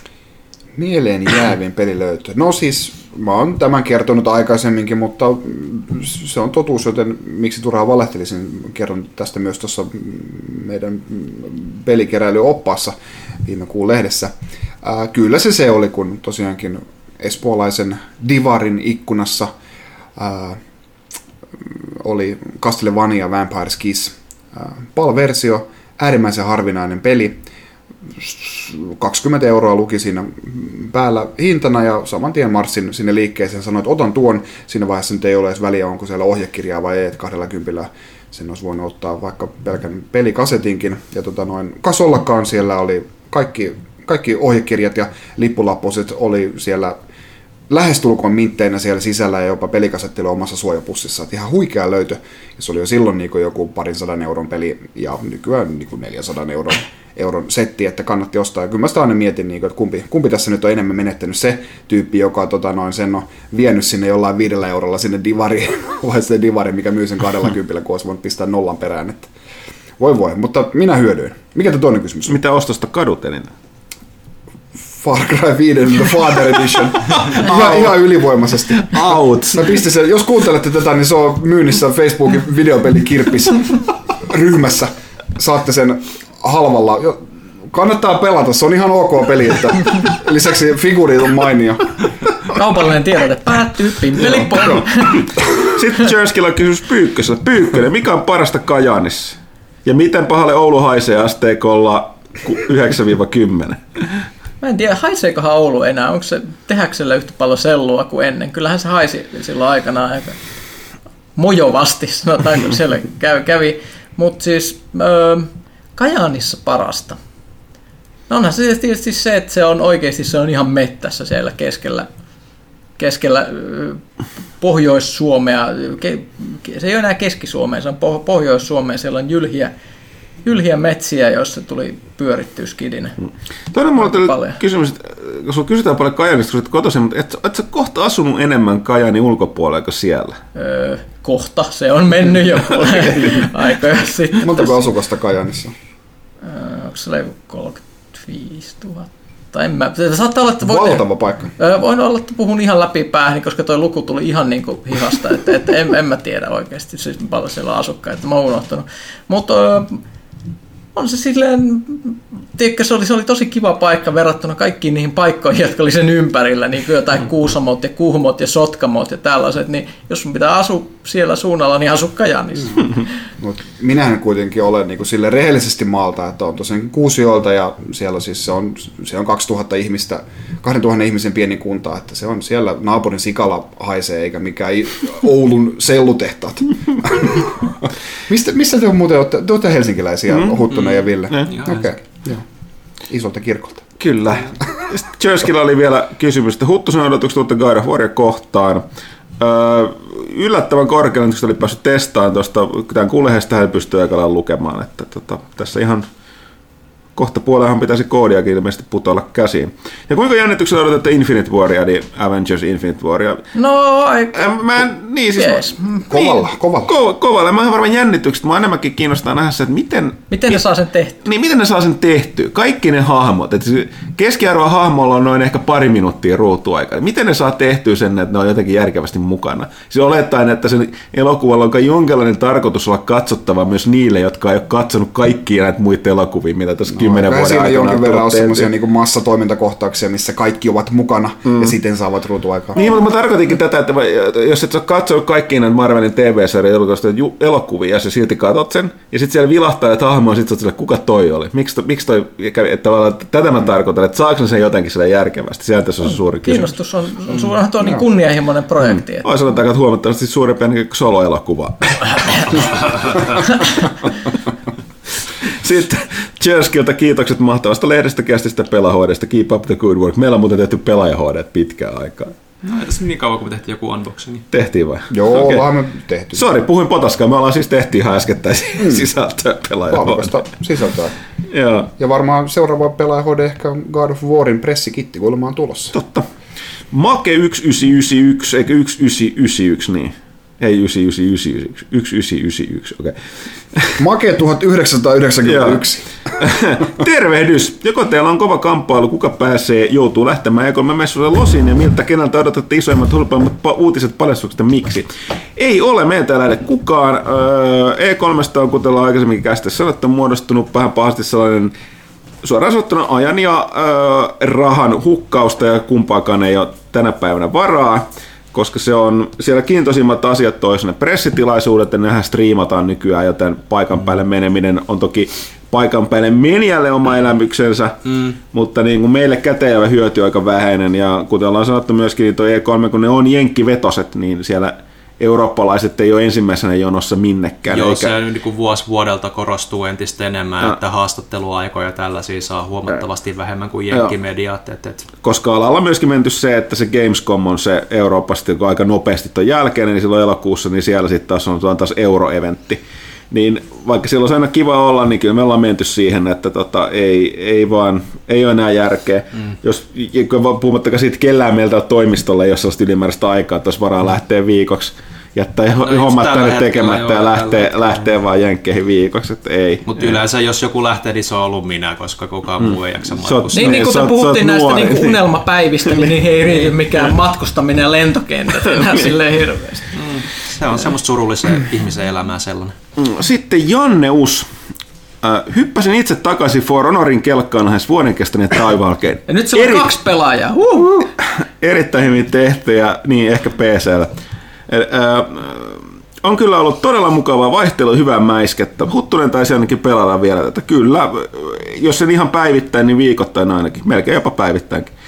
Mieleen jäävin pelilöytö. No siis, mä oon tämän kertonut aikaisemminkin, mutta se on totuus, joten miksi turhaan valehtelisin. Kerron tästä myös tuossa meidän pelikeräilyoppaassa viime kuun lehdessä. Ää, kyllä se se oli, kun tosiaankin espoolaisen Divarin ikkunassa ää, oli Castlevania Vampire's Kiss ää, P A L-versio, äärimmäisen harvinainen peli. kaksikymmentä euroa luki siinä päällä hintana ja saman tien marssin sinne liikkeeseen ja sanoin, että otan tuon. Siinä vaiheessa nyt ei ole edes väliä, onko siellä ohjekirjaa vai ei, että kahdellakymmenellä sen olisi voinut ottaa vaikka pelkän pelikasetinkin. Ja tota noin, kas ollakaan siellä oli kaikki, kaikki ohjekirjat ja lippulappuset oli siellä lähestulkoon mintteinä siellä sisällä ja jopa pelikasetti oli omassa suojapussissa. Että ihan huikea löytö. Ja se oli jo silloin niin joku parin sadan euron peli ja nykyään niin neljänsadan euron, euron setti, että kannatti ostaa. Ja kyllä mä sitä aina mietin, niin kuin, että kumpi, kumpi tässä nyt on enemmän menettänyt. Se tyyppi, joka tota, noin, sen on vienyt sinne jollain viidellä eurolla sinne divariin, vai se divari, mikä myy sen kahdella kympillä, kun olisi voinut pistää nollan perään. Että voi voi, mutta minä hyödyin. Mikä tämä toinen kysymys on? Mitä ostosta kadut eniten? Far Cry viisi The Father Edition. ihan, ihan ylivoimaisesti. Out. Mä pistin sen, jos kuuntelette tätä, niin se on myynnissä Facebookin videopeli Kirppis ryhmässä. Saatte sen halvalla. Kannattaa pelata, se on ihan ok peli. Että lisäksi figuuri on mainio. Kaupallinen tiedote päättyy, pimpeli poro. Sitten Jerskillä on kysymys Pyykkösellä. Pyykkönen, mikä on parasta Kajaanissa? Ja miten pahalle Oulu haisee asteikolla yhdeksän kymmenen? Mä en tiedä, haiseekohan Oulu enää, onko se tehäksellä yhtä paljon sellua kuin ennen? Kyllähän se haisi silloin aikanaan aika mojovasti, sanotaanko siellä kävi. Mutta siis öö, Kajaanissa parasta. No onhan se tietysti se, että se on oikeasti se on ihan mettässä siellä keskellä, keskellä Pohjois-Suomea. Se ei ole enää Keski-Suomea, se on Pohjois-Suomea. Siellä on jylhiä, jylhiä metsiä, joissa tuli pyörittyä skidinä. Toinen mulla tuli kysymys, että kun sulla kysytään paljon Kajaanista, kun sä kotoisin, mutta et, et sä kohta asunut enemmän Kajaanin ulkopuolella kuin siellä? Öö, kohta, se on mennyt jo aikoja sitten. Montako asukasta Kajaanissa? Öö, onko se kolmekymmentäviisituhatta? En mä, saattaa olla, että voin, valtava paikka. Voin olla, että puhun ihan läpi päähän, koska tuo luku tuli ihan niin kuin hihasta, että, että en, en mä tiedä oikeasti, siis paljon siellä on asukkaita, mä oon unohtanut. Mutta on se silleen, tiedätkö, se oli, se oli tosi kiva paikka verrattuna kaikkiin niihin paikkoihin, jotka oli sen ympärillä, niin kuin jotain Kuusamot ja Kuhmot ja Sotkamot ja tällaiset, niin jos sun pitää asua siellä suunnalla, niin asu Kajaanissa. Mut minähän kuitenkin olen niin kuin sille rehellisesti maalta, että on tosiaan Kuusiolta ja siellä siis se on, se on kaksituhatta ihmistä, kaksituhatta ihmisen pieni kunta, että se on siellä naapurin sikala haisee eikä mikään Oulun sellutehtaat. Mistä, missä te muuten olette? Te olette helsinkiläisiä, mm, Huttunen mm, ja Ville. Mm, Okei, okay. Isolta kirkolta. Kyllä. Jörskillä oli vielä kysymys, että Huttusen odotukset uutta God of Waria kohtaan. Öö, yllättävän korkealle, kun oli päässyt testaamaan tuosta, tämän kuulehestä hän pystyy aika lailla lukemaan, että tota, tässä ihan kohta puolellaan pitäisi koodiakin ilmeisesti putoilla käsiin. Ja kuinka jännityksellä odotatte Infinite Waria, eli Avengers Infinite Waria? No, aika... Mä en, niin siis... Yes. Mä, kovalla, niin, kovalla. Ko, kovalla. Mä oon varmaan jännitykset. Mä enemmänkin kiinnostaa nähdä se, että miten... Miten ne saa sen tehtyä? Niin, miten ne saa sen tehtyä? Kaikki ne hahmot. Keskiarvoa hahmolla on noin ehkä pari minuuttia ruutuaikaa. Miten ne saa tehtyä sen, että ne on jotenkin järkevästi mukana? Se olettaen, että sen elokuvalla on jonkinlainen tarkoitus olla katsottava myös niille, jotka ei ole katsonut kaikkia näitä muita elokuvia, mitä tässä no, kymmenen vuoden siinä jonkin verran on semmoisia niin massatoimintakohtauksia, missä kaikki ovat mukana mm. ja sitten saavat ruutuaikaa. Niin, mutta mä tarkoitinkin tätä, että jos et sä katsonut kaikkia näitä Marvelin T V-sarjan elokuvia ja sä silti katot sen, ja sitten siellä vilahtaa ja hahmoa, sit sä oot sille, kuka toi oli? Miksi, miksi toi kävi? Että tätä mä tarkoitan, että saako sen jotenkin sillä järkevästi? Sehän tässä on se suuri kysymys. Kiinnostus on, on, mm. on tuo niin kunnianhimoinen projekti. Mm. Oi sanotaan, että huomattavasti suurempi ainakin solo-elokuva. Sitten Jörskiltä kiitokset mahtavasta lehdestä, kästistä, pelahoidesta. Keep up the good work. Meillä on muuten tehty pelaajahoide pitkään aikaa. No, se niin kauan, kun me tehtiin joku unboxing. Tehtiin vai? Joo, okay. Ollaan me tehty. Sori, puhuin potaskaan. Me ollaan siis tehtiin ihan äskettäisiä mm. sisältöä pelaajahoide. Sisältöä. Ja. ja varmaan seuraava pelaajahoide ehkä on God of Warin pressikitti, kuulemma on tulossa. Totta. Make yksi yhdeksän yhdeksän yksi, eikö yksi yhdeksän yhdeksän yksi, niin? Ei yhdeksän yhdeksän yhdeksän yksi, yksi yhdeksän yhdeksän yksi, okei. Okay. Make tuhatyhdeksänsataayhdeksänkymmentäyksi. Tervehdys! Joko teillä on kova kamppailu, kuka pääsee, joutuu lähtemään E kolme messuille losiin ja miltä keneltä odotatte isoimmat hulpeimmat uutiset paljastuksesta miksi? Ei ole, meiltä ei lähde kukaan. E kolme on, kuten ollaan aikaisemminkin käsittelyssä sanottu, muodostunut vähän pahasti sellainen suoraan sanottuna ajan ja ö, rahan hukkausta ja kumpaakaan ei ole tänä päivänä varaa. Koska se on, siellä kiintoisimmat asiat toisena pressitilaisuudet, ja nehän striimataan nykyään, joten paikan päälle meneminen on toki paikan päälle menijälle oma elämyksensä, mm. mutta niin kuin meille käteenjäävä hyöty aika vähäinen, ja kuten ollaan sanottu myöskin, niin tuo E kolme, kun ne on jenkkivetoset, niin siellä eurooppalaiset ei ole ensimmäisenä jonossa minnekään. Joo, eikä... se niin kuin vuosi vuodelta korostuu entistä enemmän, no. että haastatteluaikoja tällaisia saa huomattavasti vähemmän kuin jenkkimediat. Et, et. Koska alalla on myöskin menty se, että se Gamescom on se Euroopasta, joka aika nopeasti ton jälkeen, niin silloin elokuussa, niin siellä sitten taas on taas euroeventti. Niin vaikka siellä on aina kiva olla, niin kyllä me ollaan menty siihen, että tota, ei, ei vaan, ei ole enää järkeä. Mm. Jos puhumattakaan siitä kellään meiltä on toimistolle, jos olisi ylimääräistä aikaa, että olisi varaa lähteä viikoksi, jättää no, hommat tänne tekemättä ja lähtee, lähtee vaan jenkkeihin viikoksi, että ei. Mutta yleensä jos joku lähtee, niin se on ollut minä, koska kukaan mm. muu ei jaksa matkustaa. Niin, niin kun te puhuttiin näistä niin kuin unelmapäivistä, niin niihin ei riity mikään matkustaminen ja lentokentät enää silleen hirveästi. Mm. Se on semmoista surullisen mm. ihmisen elämää sellainen. Sitten Janneus. Äh, hyppäsin itse takaisin For Honorin kelkkaan lähes vuoden kestäneen taivalkeen. Ja nyt se on Eri... kaksi pelaajaa. Uh. Erittäin hyvin tehty ja niin ehkä P C:llä. Äh, on kyllä ollut todella mukavaa vaihtelua, hyvää mäiskettä. Huttunen taisi ainakin pelata vielä tätä. Kyllä, jos en ihan päivittäin, niin viikoittain ainakin. Melkein jopa päivittäinkin.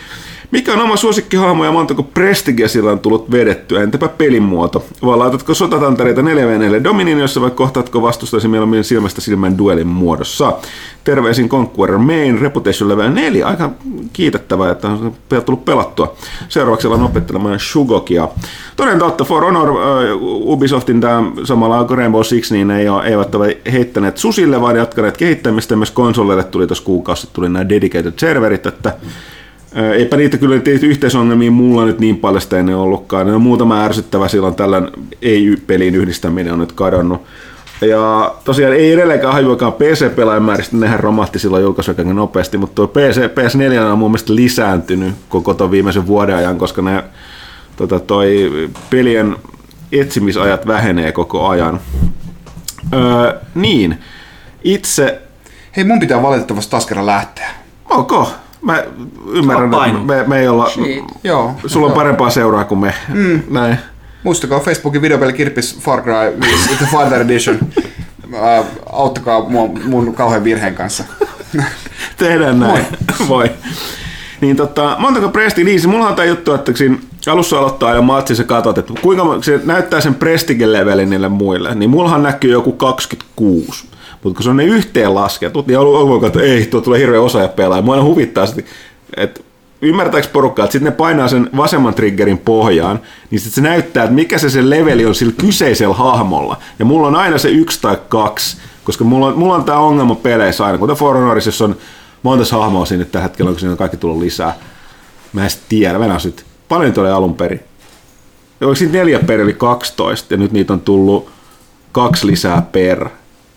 Mikä on oma suosikkihahmo ja montako Prestigeä sillä on tullut vedettyä? Entäpä pelimuoto? Vai laitatko sotatantereita neljä vastaan neljä Dominionissa vai kohtaatko vastustaisi mieluummin silmästä silmän duelin muodossa? Terveisin Conqueror Main, Reputation Level neljä. Aika kiitettävää, että on tullut pelattua. Seuraavaksi ollaan opettelemaan Shugokia. Toden totta, For Honor, uh, Ubisoftin tämä samalla kuin Rainbow Six, niin ei ole, eivät ole heittäneet susille, vaan jatkaneet kehittämistä. Myös konsoleille tuli tuossa kuukausi, tuli nämä dedicated serverit, että eipä niitä kyllä yhteisongelmia mulla nyt niin paljon sitä ennen ollutkaan. Ne on muutama ärsyttävä, silloin tällän ei-pelin yhdistäminen on nyt kadonnut. Ja tosiaan ei edelleenkään hajuakaan P C-pelaajan määristä, nehän romahti silloin julkaisuakaan nopeasti, mutta tuo P C, P S neljä on mun mielestä lisääntynyt koko ton viimeisen vuoden ajan, koska ne, tota, toi pelien etsimisajat vähenee koko ajan. Öö, niin, itse... Hei, mun pitää valitettavasti taas kerran lähteä. Ok. Mä ymmärrän, että me, me ei olla... Joo. Sulla on parempaa seuraa kuin me. Mm. Näin. Muistakaa Facebookin videopeli Kirppis Far Cry viisi The Father Edition. Äh, auttakaa mua mun kauhean virheen kanssa. Tehdään näin. Voi. Niin tota, montako Presti Liisi? Mulla on tää juttu, että siinä alussa aloittaa aina matsi, sä katsot, että kuinka se näyttää sen Prestige-levelin niille muille, niin mullahan näkyy joku kaksikymmentäkuusi. Mutta kun se on ne yhteen lasketut, niin on että ei, tuo tulee hirveä osaaja pelaa. Mua aina huvittaa, että ymmärtääkö porukkaa, että sitten ne painaa sen vasemman triggerin pohjaan, niin sitten se näyttää, että mikä se se leveli on sillä kyseisellä hahmolla. Ja mulla on aina se yksi tai kaksi, koska mulla on, mulla on tämä ongelma peleissä aina. Kuten For Honorissa, jos on monta hahmoa siinä tällä hetkellä, onko siinä kaikki tullut lisää. Mä en sitten tiedä, mennään sitten. Paljon niitä oli alun perin. Oliko siinä neljä per, eli kaksitoista, ja nyt niitä on tullut kaksi lisää per.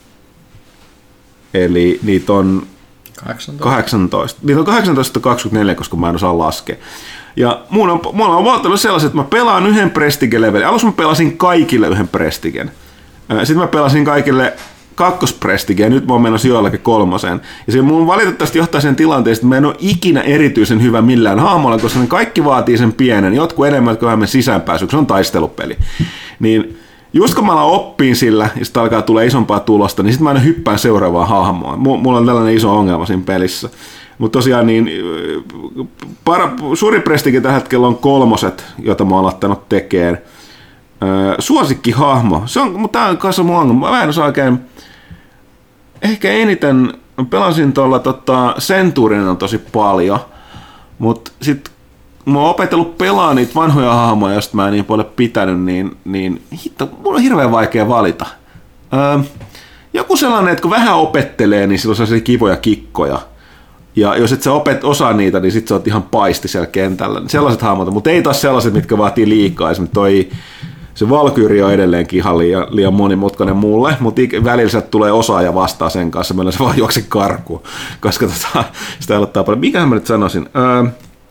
Eli niitä on kahdeksantoista. kahdeksantoista. Niitä on kahdeksantoista kaksikymmentäneljä, koska mä en osaa laskea. Ja mulla on, mulla on valtavasti sellaiset, että mä pelaan yhden Prestige-levelin. Alussa mä pelasin kaikille yhden Prestigen. Sitten mä pelasin kaikille kakkosprestigen, ja nyt mä oon menossa joillakin kolmoseen. Ja se mun valitettavasti johtaa sen tilanteen, että mä en ole ikinä erityisen hyvä millään hahmolla, koska ne kaikki vaatii sen pienen, jotkut enemmän, jotka vähemmän sisäänpääsy, se on taistelupeli. Niin just kun mä alan oppiin sillä, ja sitten alkaa tulla isompaa tulosta, niin sitten mä aina hyppään seuraavaan hahmoon. Mulla on tällainen iso ongelma siinä pelissä. Mutta tosiaan niin, para, suuri prestige tällä hetkellä on kolmoset, jota mä oon aloittanut tekemään. Suosikkihahmo, se on, mutta tää on kanssa mun ongelma. Mä en osaa oikein, ehkä eniten pelasin tuolla tota, Centurinen on tosi paljon, mutta sitten mä oon opetellut pelaa niitä vanhoja hahmoja, joista mä en niin paljon pitänyt, niin, niin hitto, mulla on hirveän vaikea valita. Öö, joku sellainen, että kun vähän opettelee, niin silloin on sellaisia kivoja kikkoja. Ja jos et sä opet osaa niitä, niin sit sä oot ihan paisti siellä kentällä. Sellaiset hahmot, mutta ei taas sellaiset, mitkä vaatii liikaa. Esimerkiksi toi, se Valkyrie on edelleenkin ihan liian, liian monimutkainen mulle, mutta välillä sieltä tulee osaaja vastaan sen kanssa, meillä se vaan juokse karkuun, koska tota, sitä aloittaa paljon. Mikähän mä nyt sanoisin? Öö,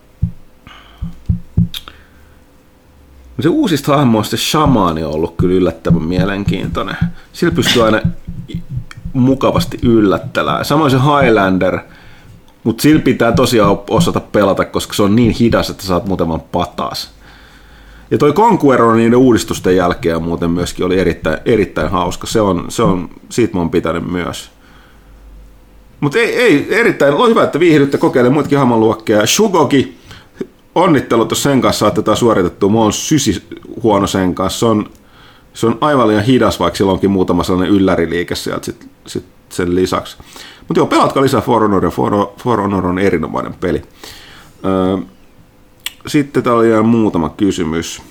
se uusista hahmoista se shamaani on ollut kyllä yllättävän mielenkiintoinen. Sillä pystyy aina mukavasti yllättelemään. Samoin se Highlander, mutta sillä pitää tosiaan osata pelata, koska se on niin hidas, että saat muutaman patas. Ja toi Conqueror niiden uudistusten jälkeen muuten myöskin oli erittäin, erittäin hauska. Se on, se on, siitä mä oon pitänyt myös. Mutta ei, ei, erittäin, on hyvä, että viihdytte kokeilemaan muitakin hahmonluokkia. Shugoki, onnittelut, jos sen kanssa saatte tätä suoritettua. Mä oon sysi huono sen kanssa. Se on, se on aivan liian hidas, vaikka sillä onkin muutama sellainen ylläriliike sieltä sit, sit sen lisäksi. Mutta joo, pelatkaa lisää For Honor, ja For, For Honor on erinomainen peli. Öö, Sitten täällä oli ihan muutama kysymys.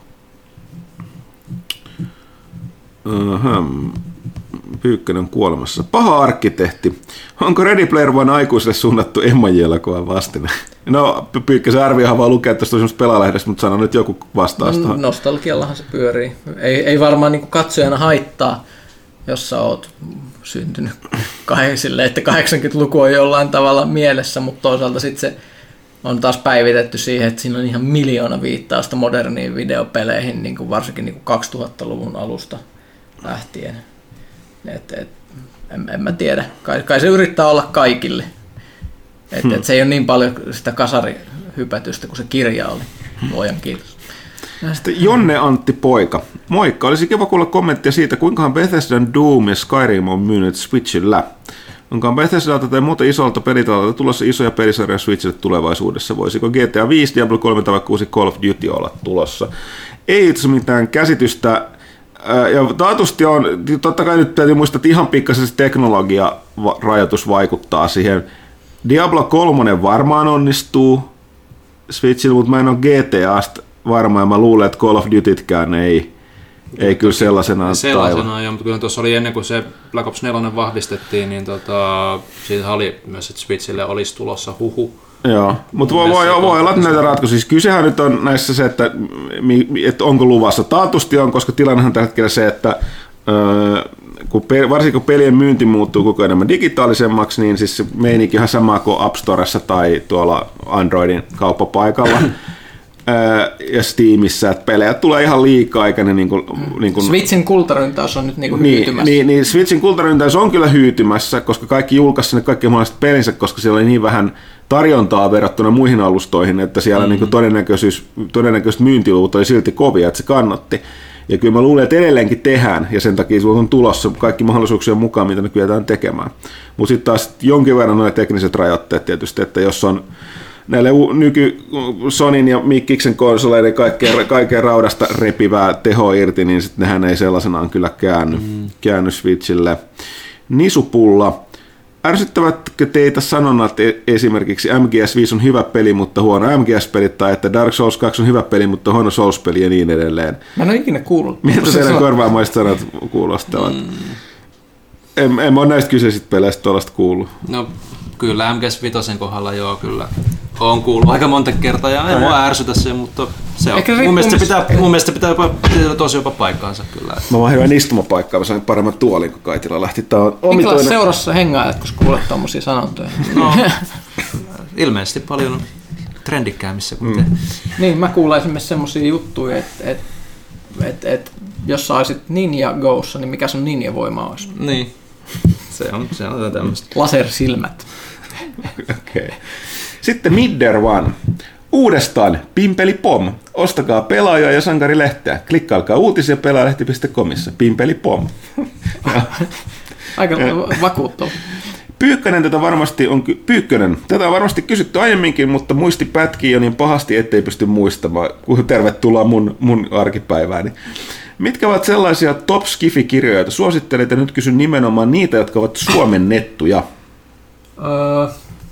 Uh-huh. Pyykkönen kuolemassa. Paha arkkitehti. Onko Ready Player One aikuisille suunnattu emoji-elokuvan vastine? No, Pyykkösen arviohan vaan lukea tästä semmoista pelaalähdestä, mutta sano nyt joku vastaus tuohon. Nostalgiallahan se pyörii. Ei, ei varmaan niin kuin katsojana haittaa, jos sä oot syntynyt silleen, että kahdeksankymmentäluku on jollain tavalla mielessä, mutta toisaalta sitten se on taas päivitetty siihen, että siinä on ihan miljoona viittausta moderniin videopeleihin, niin kuin varsinkin niin kuin kaksituhattaluvun alusta lähtien. Et, et, en, en mä tiedä. Kai, kai se yrittää olla kaikille. Et, hmm. et se ei ole niin paljon sitä kasarihypätystä kuin se kirja oli. Luojan kiitos. Sitten Jonne Antti Poika. Moikka, olisi kiva kuulla kommenttia siitä, kuinkahan Bethesdan Doom ja Skyrim on myynyt Switchillä. Onkaan Bethesdalta tai muuta isolta pelitalalta tulossa isoja pelisarjoja Switchille tulevaisuudessa? Voisiko G T A viisi, Diablo kolme tai kuusi Call of Duty olla tulossa? Ei itse mitään käsitystä. Ja taatusti on, totta kai nyt täytyy muistaa, että ihan pikkaisesti teknologia-rajoitus vaikuttaa siihen. Diablo kolme varmaan onnistuu Switchillä, mutta mä en ole G T A:sta varma, ja mä luulen, että Call of Dutytkään ei, ei kyllä sellaisenaan Sellaisenaan, joo, mutta kyllä tuossa oli ennen kuin se Black Ops neljä vahvistettiin, niin tota, siitä oli myös, että Switchille olisi tulossa huhu. Joo, mutta voi, voi, voi olla näitä ratkaisuja. Siis kysehän nyt on näissä se, että, että onko luvassa. Taatusti on, koska tilannehan tällä hetkellä se, että kun, varsinkin kun pelien myynti muuttuu koko enemmän digitaalisemmaksi, niin siis se meininki ihan sama kuin App Storessa tai tuolla Androidin kauppapaikalla ja Steamissä, että pelejä tulee ihan liikaa. Eikä ne niin kuin, niin kuin, Switchin kultaryntäys on nyt niin kuin niin, hyytymässä. Niin, niin Switchin kultaryntäys on kyllä hyytymässä, koska kaikki julkaisi sinne kaikki mahdolliset pelinsä, koska siellä oli niin vähän tarjontaa verrattuna muihin alustoihin, että siellä mm-hmm. niin todennäköisyys, todennäköisesti myyntiluvut oli silti kovia, että se kannatti. Ja kyllä mä luulen, että edelleenkin tehdään, ja sen takia sulla on tulossa kaikki mahdollisuuksien mukaan, mitä ne kyetään tekemään. Mutta sitten taas jonkin verran nuo tekniset rajoitteet tietysti, että jos on näille nyky Sonyn ja Mikkiksen konsoleiden kaikkeen, kaikkeen raudasta repivää tehoa irti, niin sitten nehän ei sellaisenaan kyllä käänny, mm. käänny Switchille. Nisupulla. Ärsyttävätkö teitä sanonnat esimerkiksi M G S viisi on hyvä peli, mutta huono M G S-peli, tai että Dark Souls kaksi on hyvä peli, mutta huono Souls-peli ja niin edelleen? Mä en ole ikinä kuullut. Miltä teidän korvaamaiset sanat kuulostavat? Mm. En, en ole näistä kyseisistä peleistä tuollaista kuullut. No kyllä M G S viisi kohdalla joo kyllä. Olen kuullut aika monta kertaa ja ei mua ärsytä se, mutta se on. Mun mielestä, se pitää, mun mielestä pitää jopa, tosi jopa paikkaansa kyllä. Mä vaan hirveän istumapaikkaa, mä sain paremman tuolin, kun Kaitila lähti. Tää on omituinen. Seurassa hengaajat, kun kuulet tommosia sanontoja? No, ilmeisesti paljon trendikkäämissä kuin te. Mm. Niin, mä kuulen esimerkiksi semmosia juttuja, että et, et, et, jos sä olisit Ninja Go'ssa, niin mikä sun ninja-voima olisi? Niin, se on, se on tämmöistä. Lasersilmät. Okei. Okay. Sitten Midder One. Uudestaan Pimpeli Pom. Ostakaa Pelaaja ja Sankarilehteä. Klikkaakaa uutisia pelaajalehti piste comissa. Pimpeli Pom. Aika vakuuttava. Pyykkönen tätä varmasti on, Pyykkönen, tätä on varmasti kysytty aiemminkin, mutta muisti pätkii jo niin pahasti, ettei pysty muistamaan. Tervetuloa mun, mun arkipäivääni. Mitkä ovat sellaisia top skifi-kirjoja, joita suosittelet, ja nyt kysyn nimenomaan niitä, jotka ovat suomennettuja? Öö,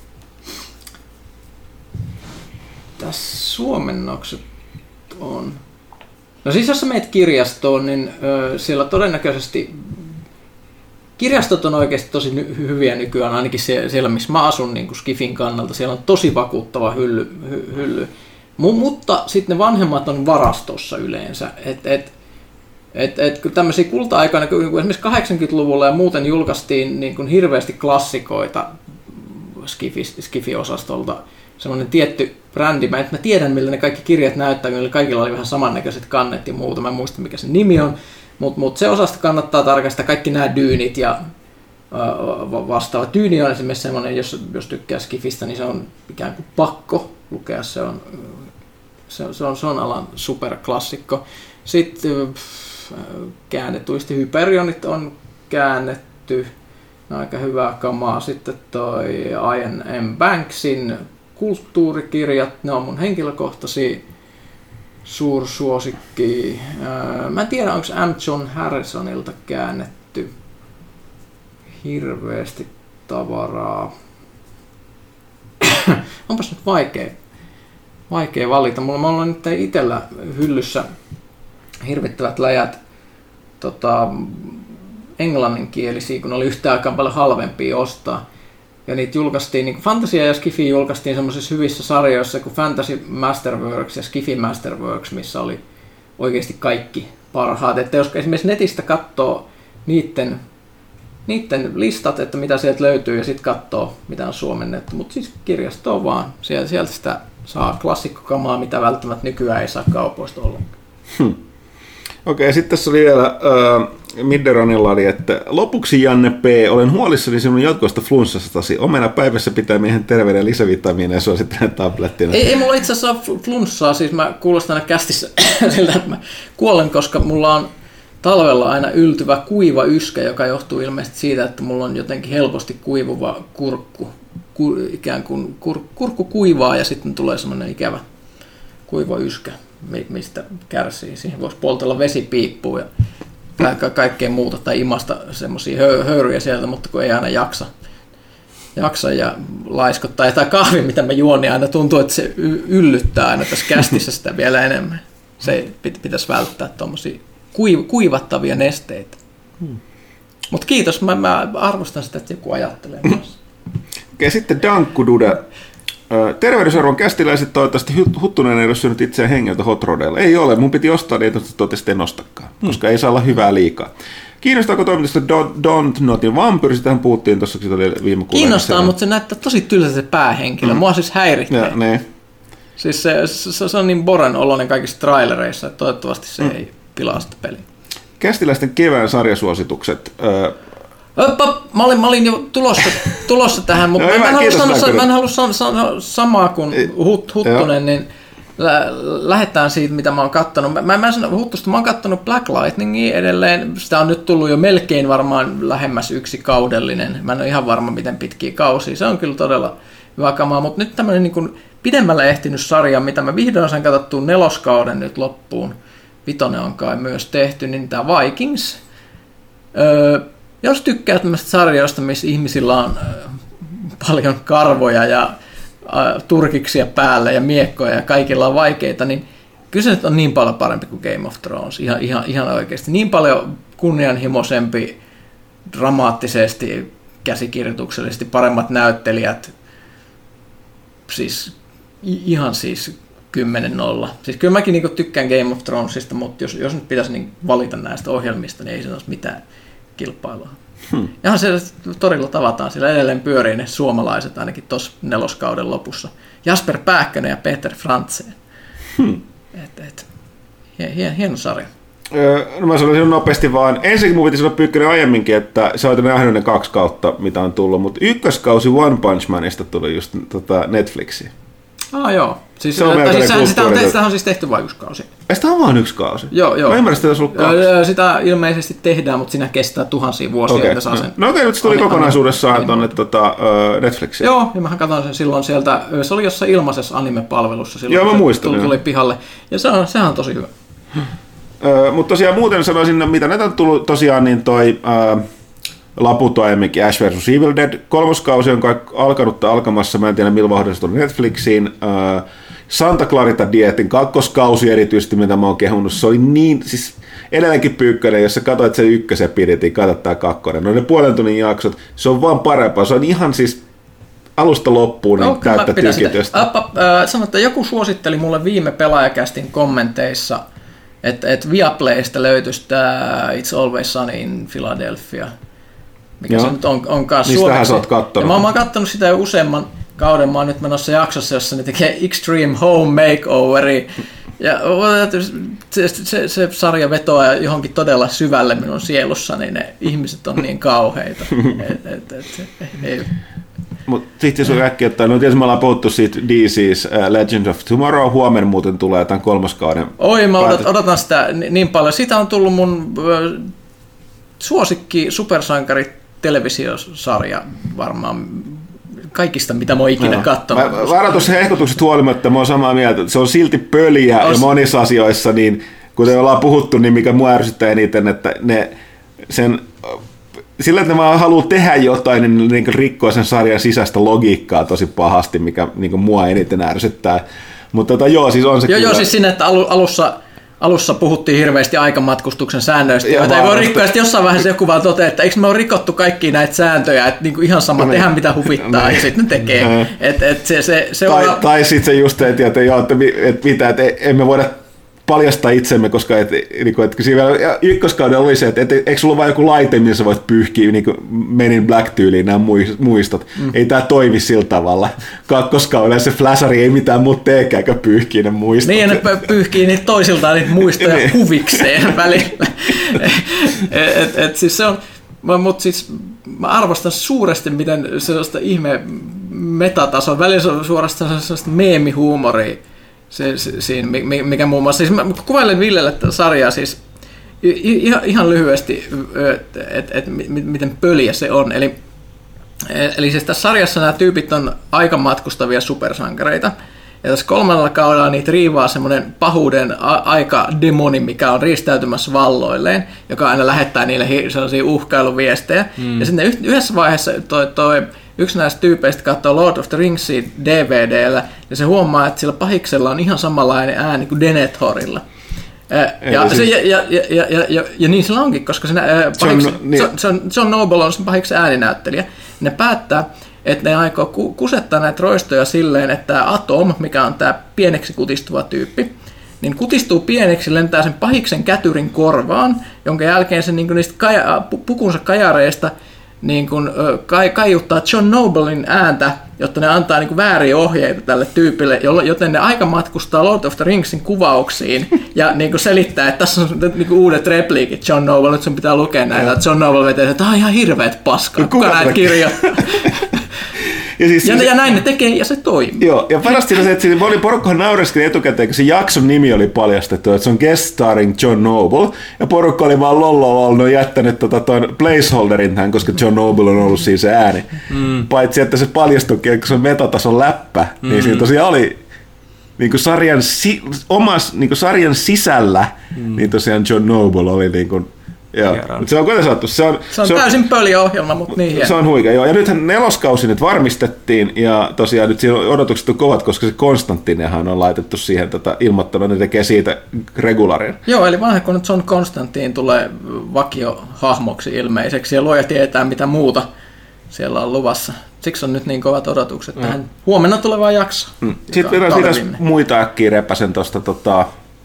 tässä suomennokset on... No siis jos sä meet kirjastoon, niin öö, siellä todennäköisesti... Kirjastot on oikeasti tosi ny- hyviä nykyään, ainakin siellä, missä mä asun niin kuin skifin kannalta. Siellä on tosi vakuuttava hylly. Hy- hylly. M- mutta sitten ne vanhemmat on varastossa yleensä. Et, et, et, et, kun tämmöisiä kulta-aikana, kun esimerkiksi kahdeksankymmentäluvulla ja muuten julkaistiin niin kuin hirveästi klassikoita skifi, skifi-osastolta, semmoinen tietty brändi. Mä, mä tiedän, millä ne kaikki kirjat näyttää, millä kaikilla oli vähän samannäköiset kannet ja muuta. Mä en muista, mikä se nimi on. Mutta mut se osasta kannattaa tarkastaa kaikki nämä dyynit ja äh, vastaavat. Dyyni on esimerkiksi semmoinen, jos, jos tykkää skifistä, niin se on ikään kuin pakko lukea. Se on, se on, se on, se on alan superklassikko. Sitten äh, käännetuisti Hyperionit on käännetty. Aika hyvää kamaa. Sitten toi Ian M. Banksin kulttuurikirjat, ne on mun henkilökohtaisia suursuosikki. Mä en tiedä, onko M. John Harrisonilta käännetty hirveästi tavaraa. Onpas nyt vaikea, vaikea valita. Mulla on nyt itsellä hyllyssä hirvittävät läjät tota, englanninkielisiä, kun oli yhtä aikaa paljon halvempia ostaa. Ja niitä julkaistiin, niin Fantasia ja Skifi julkaistiin semmoisissa hyvissä sarjoissa kuin Fantasy Masterworks ja Skifi Masterworks, missä oli oikeasti kaikki parhaat. Että jos esimerkiksi netistä katsoo niiden, niiden listat, että mitä sieltä löytyy, ja sitten katsoo, mitä on suomennettu. Mutta siis kirjastoon vaan. Sieltä, sieltä sitä saa klassikkokamaa, mitä välttämättä nykyään ei saa kaupoista ollenkaan. Hmm. Okei, okay, sitten tässä oli vielä äh, Midderonilla, oli, että lopuksi Janne P. Olen huolissani sinun jatkuvasta flunssastasi. Omena päivässä pitää miehen terveyden lisävitamiineja ja suosittelen tablettina. Ei, ei mulla itse asiassa ole flunssaa, siis mä kuulostan aina kästissä siltä, että mä kuolen, koska mulla on talvella aina yltyvä kuiva yskä, joka johtuu ilmeisesti siitä, että mulla on jotenkin helposti kuivuva kurkku. Ku, ikään kuin kur, kurkku kuivaa ja sitten tulee semmoinen ikävä kuiva yskä, mistä kärsii. Siihen voisi poltella vesipiippuun ja ka- kaikkea muuta tai imasta semmoisia hö- höyryjä sieltä, mutta kun ei aina jaksa. jaksa ja laiskottaa. Ja tämä kahvi, mitä mä juon, niin aina tuntuu, että se y- yllyttää aina tässä kästissä sitä vielä enemmän. Se pit- pitäisi välttää tuommoisia kuiv- kuivattavia nesteitä. Hmm. Mutta kiitos, mä, mä arvostan sitä, että joku ajattelee myös. Ja sitten Dankku Dude. Terveydysarvon kästiläiset, toivottavasti Huttunen ei ole syönyt itseään hengeltä hot rodella. Ei ole, mun piti ostaa niitä, mutta totesi, en ostakaan, koska hmm. ei saa olla hyvää liikaa. Kiinnostaako toimitusta Don't Notin vampyri? Sitähän puhuttiin tuossa, kun se oli viime kuulla. Kiinnostaa, mutta se näyttää tosi tylsä se päähenkilö. Mm. Mua siis häiritsee. Ja, ne. Siis se, se, se on niin Boren oloinen kaikissa trailereissa, että toivottavasti se mm. ei pilaa sitä peliä. Kästiläisten kevään sarjasuositukset. Öö... Oppa, mä, olin, mä olin jo tulossa, tulossa tähän, mutta no, mä, mä, kiitos, sanoa, mä en halua sanoa, sanoa samaa kuin hut, Huttunen, niin lä, lähdetään siitä, mitä mä oon kattonut. Mä, mä, mä en sano Huttusta, mä oon kattonut Black Lightningia edelleen. Sitä on nyt tullut jo melkein varmaan lähemmäs yksi kaudellinen. Mä en ole ihan varma, miten pitkiä kausia. Se on kyllä todella hyvä kamaa, mutta nyt tämmöinen niin kuin pidemmällä ehtinyt sarja, mitä mä vihdoin sain katsottua neloskauden nyt loppuun. Vitonen on kai myös tehty, niin tää Vikings. Öö, Jos tykkää tämmöistä sarjoista, missä ihmisillä on äh, paljon karvoja ja äh, turkiksia päällä ja miekkoja ja kaikilla on vaikeita, niin kyllä se nyt on niin paljon parempi kuin Game of Thrones. Ihan, ihan, ihan oikeasti. Niin paljon kunnianhimoisempi, dramaattisesti, käsikirjoituksellisesti, paremmat näyttelijät. Siis ihan siis kymmenen nolla. Siis kyllä mäkin niin tykkään Game of Thronesista, mutta jos, jos nyt pitäisi niin valita näistä ohjelmista, niin ei se olisi mitään kilpailua. Hmm. Ihan siellä torilla tavataan, siellä edelleen pyörii ne suomalaiset ainakin tuossa neloskauden lopussa. Jasper Pääkkönen ja Peter Frantzen. Hmm. Et, et, hien, hieno sarja. Öö, no mä sanoisin nopeasti vaan, ensinnäkin mun piti sanoa Pyykkönen aiemminkin, että sä oot nähnyt ne kaksi kautta, mitä on tullut, mutta ykköskausi One Punch Manista tuli just tota Netflixiin. Ah joo. Siis, se on tai siis sehän, sitä, on, sitä on siis tehty vain yksi kausi. Ja sitä on vaan yksi kausi? Joo, joo. Mä ymmärrän, että sitä on ollut kaksi. Sitä ilmeisesti tehdään, mutta siinä kestää tuhansia vuosia, okay. että saa sen. No okei, okay, se tuli ani, kokonaisuudessaan ani, tuonne tota, uh, Netflixiin. Joo, ja mähän katsoin sen silloin sieltä, se oli jossain ilmaisessa anime-palvelussa silloin, joo, mä muistan, tuli, tuli pihalle. Ja se on, sehän on tosi hyvä. Uh, mutta tosiaan muuten sanoisin, mitä näitä on tullut tosiaan, niin toi... Uh, Laputo aiemminkin Ash versus. Evil Dead. Kolmoskausi on alkanut tai alkamassa, mä en tiedä millä vauhdissa tuli Netflixiin. Uh, Santa Clarita Dietin kakkoskausi erityisesti, mitä mä oon kehunut, se oli niin, siis edelleenkin Pyykkönen, jos sä katsoit sen ykkösen pidettiin, katso tää kakkonen. No ne puolen tunnin jaksot, se on vaan parempaa, se on ihan siis alusta loppuun niin no, täyttä tykitystä. Äh, Sano, että joku suositteli mulle viime Pelaajakästin kommenteissa, että et Viaplaysta löytyisi tää It's Always Sunny in Philadelphia. Mikä joo. Se nyt on, on kanssa suomeksi. Mistähän sä oot kattonut? Mä, mä oon kattonut sitä jo useamman kauden. Mä oon nyt menossa jaksossa, jossa ne tekee Extreme Home Makeoveri. Ja se, se, se sarja vetoaa johonkin todella syvälle minun sielussani. Niin ne ihmiset on niin kauheita. et, et, et, ei. Mutta sitten se on äkkiä, että no tietysti me ollaan puhuttu siitä D C's uh, Legend of Tomorrow. Huomenna muuten tulee tämän kolmoskauden. Oi, mä odot, odotan sitä niin paljon. Siitä on tullut mun äh, suosikki supersankari televisiosarja varmaan kaikista, mitä mä oon ikinä no. katsonut. Varoitus ehdotukset huolimatta, mä oon samaa mieltä. Se on silti pöliä Os... ja monissa asioissa, niin kuten ollaan puhuttu, niin mikä mua ärsyttää eniten, että ne sen, sillä, että ne vaan haluaa tehdä jotain, niin ne niin rikkoo sen sarjan sisäistä logiikkaa tosi pahasti, mikä niin mua eniten ärsyttää. Mutta tota, joo, siis on se joo, kyllä. Joo, siis sinne, että alussa Alussa puhuttiin hirveästi aikamatkustuksen säännöistä, joita ei voi rikkoa, ja jossain vaiheessa joku vaan toteaa, että eikö me ole rikottu kaikkia näitä sääntöjä, että niinku ihan sama no, tehdä mitä huvittaa, no, ja sitten ne tekee. No. Et, et se, se, se tai on... tai sitten se just, että, että, joo, että, että mitä, että emme voida paljastaa itsemme, koska et, niin että siinä ykköskauden oli se, että et, eikö sulla vain joku laite, missä voit pyyhkiä niin Men in Black-tyyliin nämä muistot. Mm. Ei tämä toimi sillä tavalla. Kakkoskaudella se fläsäri ei mitään muuta teekään, kuin pyyhkii ne muistot. Niin, ja ne pyyhkii niitä toisiltaan niitä muistoja huvikseen välillä. et, et, siis se on, mutta siis mä arvostan suuresti, miten sellaista ihme metatasoa, välillä se on suorastaan sellaista meemihuumoria. Se, se, siinä, mikä muun muassa, siis mä kuvailen Villelle tätä sarjaa, siis ihan, ihan lyhyesti, että et, et, miten pöliä se on. Eli, eli siis tässä sarjassa nämä tyypit on aikamatkustavia supersankareita. Ja tässä kolmannella kaudella niitä riivaa semmoinen pahuuden a- aikademoni, mikä on riistäytymässä valloilleen, joka aina lähettää niille hi- sellaisia uhkailuviestejä. Mm. Ja sitten yhdessä vaiheessa toi, toi yksi näistä tyypeistä katsoo Lord of the Ringsia D V D:llä, ja se huomaa, että sillä pahiksella on ihan samanlainen ääni kuin Denethorilla. Ja, ja, siis... ja, ja, ja, ja, ja, ja, ja niin sillä onkin, koska se, pahiksen, John, niin. John, John Noble on pahiksen ääninäyttelijä. Ne päättää, että ne aikoo kusettaa näitä roistoja silleen, että tämä Atom, mikä on tämä pieneksi kutistuva tyyppi, niin kutistuu pieneksi, lentää sen pahiksen kätyrin korvaan, jonka jälkeen se niin niistä kaja, pukunsa kajareista niin kuin, kai, kaiuttaa John Noblen ääntä, jotta ne antaa niin kuin vääriä ohjeita tälle tyypille, joten ne aika matkustaa Lord of the Ringsin kuvauksiin ja niin kuin selittää, että tässä on niin kuin uudet repliikit John Noble, nyt sun pitää lukea näitä. John Noble vetää, että tämä on ihan hirveät paskaa, kuka näitä kirjoittaa. Ja, siis ja, se, ja näin ne tekee, ja se toimii. Joo, ja parasta se, että siinä oli porukkahan naureskeli etukäteen, kun se jakson nimi oli paljastettu, että se on guest starring John Noble, ja porukka oli vaan lollolol, ne on jättänyt tota, ton placeholderin tähän, koska John Noble on ollut siinä se ääni. Mm. Paitsi, että se paljastuikin, kun se on metatason läppä, mm. niin siinä tosiaan oli niin kuin sarjan, si, omas, niin kuin sarjan sisällä, mm. niin tosiaan John Noble oli niin kuin, joo, mutta se on kuten sanottu. Se on, se on, se on täysin pöliöohjelma, mutta niin hieno. Se on huikea, joo. Ja nythän neloskausi nyt varmistettiin, ja tosiaan nyt siinä odotukset on kovat, koska se Konstantinehan on laitettu siihen tota, ilmoittanut, että ne tekee siitä regularin. Joo, eli vanha kun nyt John Konstantin tulee vakiohahmoksi ilmeiseksi, ja luoja tietää mitä muuta siellä on luvassa. Siksi on nyt niin kovat odotukset mm. tähän huomenna tulevaan jaksoon. Mm. Sitten vielä pitäisi muita äkkiä repäsen tuosta tota,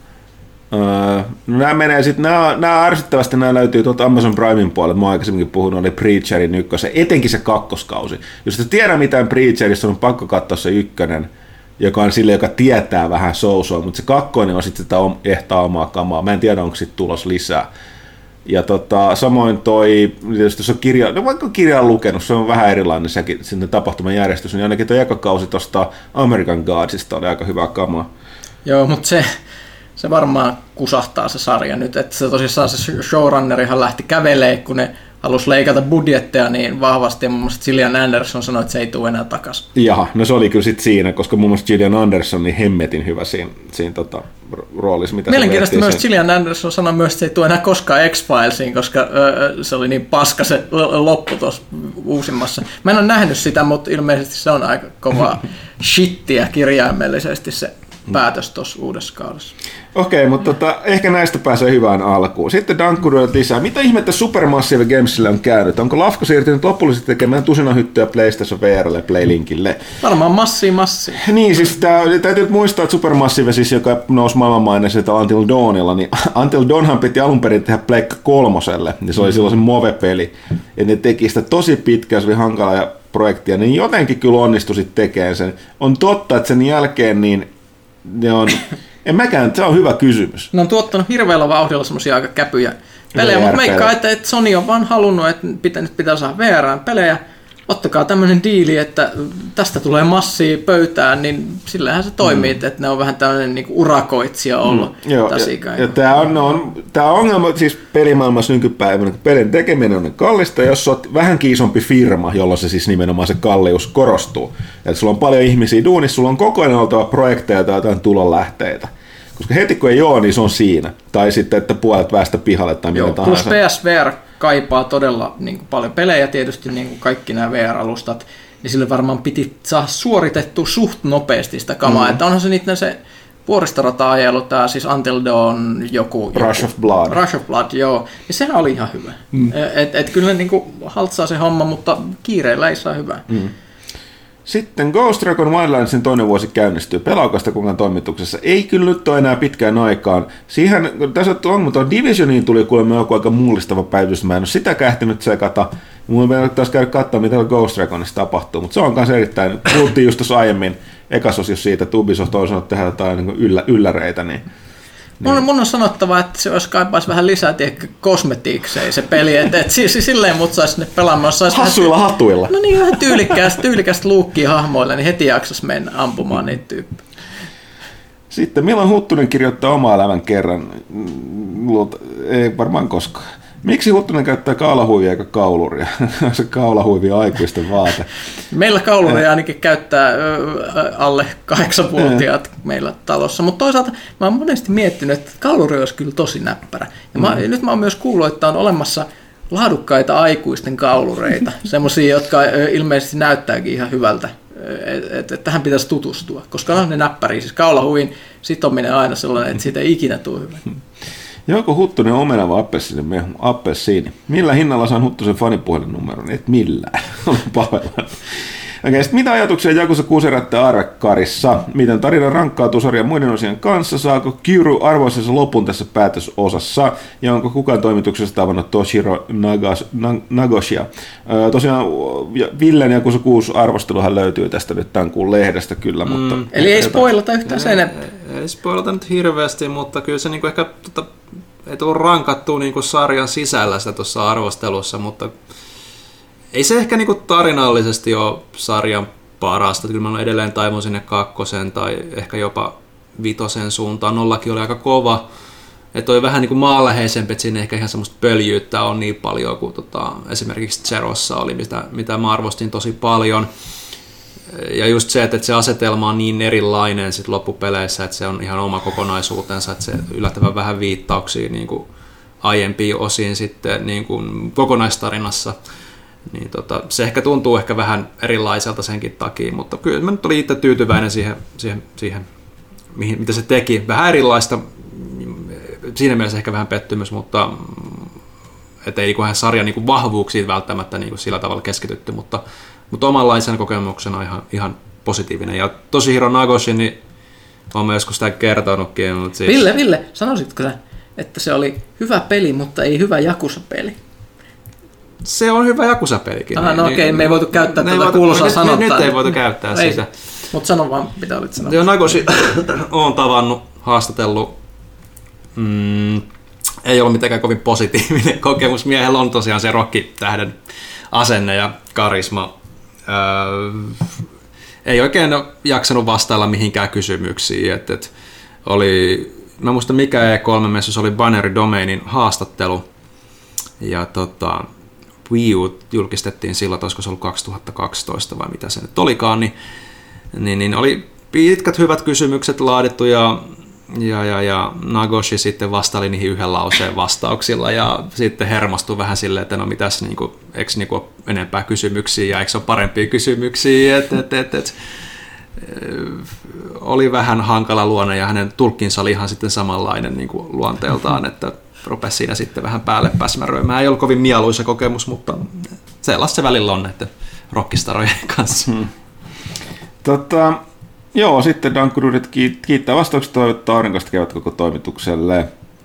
Öö, nämä menee sitten, nämä, nämä ärsyttävästi nämä löytyy tuolta Amazon Primein puolelta, mä oon aikaisemminkin puhunut, oli Preacherin ykkösen, etenkin se kakkoskausi. Jos et tiedä mitään Preacherista, on pakko katsoa se ykkönen, joka on sille, joka tietää vähän sousoa, mutta se kakkoinen on sitten sitä ehtaa omaa kamaa. Mä en tiedä, onko sitten tulos lisää. Ja tota, samoin toi, jos on kirja, no vaikka kirja on lukenut, se on vähän erilainen sekin, sitten tapahtuman järjestys, niin ainakin tuo ekakausi tuosta American Godsista oli aika hyvä kamaa. Joo, mutta se... Se varmaan kusahtaa se sarja nyt, että se tosissaan se showrunnerihan lähti kävelee, kun ne halusi leikata budjetteja niin vahvasti, ja muun muassa Gillian Anderson sanoi, että se ei tule enää takaisin. Jaha, no se oli kyllä sitten siinä, koska muun muassa Gillian Anderson niin hemmetin hyvä siinä, siinä tota, roolissa, mitä mielenkiintoista myös Gillian Anderson sanoi myös, että se ei tule enää koskaan X-Filesiin, koska öö, se oli niin paska se loppu tuossa uusimmassa. Mä en ole nähnyt sitä, mutta ilmeisesti se on aika kovaa shittiä kirjaimellisesti se päätös tuossa uudessa kaudessa. Okei, okay, mutta tota, ehkä näistä pääsee hyvään alkuun. Sitten Dankkuduudet lisää. Mitä ihmettä Supermassive Gamesille on käynyt? Onko Lafko siirtynyt lopullisesti tekemään tusinahyttyä PlayStation V R:lle ja PlayLinkille? Varmaan massi massi. Niin, siis tää, täytyy muistaa, että Supermassive, siis, joka nousi maailmanmaineeseen Until Dawnilla, niin Until Dawnhan piti alun perin tehdä Pleikka kolmoselle, niin se oli silloin se Move-peli. Ja ne teki sitä tosi pitkään, se oli hankala ja projektia, niin jotenkin kyllä onnistui sitten tekemään sen. On totta, että sen jälkeen niin ne on, en mäkään, se on hyvä kysymys. Ne on tuottanut hirveällä vauhdilla semmosia aika käpyjä pelejä, mutta meikkaa, että, että Sony on vaan halunnut, että pitää, nyt pitää saada V R:ään pelejä. Ottakaa tämmöinen diili, että tästä tulee massia pöytään, niin sillähän se toimii, mm. että ne on vähän tämmöinen niinku urakoitsija ollut mm, joo, tässä ikään. Ja, ja tämä on, on, on ongelma siis pelimaailmassa nykypäivänä, kun pelin tekeminen on kallista, ja jos olet vähänkin isompi firma, jolloin se siis nimenomaan se kallius korostuu. Että sulla on paljon ihmisiä duunissa, sulla on koko ajan oltava projekteja tai jotain tulonlähteitä. Koska heti kun ei ole, niin se on siinä. Tai sitten, että puolet väestä pihalle tai mitä tahansa. Plus P S V R kaipaa todella niin kuin paljon pelejä, tietysti niin kuin kaikki nämä V R-alustat, niin sille varmaan piti saada suoritettua suht nopeasti sitä kamaa, mm. että onhan se niiden se vuoristorata-ajelu, tämä siis Until Dawn joku... Rush joku, of Blood. Rush of Blood, joo. Ja sehän oli ihan hyvä. Mm. Että et kyllä ne niin kuin haltsaa se homma, mutta kiireillä ei saa hyvää. Mm. Sitten Ghost Recon Wildlandsin toinen vuosi käynnistyy pelaukasta kukaan toimituksessa. Ei kyllä nyt ole enää pitkään aikaan. Siihen, tässä on, mutta Divisioniin tuli kuulemma joku aika mullistava päivitys. Mä en ole sitä kähtinyt sekata. Mun pitäisi käydä katsoa, mitä Ghost Reconissa tapahtuu. Mutta se on myös erittäin, puhuttiin just tuossa aiemmin ekasosissa siitä, että Ubisoft on sanonut tehdä jotain niin yllä, ylläreitä. Niin. Mun, mun on sanottava, että se olisi kaipaisi vähän lisää tiedäkö, kosmetiikseen se peli, että et, siis, silleen mut saisi sinne pelaamaan. Hassuilla vähän, hatuilla. No niin, vähän tyylikkäästä, tyylikästä luukkia hahmoille, niin heti jaksaisi mennä ampumaan niitä tyyppejä. Sitten Milan Huttunen kirjoittaa omaa elämän kerran. ei varmaan koskaan. Miksi Huttunen käyttää kaulahuivia eikä kauluria? Se kaulahuivia aikuisten vaate. Meillä kauluria ainakin käyttää ö, alle kahdeksanvuotiaat meillä talossa, mutta toisaalta mä oon monesti miettinyt, että kauluri olisi kyllä tosi näppärä. Ja mä, mm. nyt mä oon myös kuullut, että on olemassa laadukkaita aikuisten kaulureita, semmoisia, jotka ilmeisesti näyttääkin ihan hyvältä, että et, et tähän pitäisi tutustua, koska on ne näppäriä. Siis kaulahuivin sitominen on aina sellainen, että siitä ei ikinä tule hyvä. Joko Huttunen omena vai appelsiini? Appelsiini. Millä hinnalla saan Huttusen fanipuhelinnumeron? Et millään. Olen pahoillani. Okei, sitten mitä ajatuksia Yakuza kuusi herättää Arvekarissa? Miten tarina rankkautuu sarjan muiden osien kanssa? Saako Kyryu arvoisensa lopun tässä päätösosassa? Ja onko kukaan toimituksesta tavannut Toshiro Nagas, Nagoshia? Öö, tosiaan Villen Yakuza kuusi arvosteluhan löytyy tästä nyt tämän kuun lehdestä kyllä. Mutta mm, eli ei spoilata yhtään sen enempää. Ei, ei spoilata nyt hirveästi, mutta kyllä se niinku ehkä tota, ei tullut rankattua niinku sarjan sisällä sitä tuossa arvostelussa, mutta ei se ehkä niinku tarinallisesti ole sarjan parasta. Kyllä mä edelleen taivun sinne kakkosen tai ehkä jopa vitosen suuntaan. Nollakin oli aika kova. Että oli vähän niinku maanläheisempi, että siinä ehkä ihan semmoista pöljyyttä on niin paljon kuin tota, esimerkiksi Zerossa oli, mitä, mitä mä arvostin tosi paljon. Ja just se, että se asetelma on niin erilainen sit loppupeleissä, että se on ihan oma kokonaisuutensa, että se yllättävän vähän viittauksia niin kuin aiempiin osiin sitten niin kuin kokonaistarinassa. Niin tota, se ehkä tuntuu ehkä vähän erilaiselta senkin takia, mutta kyllä mä nyt olin itse tyytyväinen siihen, siihen, siihen mihin, mitä se teki. Vähän erilaista, siinä mielessä ehkä vähän pettymys, mutta et ei niin sarjan niin vahvuuksiin välttämättä niin sillä tavalla keskitytty, mutta, mutta omanlaisen kokemuksena ihan, ihan positiivinen. Ja Toshiro Nagoshi, niin olen joskus sitä kertonutkin. Mutta siis... Ville, Ville, sanoisitko sä, että se oli hyvä peli, mutta ei hyvä Yakuza-peli? Se on hyvä Yakuza-pelikin. Ah, no okei, okay, me ei voitu käyttää tätä kuuluisaa sanottaa. Nyt ei voitu käyttää ei, sitä. Mutta sano vaan, mitä olit sanonut. Joo, Nagoshi on tavannut, haastatellut. Mm, ei ollut mitenkään kovin positiivinen kokemus. Miehellä on tosiaan se rockitähden asenne ja karisma. Öö, ei oikein jaksanut vastailla mihinkään kysymyksiin. Et, et oli, mä muistan mikä E kolme-messussa oli Binary Domainin haastattelu. Ja tota, Wii U julkistettiin silloin, että olisiko se ollut kaksituhattakaksitoista vai mitä se nyt olikaan, niin, niin, niin oli pitkät hyvät kysymykset laadittu ja, ja, ja, ja Nagoshi sitten vastaili niihin yhden lauseen vastauksilla ja sitten hermostui vähän silleen, että no mitäs, niin kuin, eikö niin kuin ole enempää kysymyksiä ja eikö se ole parempia kysymyksiä, et, et, et, et, oli vähän hankala luonne ja hänen tulkkinsa oli ihan sitten samanlainen niin kuin luonteeltaan, että rupesi siinä sitten vähän päälle päsmäröimään. Ei ollut kovin mieluisa kokemus, mutta sellaista se välillä on näiden rockistarojen kanssa. Hmm. Tota, joo, sitten Dankkudurit kiittää vastauksesta, toivottaa aurinkoista kevät koko toimitukselle.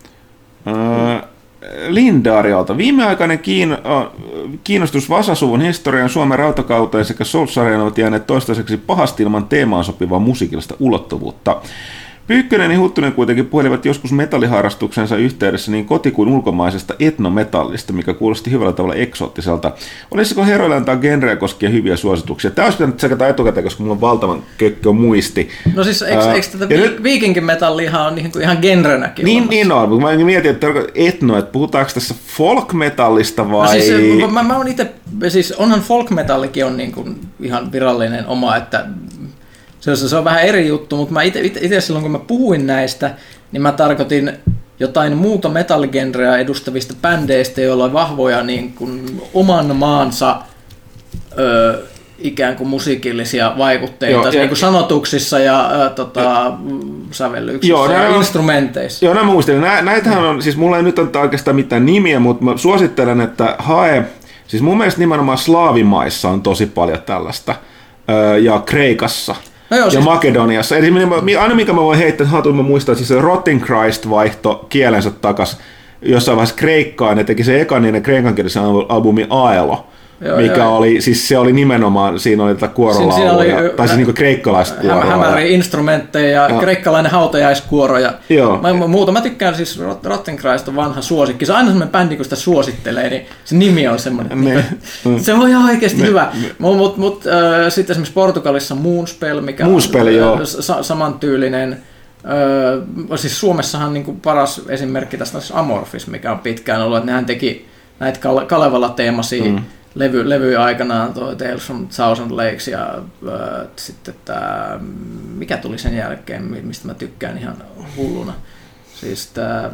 Öö, Lindarialta. Viimeaikainen kiinnostus Vasasuvun historian, Suomen rautakauteen sekä Souls-sarjan ovat jääneet toistaiseksi pahasti ilman teemaan sopivaa musiikillista ulottuvuutta. Pyykkönen ja Huttunen kuitenkin puhelivat joskus metalliharrastuksensa yhteydessä niin koti- kuin ulkomaisesta etnometallista, mikä kuulosti hyvällä tavalla eksoottiselta. Olisiko herroilla antaa genreä koskien hyviä suosituksia? Tämä olisi pitänyt tsekata etukäteen, koska mulla on valtavan kökkö muisti. No siis eikö, Ää, eikö tätä vi- viikinkimetallia on niin kuin ihan genrenäkin Niin, olemassa? niin on, mutta mä mietin, että etno, että puhutaanko tässä folk-metallista vai... No siis, mä, mä, mä itse, siis onhan folk-metallikin on niin kuin ihan virallinen oma, että... Se on, se on vähän eri juttu, mutta mä itse silloin kun mä puhuin näistä, niin mä tarkoitin jotain muuta metalligenreä edustavista bändeistä, joilla on vahvoja niin kuin oman maansa ö, ikään kuin musiikillisia vaikutteita joo, niin kuin sanotuksissa ja ö, tota, sävellyksissä joo, ja on, instrumenteissa. Joo, nämä muistelin. Nä, näitähän on, siis mulla ei nyt ole oikeastaan mitään nimiä, mutta mä suosittelen, että hae, siis mun mielestä nimenomaan slaavimaissa on tosi paljon tällaista ö, ja Kreikassa. No joo, ja siis... Makedoniassa. Eli aina mikä mä voin heittää hatun, mä muistan, että siis Rotting Christ vaihto kielensä takas jossain vaiheessa Kreikkaan, ne teki se ekan niiden kreikankielisen albumi Aelo, joo, mikä joo. oli, siis se oli nimenomaan, siinä oli tätä kuorolauluja, tai siis niinku kreikkalaista kuoroa. Hämäriä instrumentteja ja, ja kreikkalainen hautajaiskuoro. Ja mä, muuta mä tykkään siis Rotting Christ on vanha suosikki. Se on aina semmoinen bändi, kun sitä suosittelee, niin se nimi on semmoinen, ne, niin, se on ihan oikeasti ne, hyvä. Mutta mut, mut, äh, sitten esimerkiksi Portugalissa Moonspell, mikä Moonspell, on äh, sa- samantyylinen. Öö, siis Suomessahan niin kuin paras esimerkki tästä on siis Amorphis, mikä on pitkään ollut, että nehän teki näitä Kalevala-teemaisia mm. levy, levyjä aikanaan, tuo Tales from Thousand Lakes ja öö, sitten tämä, mikä tuli sen jälkeen, mistä mä tykkään ihan hulluna. Siis tämä,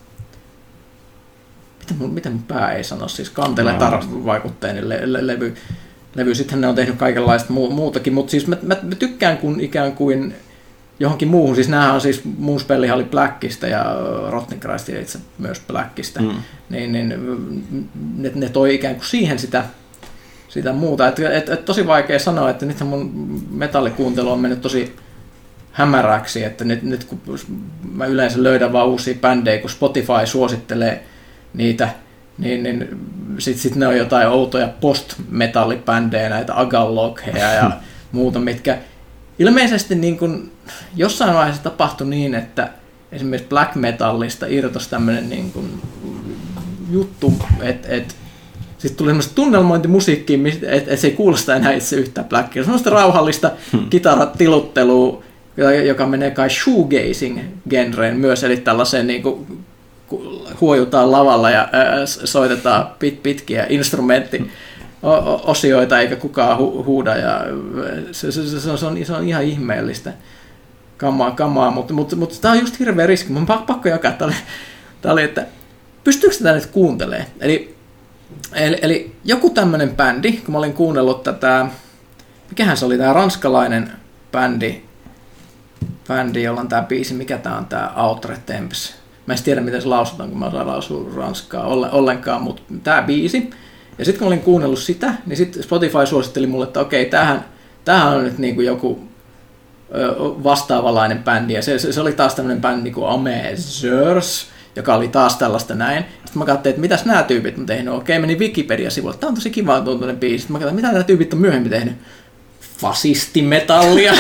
mitä mun, mitä mun pää ei sano, siis Kantele-tar-vaikutteinen le, le, levy. levy. Sittenhän ne on tehnyt kaikenlaista mu- muutakin, mutta siis mä, mä, mä tykkään kun ikään kuin johonkin muuhun, siis näähän on siis Moonspellihan oli Blackista ja Rotten Christ itse myös Blackista, mm. niin, niin ne, ne toi ikään kuin siihen sitä, sitä muuta. Et, et, et tosi vaikea sanoa, että nythän mun metallikuuntelu on mennyt tosi hämäräksi, että nyt, nyt kun mä yleensä löydän vaan uusia bändejä, kun Spotify suosittelee niitä, niin, niin sitten sit ne on jotain outoja post-metallibändejä, näitä Agalogheja ja muuta, mitkä ilmeisesti niin kun jossain vaiheessa tapahtui niin, että esimerkiksi black metallista irtosi tämmöinen niin kun juttu, että et, sitten tuli semmoista tunnelmointimusiikkia, että et se ei kuulosta enää itse yhtään blackia. Semmoista rauhallista hmm. kitaratiluttelua, joka menee kai shoegazing-genreen myös, eli tällaiseen niin kun huojutaan lavalla ja ää, soitetaan pit, pitkiä instrumenttiosioita eikä kukaan hu, huuda. Ja se, se, se, se, on, se on ihan ihmeellistä kamaa, kamaa mutta, mutta, mutta tämä on just hirveä riski. Mun on pakko jakaa. Tämä oli, tämä oli, että pystyykö sitä nyt kuuntelemaan? Eli, eli, eli joku tämmöinen bändi, kun mä olin kuunnellut tätä, mikähän se oli, tämä ranskalainen bändi, bändi, jolla on tämä biisi, mikä tämä on, tämä Outre Temps. Mä en tiedä, miten se lausutaan, kun mä osaan lausua ranskaa ollenkaan, mutta tämä biisi. Ja sitten kun olin kuunnellut sitä, niin sitten Spotify suositteli mulle, että okei, tämähän, tämähän on nyt niinku joku ö, vastaavalainen bändi. Ja se, se, se oli taas tämmöinen bändi kuin Amazers, joka oli taas tällaista näin. Sitten mä katsoin, että mitäs nämä tyypit on tehnyt. Okei, menin Wikipedia-sivuille. Tämä on tosi kiva tuntuinen biisi. Sitten mä katsoin, mitä nämä tyypit on myöhemmin tehnyt. Fasistimetallia.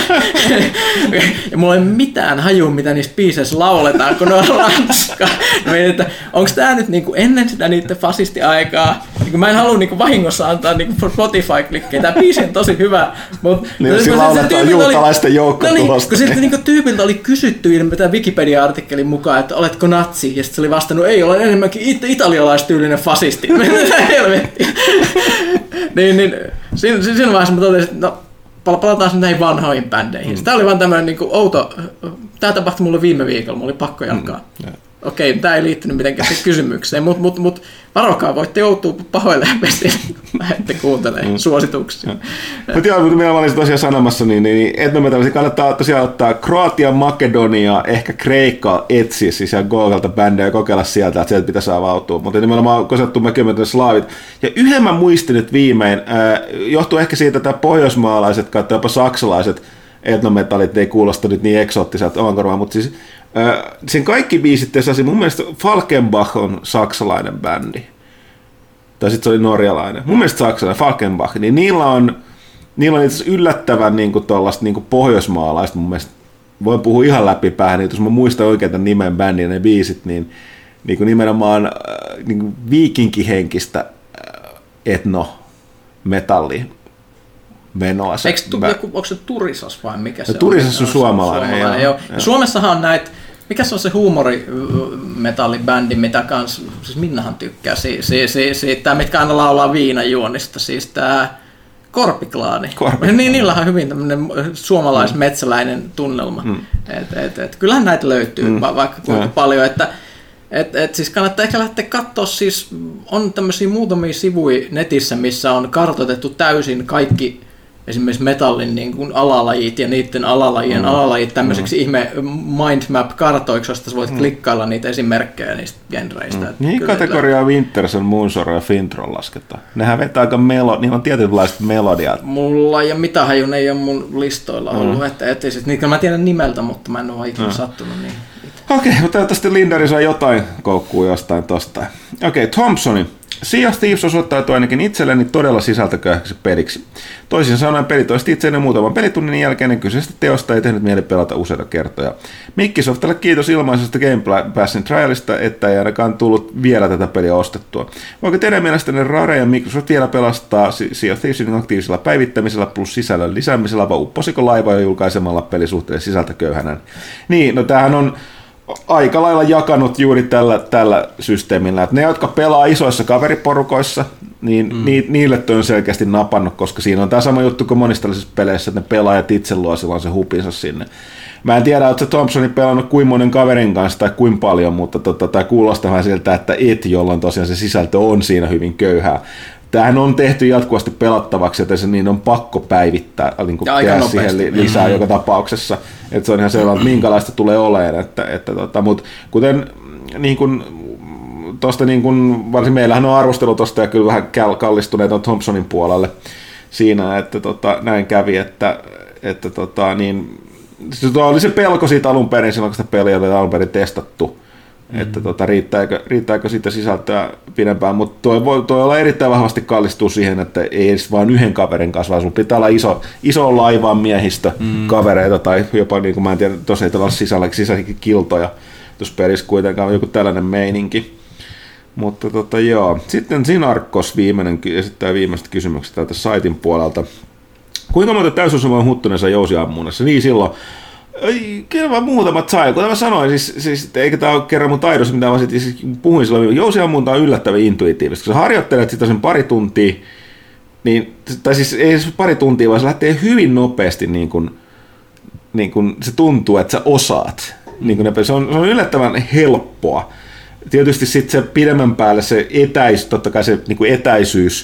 Ja mulla ei mitään hajua, mitä niissä biiseissä lauletaan, kun ne on ranska. Onko tämä nyt niinku ennen sitä niiden fasistiaikaa? Niinku mä en halua niinku vahingossa antaa niinku Spotify-klikkejä. Tämä biisi on tosi hyvä. Mut, niin jos lauletaan juutalaisten joukko no niin, kun sitten niinku tyypiltä oli kysytty tämän Wikipedia-artikkelin mukaan, että oletko natsi? Ja sitten se oli vastannut, ei, olen enemmänkin it- italialaistyylinen fasisti. Helvetti. niin, niin, siinä, siinä vaiheessa mä totesin, että no, palataan sitten näihin vanhoihin bändeihin. Mm. Tämä oli vaan tämmöinen niin kuin outo, tämä tapahtui mulle viime viikolla, mulla oli pakko jatkaa. Mm. Okei, tämä ei liittynyt mitenkään kysymykseen, mutta mut, mut, varokaa, voitte joutua pahoille vesiin, lähdette kuuntelemaan mm. suosituksia. Mutta joo, mutta minä olin tosiaan sanomassa, niin, niin etnometallisia kannattaa tosiaan ottaa Kroatia, Makedonia, ehkä Kreikka etsiä, siis ihan googlata bändejä ja kokeilla sieltä, että sieltä pitäisi avautua. Mutta nimenomaan kosattu Makedonia slaavit. Ja yhden mä muistin nyt viimein, äh, johtuu ehkä siitä, että pohjoismaalaiset tai jopa saksalaiset etnometallit ei kuulosta nyt niin eksoottiselta oman korvaan, mutta siis Äh, sen kaikki biisit tesasi, mun mielestä Falkenbach on saksalainen bändi. Tai sitten se oli norjalainen. Mun mielestä saksalainen, Falkenbach. Niin niillä on, niillä on itse yllättävän niin kuin tollaista niin kuin pohjoismaalaista. Mun mielestä voin puhua ihan läpi päähän, niin jos mä muistan oikein tämän nimen bändin ja ne biisit, niin, niin kuin nimenomaan äh, niin kuin viikinkihenkistä äh, etnometallia. Menoa. Se, Eikö tu, joku, onko se Turisas vai mikä se on? Turisas on suomalainen. suomalainen joo. Joo. Suomessahan on näitä, mikä se on se huumorimetallibändi, mitä kans, siis Minnahan tykkää si, si, si, siitä, mitkä aina laulaa viinajuonista, siis tää Korpiklaani. Korpiklaani. Niin, niillähän on hyvin tämmöinen suomalaismetsäläinen tunnelma. Mm. Et, et, et, kyllähän näitä löytyy, mm. vaikka kuinka mm. paljon, että et, et, siis kannattaa ehkä lähteä katsoa, siis on tämmöisiä muutamia sivuja netissä, missä on kartoitettu täysin kaikki esimerkiksi metallin niin kuin alalajit ja niiden alalajien mm. alalajit tämmöiseksi mm. ihme mindmap-kartoiksi, josta sä voit mm. klikkailla niitä esimerkkejä niistä genreistä. Mm. Niin kategoriaa Winterson, Moonsorrow ja Fintron lasketaan. Nehän vetää aika melo, niillä on tietynlaiset melodiat. Mulla ja mitä hajun ei ole mun listoilla ollut. Mm. Että, että, että, niitä mä tiedän nimeltä, mutta mä en ole ikinä mm. sattunut niin. Okei, okay, mutta toivottavasti Lindari saa jotain koukkuu jostain tosta. Okei, okay, Thompsoni. Sea of Thieves osoittautui ainakin itselleni todella sisältököyhäksi peliksi. Toisin sanoen peli toisti itseäni muutaman pelitunnin jälkeen kyseisestä teosta ei tehnyt mieli pelata useita kertoja. Microsoftille kiitos ilmaisesta Game Passin trialista, että ei ainakaan tullut vielä tätä peliä ostettua. Voiko teidän mielestänne Rare ja Microsoft vielä pelastaa Sea of Thievesin aktiivisella päivittämisellä plus sisällön lisäämisellä, vai upposiko laiva jo julkaisemalla peli suhteen sisältököyhänä? Niin, no tämähän on aika lailla jakanut juuri tällä, tällä systeemillä. Että ne, jotka pelaa isoissa kaveriporukoissa, niin mm. ni, niille on selkeästi napannut, koska siinä on tämä sama juttu kuin monissa tällaisissa peleissä, että ne pelaajat itse luo silloin se hupinsa sinne. Mä en tiedä, oletko Thompsoni pelannut kuin monen kaverin kanssa tai kuin paljon, mutta tota, tämä kuulostaa vähän siltä, että et, jolloin tosiaan se sisältö on siinä hyvin köyhää. Tämähän on tehty jatkuvasti pelattavaksi, joten se niin on pakko päivittää, niin kuin tehdä siihen lisää mm-hmm. joka tapauksessa. Että se on ihan selvä, että minkälaista tulee olemaan. Että, että, tota, mutta kuten niin kuin, tosta, niin kuin, varsin meillähän on arvostelu tuosta ja kyllä vähän kallistuneet on Thompsonin puolelle siinä, että tota, näin kävi, että, että tota, niin, se oli se pelko siitä alun perin silloin, kun sitä peliä oli alun perin testattu. Mm. Että tota, riittääkö, riittääkö sitä sisältöä pidempään, mutta toi voi toi olla erittäin vahvasti kallistua siihen, että ei edes vain yhden kaverin kanssa, vaan sulla pitää olla iso, iso laivaan miehistö mm. kavereita tai jopa, niin kuin mä en tiedä, tosiaan ei olla sisällä sisäisikin kiltoja, jos pelissä kuitenkaan on joku tällainen meininki. Mutta tota, joo. Sitten Sinarkos viimeinen esittää viimeiset kysymykset täältä saitin puolelta. Kuinka monta täysosuma Huttunen sai jousiammunnassa? Niin silloin. Ei, kyllä vaan muutamat sai. Kuten mä sanoin, siis, siis eikä tämä ole kerran mun taidossa, mitä mä sitten siis puhuin silloin, jousiammunta on yllättävän intuitiivista. Kun sä harjoittelet sitä sen pari tuntia, niin, tai siis ei se pari tuntia, vaan se lähtee hyvin nopeasti, niin kuin, niin kuin se tuntuu, että sä osaat. Niin kuin se, on, se on yllättävän helppoa. Tietysti sitten se pidemmän päälle se etäisyys, totta kai se niin kuin etäisyys,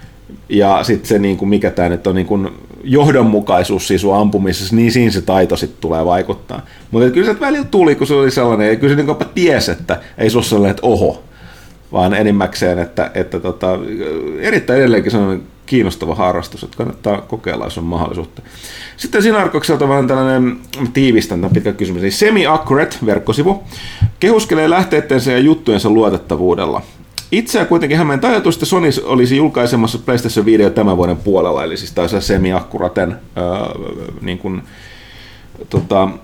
ja sitten se, niin kuin mikä tämä nyt on, niin kuin johdonmukaisuus siis sun ampumisessa, niin siinä se taito sitten tulee vaikuttaa. Mutta kyllä se välillä tuli, kun se oli sellainen, ja kyllä se niin kuin ties, että ei se ole sellainen, että oho, vaan enimmäkseen, että, että tota, erittäin edelleenkin sellainen kiinnostava harrastus, että kannattaa kokeilla, jos on mahdollisuutta. Sitten Sinarkokselta vähän tällainen tiivistän tämän pitkän kysymys. Eli Semi-Accurate verkkosivu kehuskelee lähteitteensä ja juttujensa luotettavuudella. Itseä kuitenkin hämeen ajatus, että Sony olisi julkaisemassa PlayStation video tämän vuoden puolella, eli siis tämä Semi-Accuraten äh, niin kuin, tota, äh,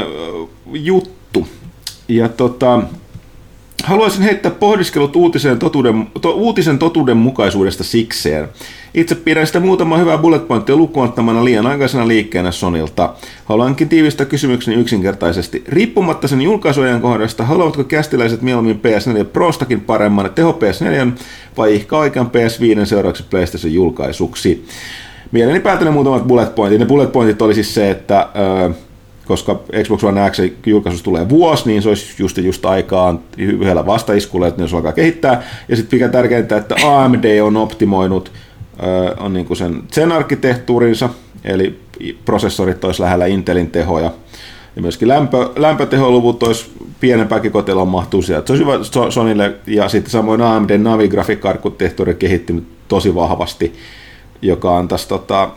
juttu. Ja tota, haluaisin heittää pohdiskelut uutisen totuuden, to, uutisen totuuden mukaisuudesta sikseen. Itse pidän sitä muutama hyvää bullet pointtia lukuun ottamana liian aikaisena liikkeenä Sonylta. Haluankin tiivistää kysymykseni yksinkertaisesti. Riippumatta sen julkaisuajan kohdasta, haluavatko kästiläiset mieluummin P S neljä Prostakin paremman teho P S neljä vai ihka oikean P S viisi seuraavaksi PlayStation julkaisuksi? Mieleni päätän muutamat bullet pointit. Ne bullet pointit oli siis se, että äh, koska Xbox One X julkaisuus tulee vuosi, niin se olisi just just aikaan yhdellä vastaiskulla, että ne olisi alkaa kehittää. Ja sitten mikä tärkeintä, että A M D on optimoinut on niin kuin sen Zen-arkkitehtuurinsa, eli prosessorit olisi lähellä Intelin tehoja, ja myöskin lämpö, lämpöteholuvut olisi pienempääkin kotilaan mahtuu sieltä. Se olisi hyvä Sonylle, ja sitten samoin A M D Navi-grafiikka-arkkitehtuuri kehittynyt tosi vahvasti, joka antaisi tota,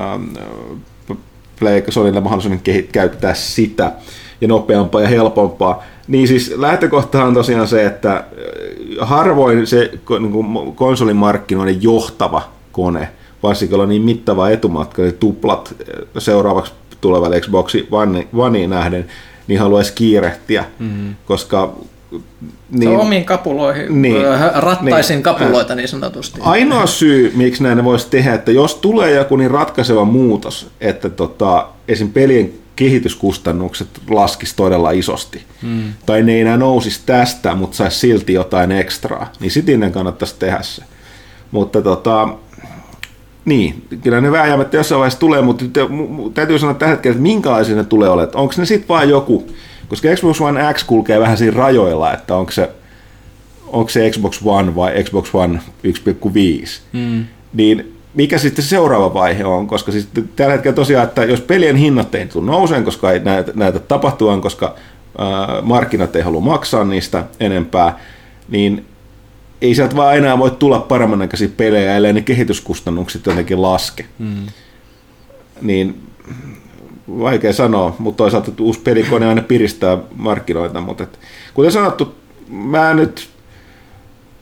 Play Sonylle mahdollisuuden kehit- käyttää sitä, ja nopeampaa ja helpompaa. Niin siis lähtökohtahan on tosiaan se, että harvoin se niin konsolimarkkinoiden johtava kone, varsinkin on niin mittava etumatka, eli tuplat seuraavaksi tulevalle Xboxi Oneen nähden, niin haluaisi kiirehtiä, mm-hmm. koska niin, se on omiin kapuloihin, niin, rattaisin niin, kapuloita niin sanotusti. Ainoa syy, miksi näin voisi tehdä, että jos tulee joku niin ratkaiseva muutos, että tota, esim. Pelien kehityskustannukset laskisi todella isosti, hmm. tai ne ei enää nousisi tästä, mutta saisi silti jotain ekstraa, niin sitten kannattaisi tehdä se. Mutta tota, niin, kyllä ne vääjäämättä jossain vaiheessa tulee, mutta täytyy sanoa tällä hetkellä, että minkälaisia ne tulee olemaan. Onko ne sitten vaan joku, koska Xbox One X kulkee vähän siinä rajoilla, että onko se, onko se Xbox One vai Xbox One yksi pilkku viisi, hmm. niin mikä sitten se seuraava vaihe on, koska siis tällä hetkellä tosiaan, että jos pelien hinnat ei tule nouseen, koska ei näytä, näytä tapahtuvan, koska ää, markkinat ei halua maksaa niistä enempää, niin ei sieltä vaan enää voi tulla paremman näköisiä pelejä, ellei ne kehityskustannukset jotenkin laske. Mm. Niin vaikea sanoa, mutta toisaalta uusi pelikone aina piristää markkinoita, mutta et, kuten sanottu, mä nyt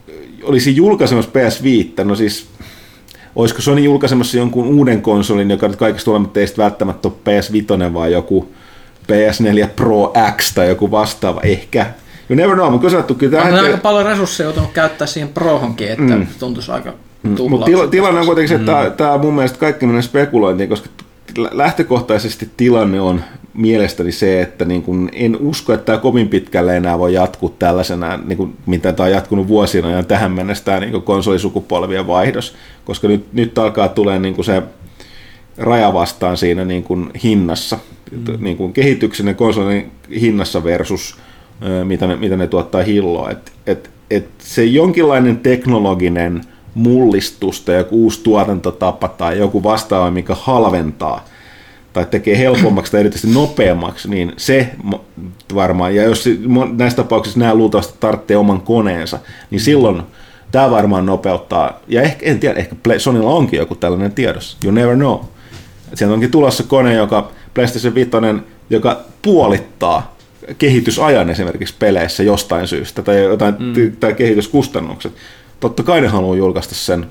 olisi julkaisemassa P S viisi, no siis olisiko Sony julkaisemassa jonkun uuden konsolin, joka nyt kaikista olematta ei välttämättä ole P S viisi, vaan joku P S neljä Pro X tai joku vastaava ehkä. You never know, mutta kun kyllä on hetkellä... aika paljon resursseja joutunut käyttää siihen Prohonkin, että mm. tuntuisi aika tuhlaukselta. Mutta tila, tilanne on kuitenkin se, että mm. tämä on mun mielestä kaikki menee spekulointiin, koska lähtökohtaisesti tilanne on mielestäni se, että niin kun en usko, että tämä kovin pitkälle enää voi jatkuu tällaisena, niin kun, mitä tämä on jatkunut vuosina ajan tähän mennessä tämä niin konsolisukupolvien vaihdos, koska nyt, nyt alkaa tulee niin kun se raja vastaan siinä niin kun hinnassa, mm. niin kun kehityksen ja konsolin hinnassa versus mitä ne, mitä ne tuottaa hilloa. Et, et, et se jonkinlainen teknologinen mullistus tai joku uusi tuotantotapa tai joku vastaava, mikä halventaa tai tekee helpommaksi tai erityisesti nopeammaksi, niin se varmaan, ja jos näissä tapauksissa nämä luultavasti tarvitsee oman koneensa, niin silloin tämä varmaan nopeuttaa, ja ehkä, en tiedä, ehkä Sonylla onkin joku tällainen tiedossa, you never know. Et sieltä onkin tulossa kone, joka PlayStation viisi, joka puolittaa kehitysajan esimerkiksi peleissä jostain syystä, tai, jotain, mm. tai kehityskustannukset. Totta kai ne haluaa julkaista sen,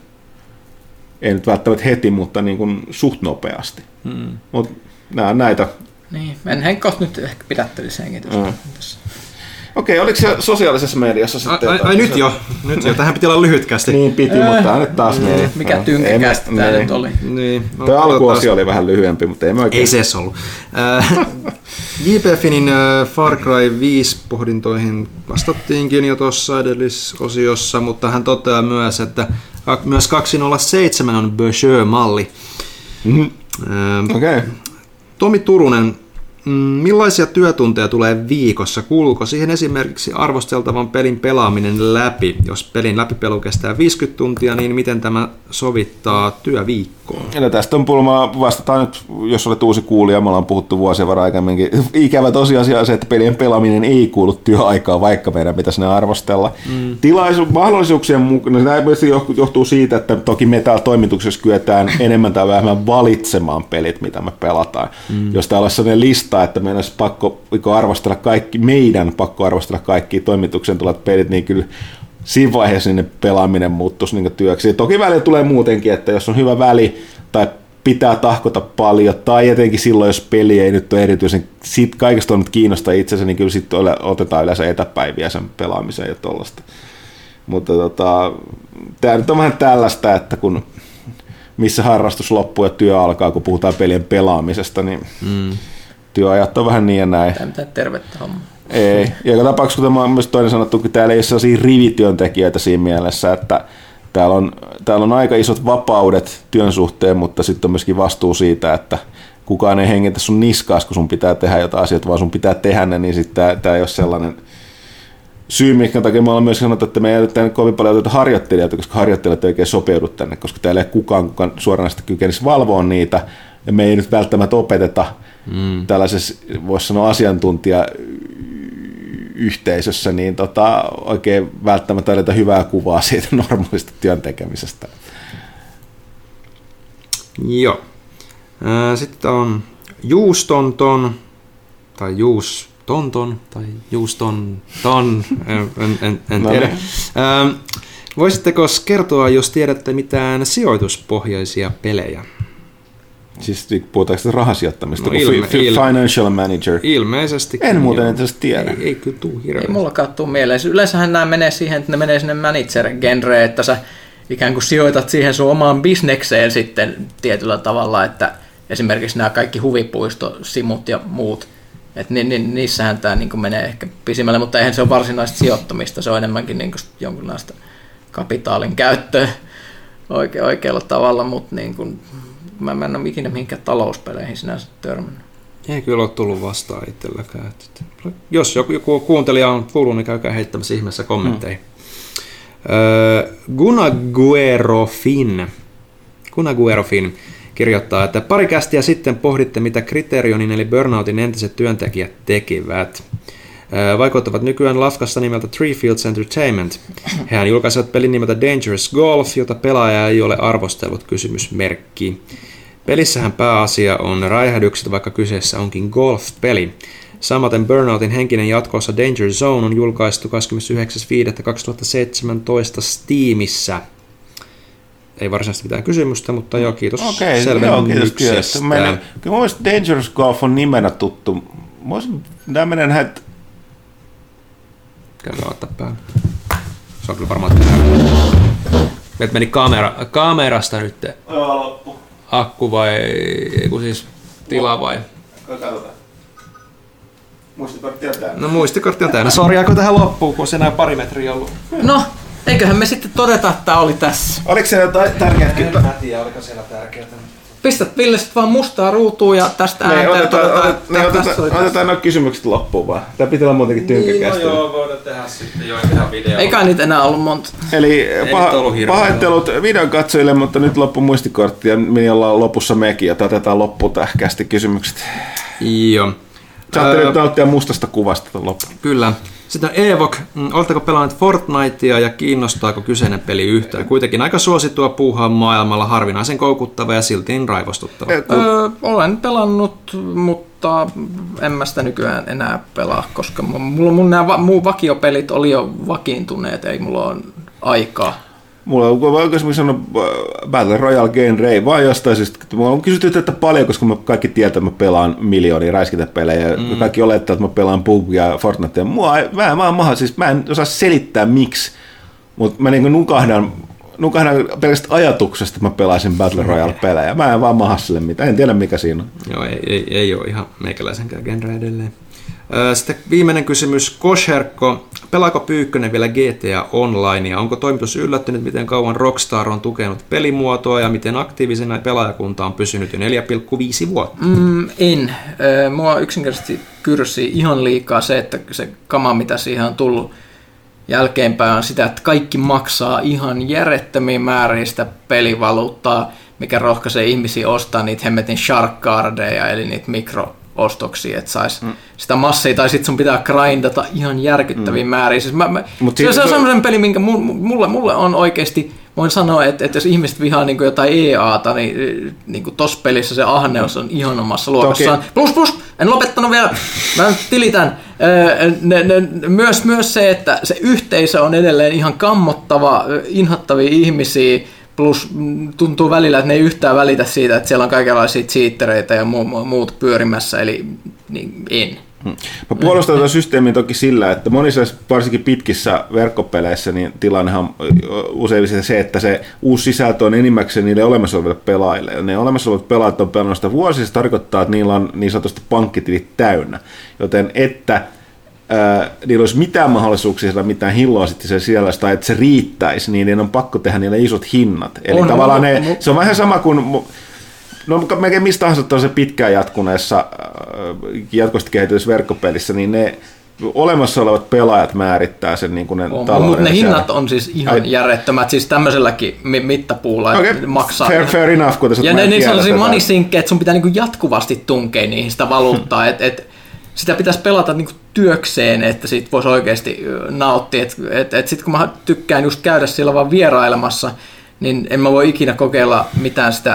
ei nyt välttämättä heti, mutta niin kuin suht nopeasti. Mm. Mutta nämä näitä. Niin, en henkkoht nyt ehkä pidättelisi senkin mm. tässä. Okei, oliko se sosiaalisessa mediassa sitten? Ai, ai nyt jo, nyt jo. Tähän piti olla lyhytkästi. Niin piti, äh, mutta nyt taas niin. meni. Mikä tynkäkästi tämä nyt oli. Niin. No, tuo alkuosio oli vähän lyhyempi, mutta ei me oikein. Ei se edes ollut. Äh, J P Finin äh, Far Cry viisi pohdintoihin vastattiinkin jo tuossa edellisosiossa, mutta hän toteaa myös, että myös kaksisataaseitsemän on Berger-malli. Mm-hmm. Äh, Okei. Okay. Tomi Turunen, millaisia työtunteja tulee viikossa? Kuuluuko siihen esimerkiksi arvosteltavan pelin pelaaminen läpi? Jos pelin läpipelu kestää viisikymmentä tuntia, niin miten tämä sovittaa työviikkoon? Ja tästä on pulmaa, vastataan nyt, jos olet uusi kuulija, me ollaan puhuttu vuosien varaan aikaisemmin. Ikävä tosiasia on se, että pelien pelaaminen ei kuulu työaikaan, vaikka meidän pitäisi ne arvostella. Mm. Tilaisu, mahdollisuuksien mukaan, no, tämä johtuu siitä, että toki me täällä toimituksessa kyetään enemmän tai vähemmän valitsemaan pelit, mitä me pelataan. Mm. Jos täällä olisi sellainen lista, että meidän olisi pakko arvostella kaikki, meidän pakko arvostella kaikki toimituksen tulevat pelit, niin kyllä siinä vaiheessa niin pelaaminen muuttuisi niin työksi. Ja toki välillä tulee muutenkin, että jos on hyvä väli tai pitää tahkota paljon, tai etenkin silloin, jos peli ei nyt ole erityisen, sit kaikesta on nyt kiinnostaa itsensä, niin kyllä sitten otetaan yleensä etäpäiviä sen pelaamiseen ja tollaista. Mutta tota, tämä nyt on vähän tällaista, että kun missä harrastus loppuu ja työ alkaa, kun puhutaan pelien pelaamisesta, niin mm. työajat on vähän niin ja näin. Tämä mitään tervettä hommaa. Ei. Ja joka tapauksessa, kuten mä oon myös toinen sanottu, kun täällä ei ole sellaisia rivityöntekijöitä siinä mielessä, että täällä on, täällä on aika isot vapaudet työn suhteen, mutta sitten on myöskin vastuu siitä, että kukaan ei hengitä sun niskaas, kun sun pitää tehdä jotain asioita, vaan sun pitää tehdä ne, niin sitten tämä ei ole sellainen syy, minkä takia me ollaan myös sanottu, että me ei ole tänne kovin paljon oteta harjoittelijoita, koska harjoittelijat ei oikein sopeudu tänne, koska täällä ei kukaan, kukaan suoranaisesti kykenisi valvoa niitä, ja me ei nyt välttämättä opeteta mm. tällaisessa, voisi sanoa, asiantuntijayhteisössä, niin tota, oikein välttämättä odeta hyvää kuvaa siitä normaalista työn tekemisestä. Joo. Sitten on juustonton, tai juustonton, tai juustonton, en, en, en tiedä. No. Voisitteko kertoa, jos tiedätte mitään sijoituspohjaisia pelejä? Siis puhutaanko rahasijoittamista? No ilme, F- ilme, financial manager. Ilmeisesti. En muuten itse asiassa tiedä. Ei, ei kyllä tule hirveästi. Ei mullakaan tule mieleen. Yleensähän nämä menee siihen, että ne menee sinne manager-genreen, että sä ikään kuin sijoitat siihen sun omaan bisnekseen sitten tietyllä tavalla, että esimerkiksi nämä kaikki huvipuistosimut ja muut, että ni, ni, niissähän tämä niin kuin menee ehkä pisimmälle, mutta eihän se ole varsinaista sijoittamista, se on enemmänkin niin kuin jonkinlaista kapitaalin käyttöä oike, oikealla tavalla, mutta niin kuin mä en ole ikinä mihinkään talouspeleihin sinänsä törmännyt. Ei kyllä ole tullut vastaan itselläkään. Jos joku, joku kuuntelija on kuullut, niin käykää heittämässä ihmeessä kommentteihin. Mm. Öö, Gunaguerofin. Gunaguerofin kirjoittaa, että pari kästiä sitten pohditte, mitä Criterionin eli Burnoutin entiset työntekijät tekivät. Öö, vaikuttavat nykyään lafkassa nimeltä Three Fields Entertainment. Hehän julkaisivat pelin nimeltä Dangerous Golf, jota pelaaja ei ole arvostellut, kysymysmerkki. Pelissähän pääasia on räjähdykset, vaikka kyseessä onkin golf-peli. Samaten Burnoutin henkinen jatkoosa Danger Zone on julkaistu kahdeskymmenesyhdeksäs viidettä kaksituhattaseitsemäntoista Steamissa. Ei varsinaisesti mitään kysymystä, mutta joo, kiitos okay, selvennyksestä. Kyllä mun mielestä Dangerous Golf on nimenä tuttu. Tämä menee nähdä... Käydään ottaa päälle. Se on kyllä varmaan tähän. Meiltä meni kamera, kamerasta nyt. Joo, loppu. Akku vai, eiku siis tila vai? Katsotaan. Muistikortti on täynnä. No muistikortti on täynnä. Sori, jääkö tähän loppuun, kun on enää pari metriä ollut. No, eiköhän me sitten todeta, että tämä oli tässä. Oliko se jotain tärkeät? En mä tiedä, oliko siellä tärkeää. Pistät Ville sitten vaan mustaa ruutuun ja tästä Ne, ääntä. otetaan, todetaan, otetaan, ne, otetaan, otetaan nuo kysymykset loppuun vaan. Tää pitää olla muutenkin tynkäkästä. Niin, no joo, voidaan tehdä sitten jo tehdä video. Eikä niitä enää ollut monta. Eli pah- pahoittelut videon katsojille, mutta nyt loppu muistikortti ja me ollaan lopussa mekin ja otetaan loppuun tähkästi kysymykset. Joo. Saatte öö, nyt nauttia mustasta kuvasta tämän loppuun. Kyllä. Sitten on Evok. Oletteko pelanneet Fortnitea ja kiinnostaako kyseinen peli yhtään? Kuitenkin aika suosittua puuhaa maailmalla, harvinaisen koukuttava ja silti raivostuttava. Öö, olen pelannut, mutta en mä sitä nykyään enää pelaa, koska mulla mun nämä muu vakiopelit oli jo vakiintuneet, ei mulla ole aikaa. Mulla on oikeasti sanonut Battle Royale genre, ei vaan jostain syystä. Mulla on kysytty tätä paljon, koska mä kaikki tietää, että mä pelaan miljoonia räiskintäpelejä ja mm. kaikki olettaa, että mä pelaan P U B G ja Fortnitea. Mua ei, mä, mä, mä, siis mä en osaa selittää miksi, mutta mä niin nukahdan, nukahdan pelkästään ajatuksesta, että mä pelaisin Battle Royale-pelejä. Mä en vaan maha sille mitään, en tiedä mikä siinä on. Joo, ei, ei, ei ole ihan meikäläisenkään genre edelleen. Sitten viimeinen kysymys, Kosherkko. Pelaako Pyykkönen vielä G T A Online ja onko toimitus yllättynyt, miten kauan Rockstar on tukenut pelimuotoa ja miten aktiivisena pelaajakunta on pysynyt jo neljä pilkku viisi vuotta? Mm, en. Mua yksinkertaisesti kyrsi ihan liikaa se, että se kama, mitä siihen on tullut jälkeenpäin, on sitä, että kaikki maksaa ihan järjettömiä määriä sitä pelivaluuttaa, mikä rohkaisee ihmisiä ostaa niitä hemmetin shark cardeja, eli niitä mikro ostoksia, että saisi mm. sitä massia, tai sitten sun pitää grindata ihan järkyttäviä mm. määriä. Siis mä, mä, se, se on semmoinen peli, minkä mulle, mulle on oikeasti, voin sanoa, että, että jos ihmiset vihaa niin jotain E A:ta, niin, niin tossa pelissä se ahneus on ihan omassa luokassaan. Okay. Plus, plus, en lopettanut vielä, mä tilitän. Ne, ne, myös, myös se, että se yhteisö on edelleen ihan kammottava, inhottavia ihmisiä, plus tuntuu välillä, että ne ei yhtään välitä siitä, että siellä on kaikenlaisia cheatereita ja muut pyörimässä, eli niin, en. Mä puolustan tätä systeemiä toki sillä, että monissa varsinkin pitkissä verkkopeleissä niin tilannehan on usein se, että se uusi sisältö on enimmäkseen niille olemassa oleville pelaajille. Ja ne olemassa olevat pelaajat on pelannut sitä vuosia, se tarkoittaa, että niillä on niin sanotusti pankkitilit täynnä. Joten että Äh, niillä olisi mitään mahdollisuuksia saada mitään hilloa sitten siellä, tai että se riittäisi, niin on pakko tehdä niille isot hinnat. Eli on, tavallaan on, ne, on, se on vähän sama kuin, no melkein mistä tahansa se pitkään jatkuneessa, äh, jatkuvasti kehityssä verkkopelissä, niin ne olemassa olevat pelaajat määrittää sen niin kuin ne talouden. Mutta ne hinnat on siis ihan Ai, järjettömät, siis tämmöiselläkin mittapuulla okay, maksaa. Fair, fair enough, kun ja ne, ne sellaisia moneysinkkejä, että sun pitää niin kuin jatkuvasti tunkea niihin sitä valuuttaa, että et, sitä pitäisi pelata niin kuin työkseen, että siitä voisi oikeasti nauttia. Et, et, et sitten kun mä tykkään just käydä siellä vaan vierailemassa, niin en mä voi ikinä kokeilla mitään sitä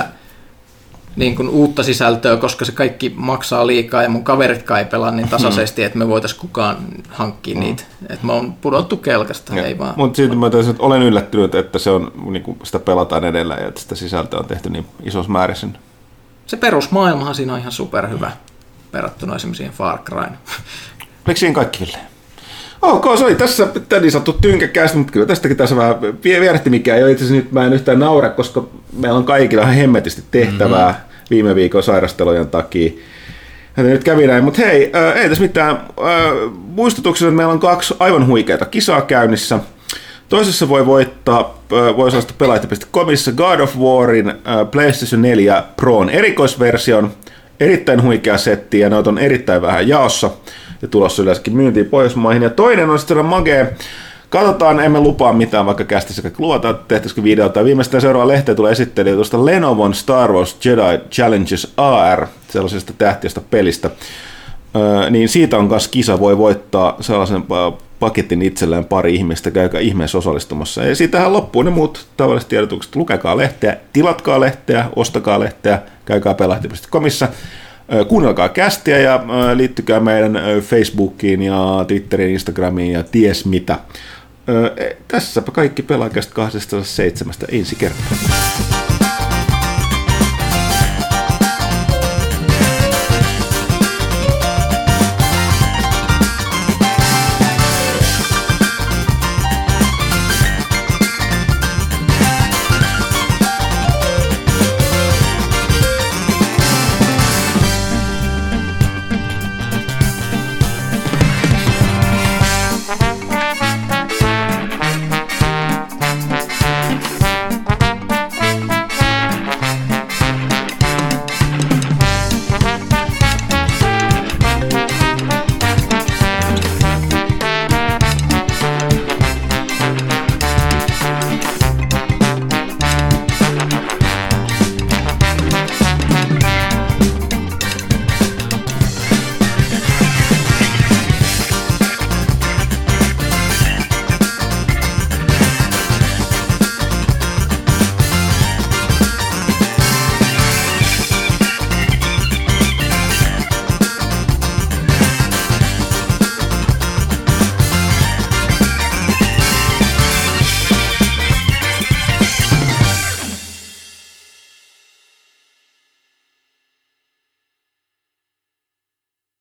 niin kuin uutta sisältöä, koska se kaikki maksaa liikaa ja mun kaveritkaan ei pelaa niin tasaisesti, että me voitaisiin kukaan hankkia niitä. Että mä oon pudottu kelkasta, ei vaan. Mutta siitä mä taisin, että olen yllättynyt, että se on, niin kuin sitä pelataan edelleen ja että sitä sisältöä on tehty niin isossa määrissä. Se perusmaailmahan siinä on ihan superhyvä verrattuna esimerkiksi Far Cryin. Oliko siinä kaikille? Ok, se oli tässä niin sanottu tynkäkästä, mutta kyllä tästäkin tässä vähän vierähti mikään. Jo itse asiassa nyt mä en yhtään naura, koska meillä on kaikilla ihan hemmetisti tehtävää mm-hmm. viime viikon sairastelujen takia. Ja nyt kävi näin, mutta hei, äh, ei tässä mitään. Äh, muistutuksena, että meillä on kaksi aivan huikeata kisaa käynnissä. Toisessa voi voittaa, äh, voi osasta pelaajat piste comissa God of Warin äh, PlayStation neljä Proon erikoisversion. Erittäin huikea setti ja noita on erittäin vähän jaossa ja tulossa yleensäkin myyntiin Pohjoismaihin. Ja toinen on sitten magee. Katsotaan, emme lupaa mitään, vaikka kästissä kaikki luvataan, tehtäisikö videota. Viimeistään seuraava lehteen tulee esittely tuosta Lenovon Star Wars Jedi Challenges A R, sellaisesta tähtiöstä pelistä. Öö, niin siitä on myös kisa, voi voittaa sellaisen paketin itselleen pari ihmistä, käykää ihmeessä osallistumassa. Ja siitähän loppuu ne muut tavalliset tiedotukset. Lukekaa lehteä, tilatkaa lehteä, ostakaa lehteä, käykää pelaajat piste comissa. Kuunnelkaa kästiä ja liittykää meidän Facebookiin ja Twitteriin, Instagramiin ja ties mitä. Tässäpä kaikki Pelaajakästä kaksisataaseitsemän ensi kertaa.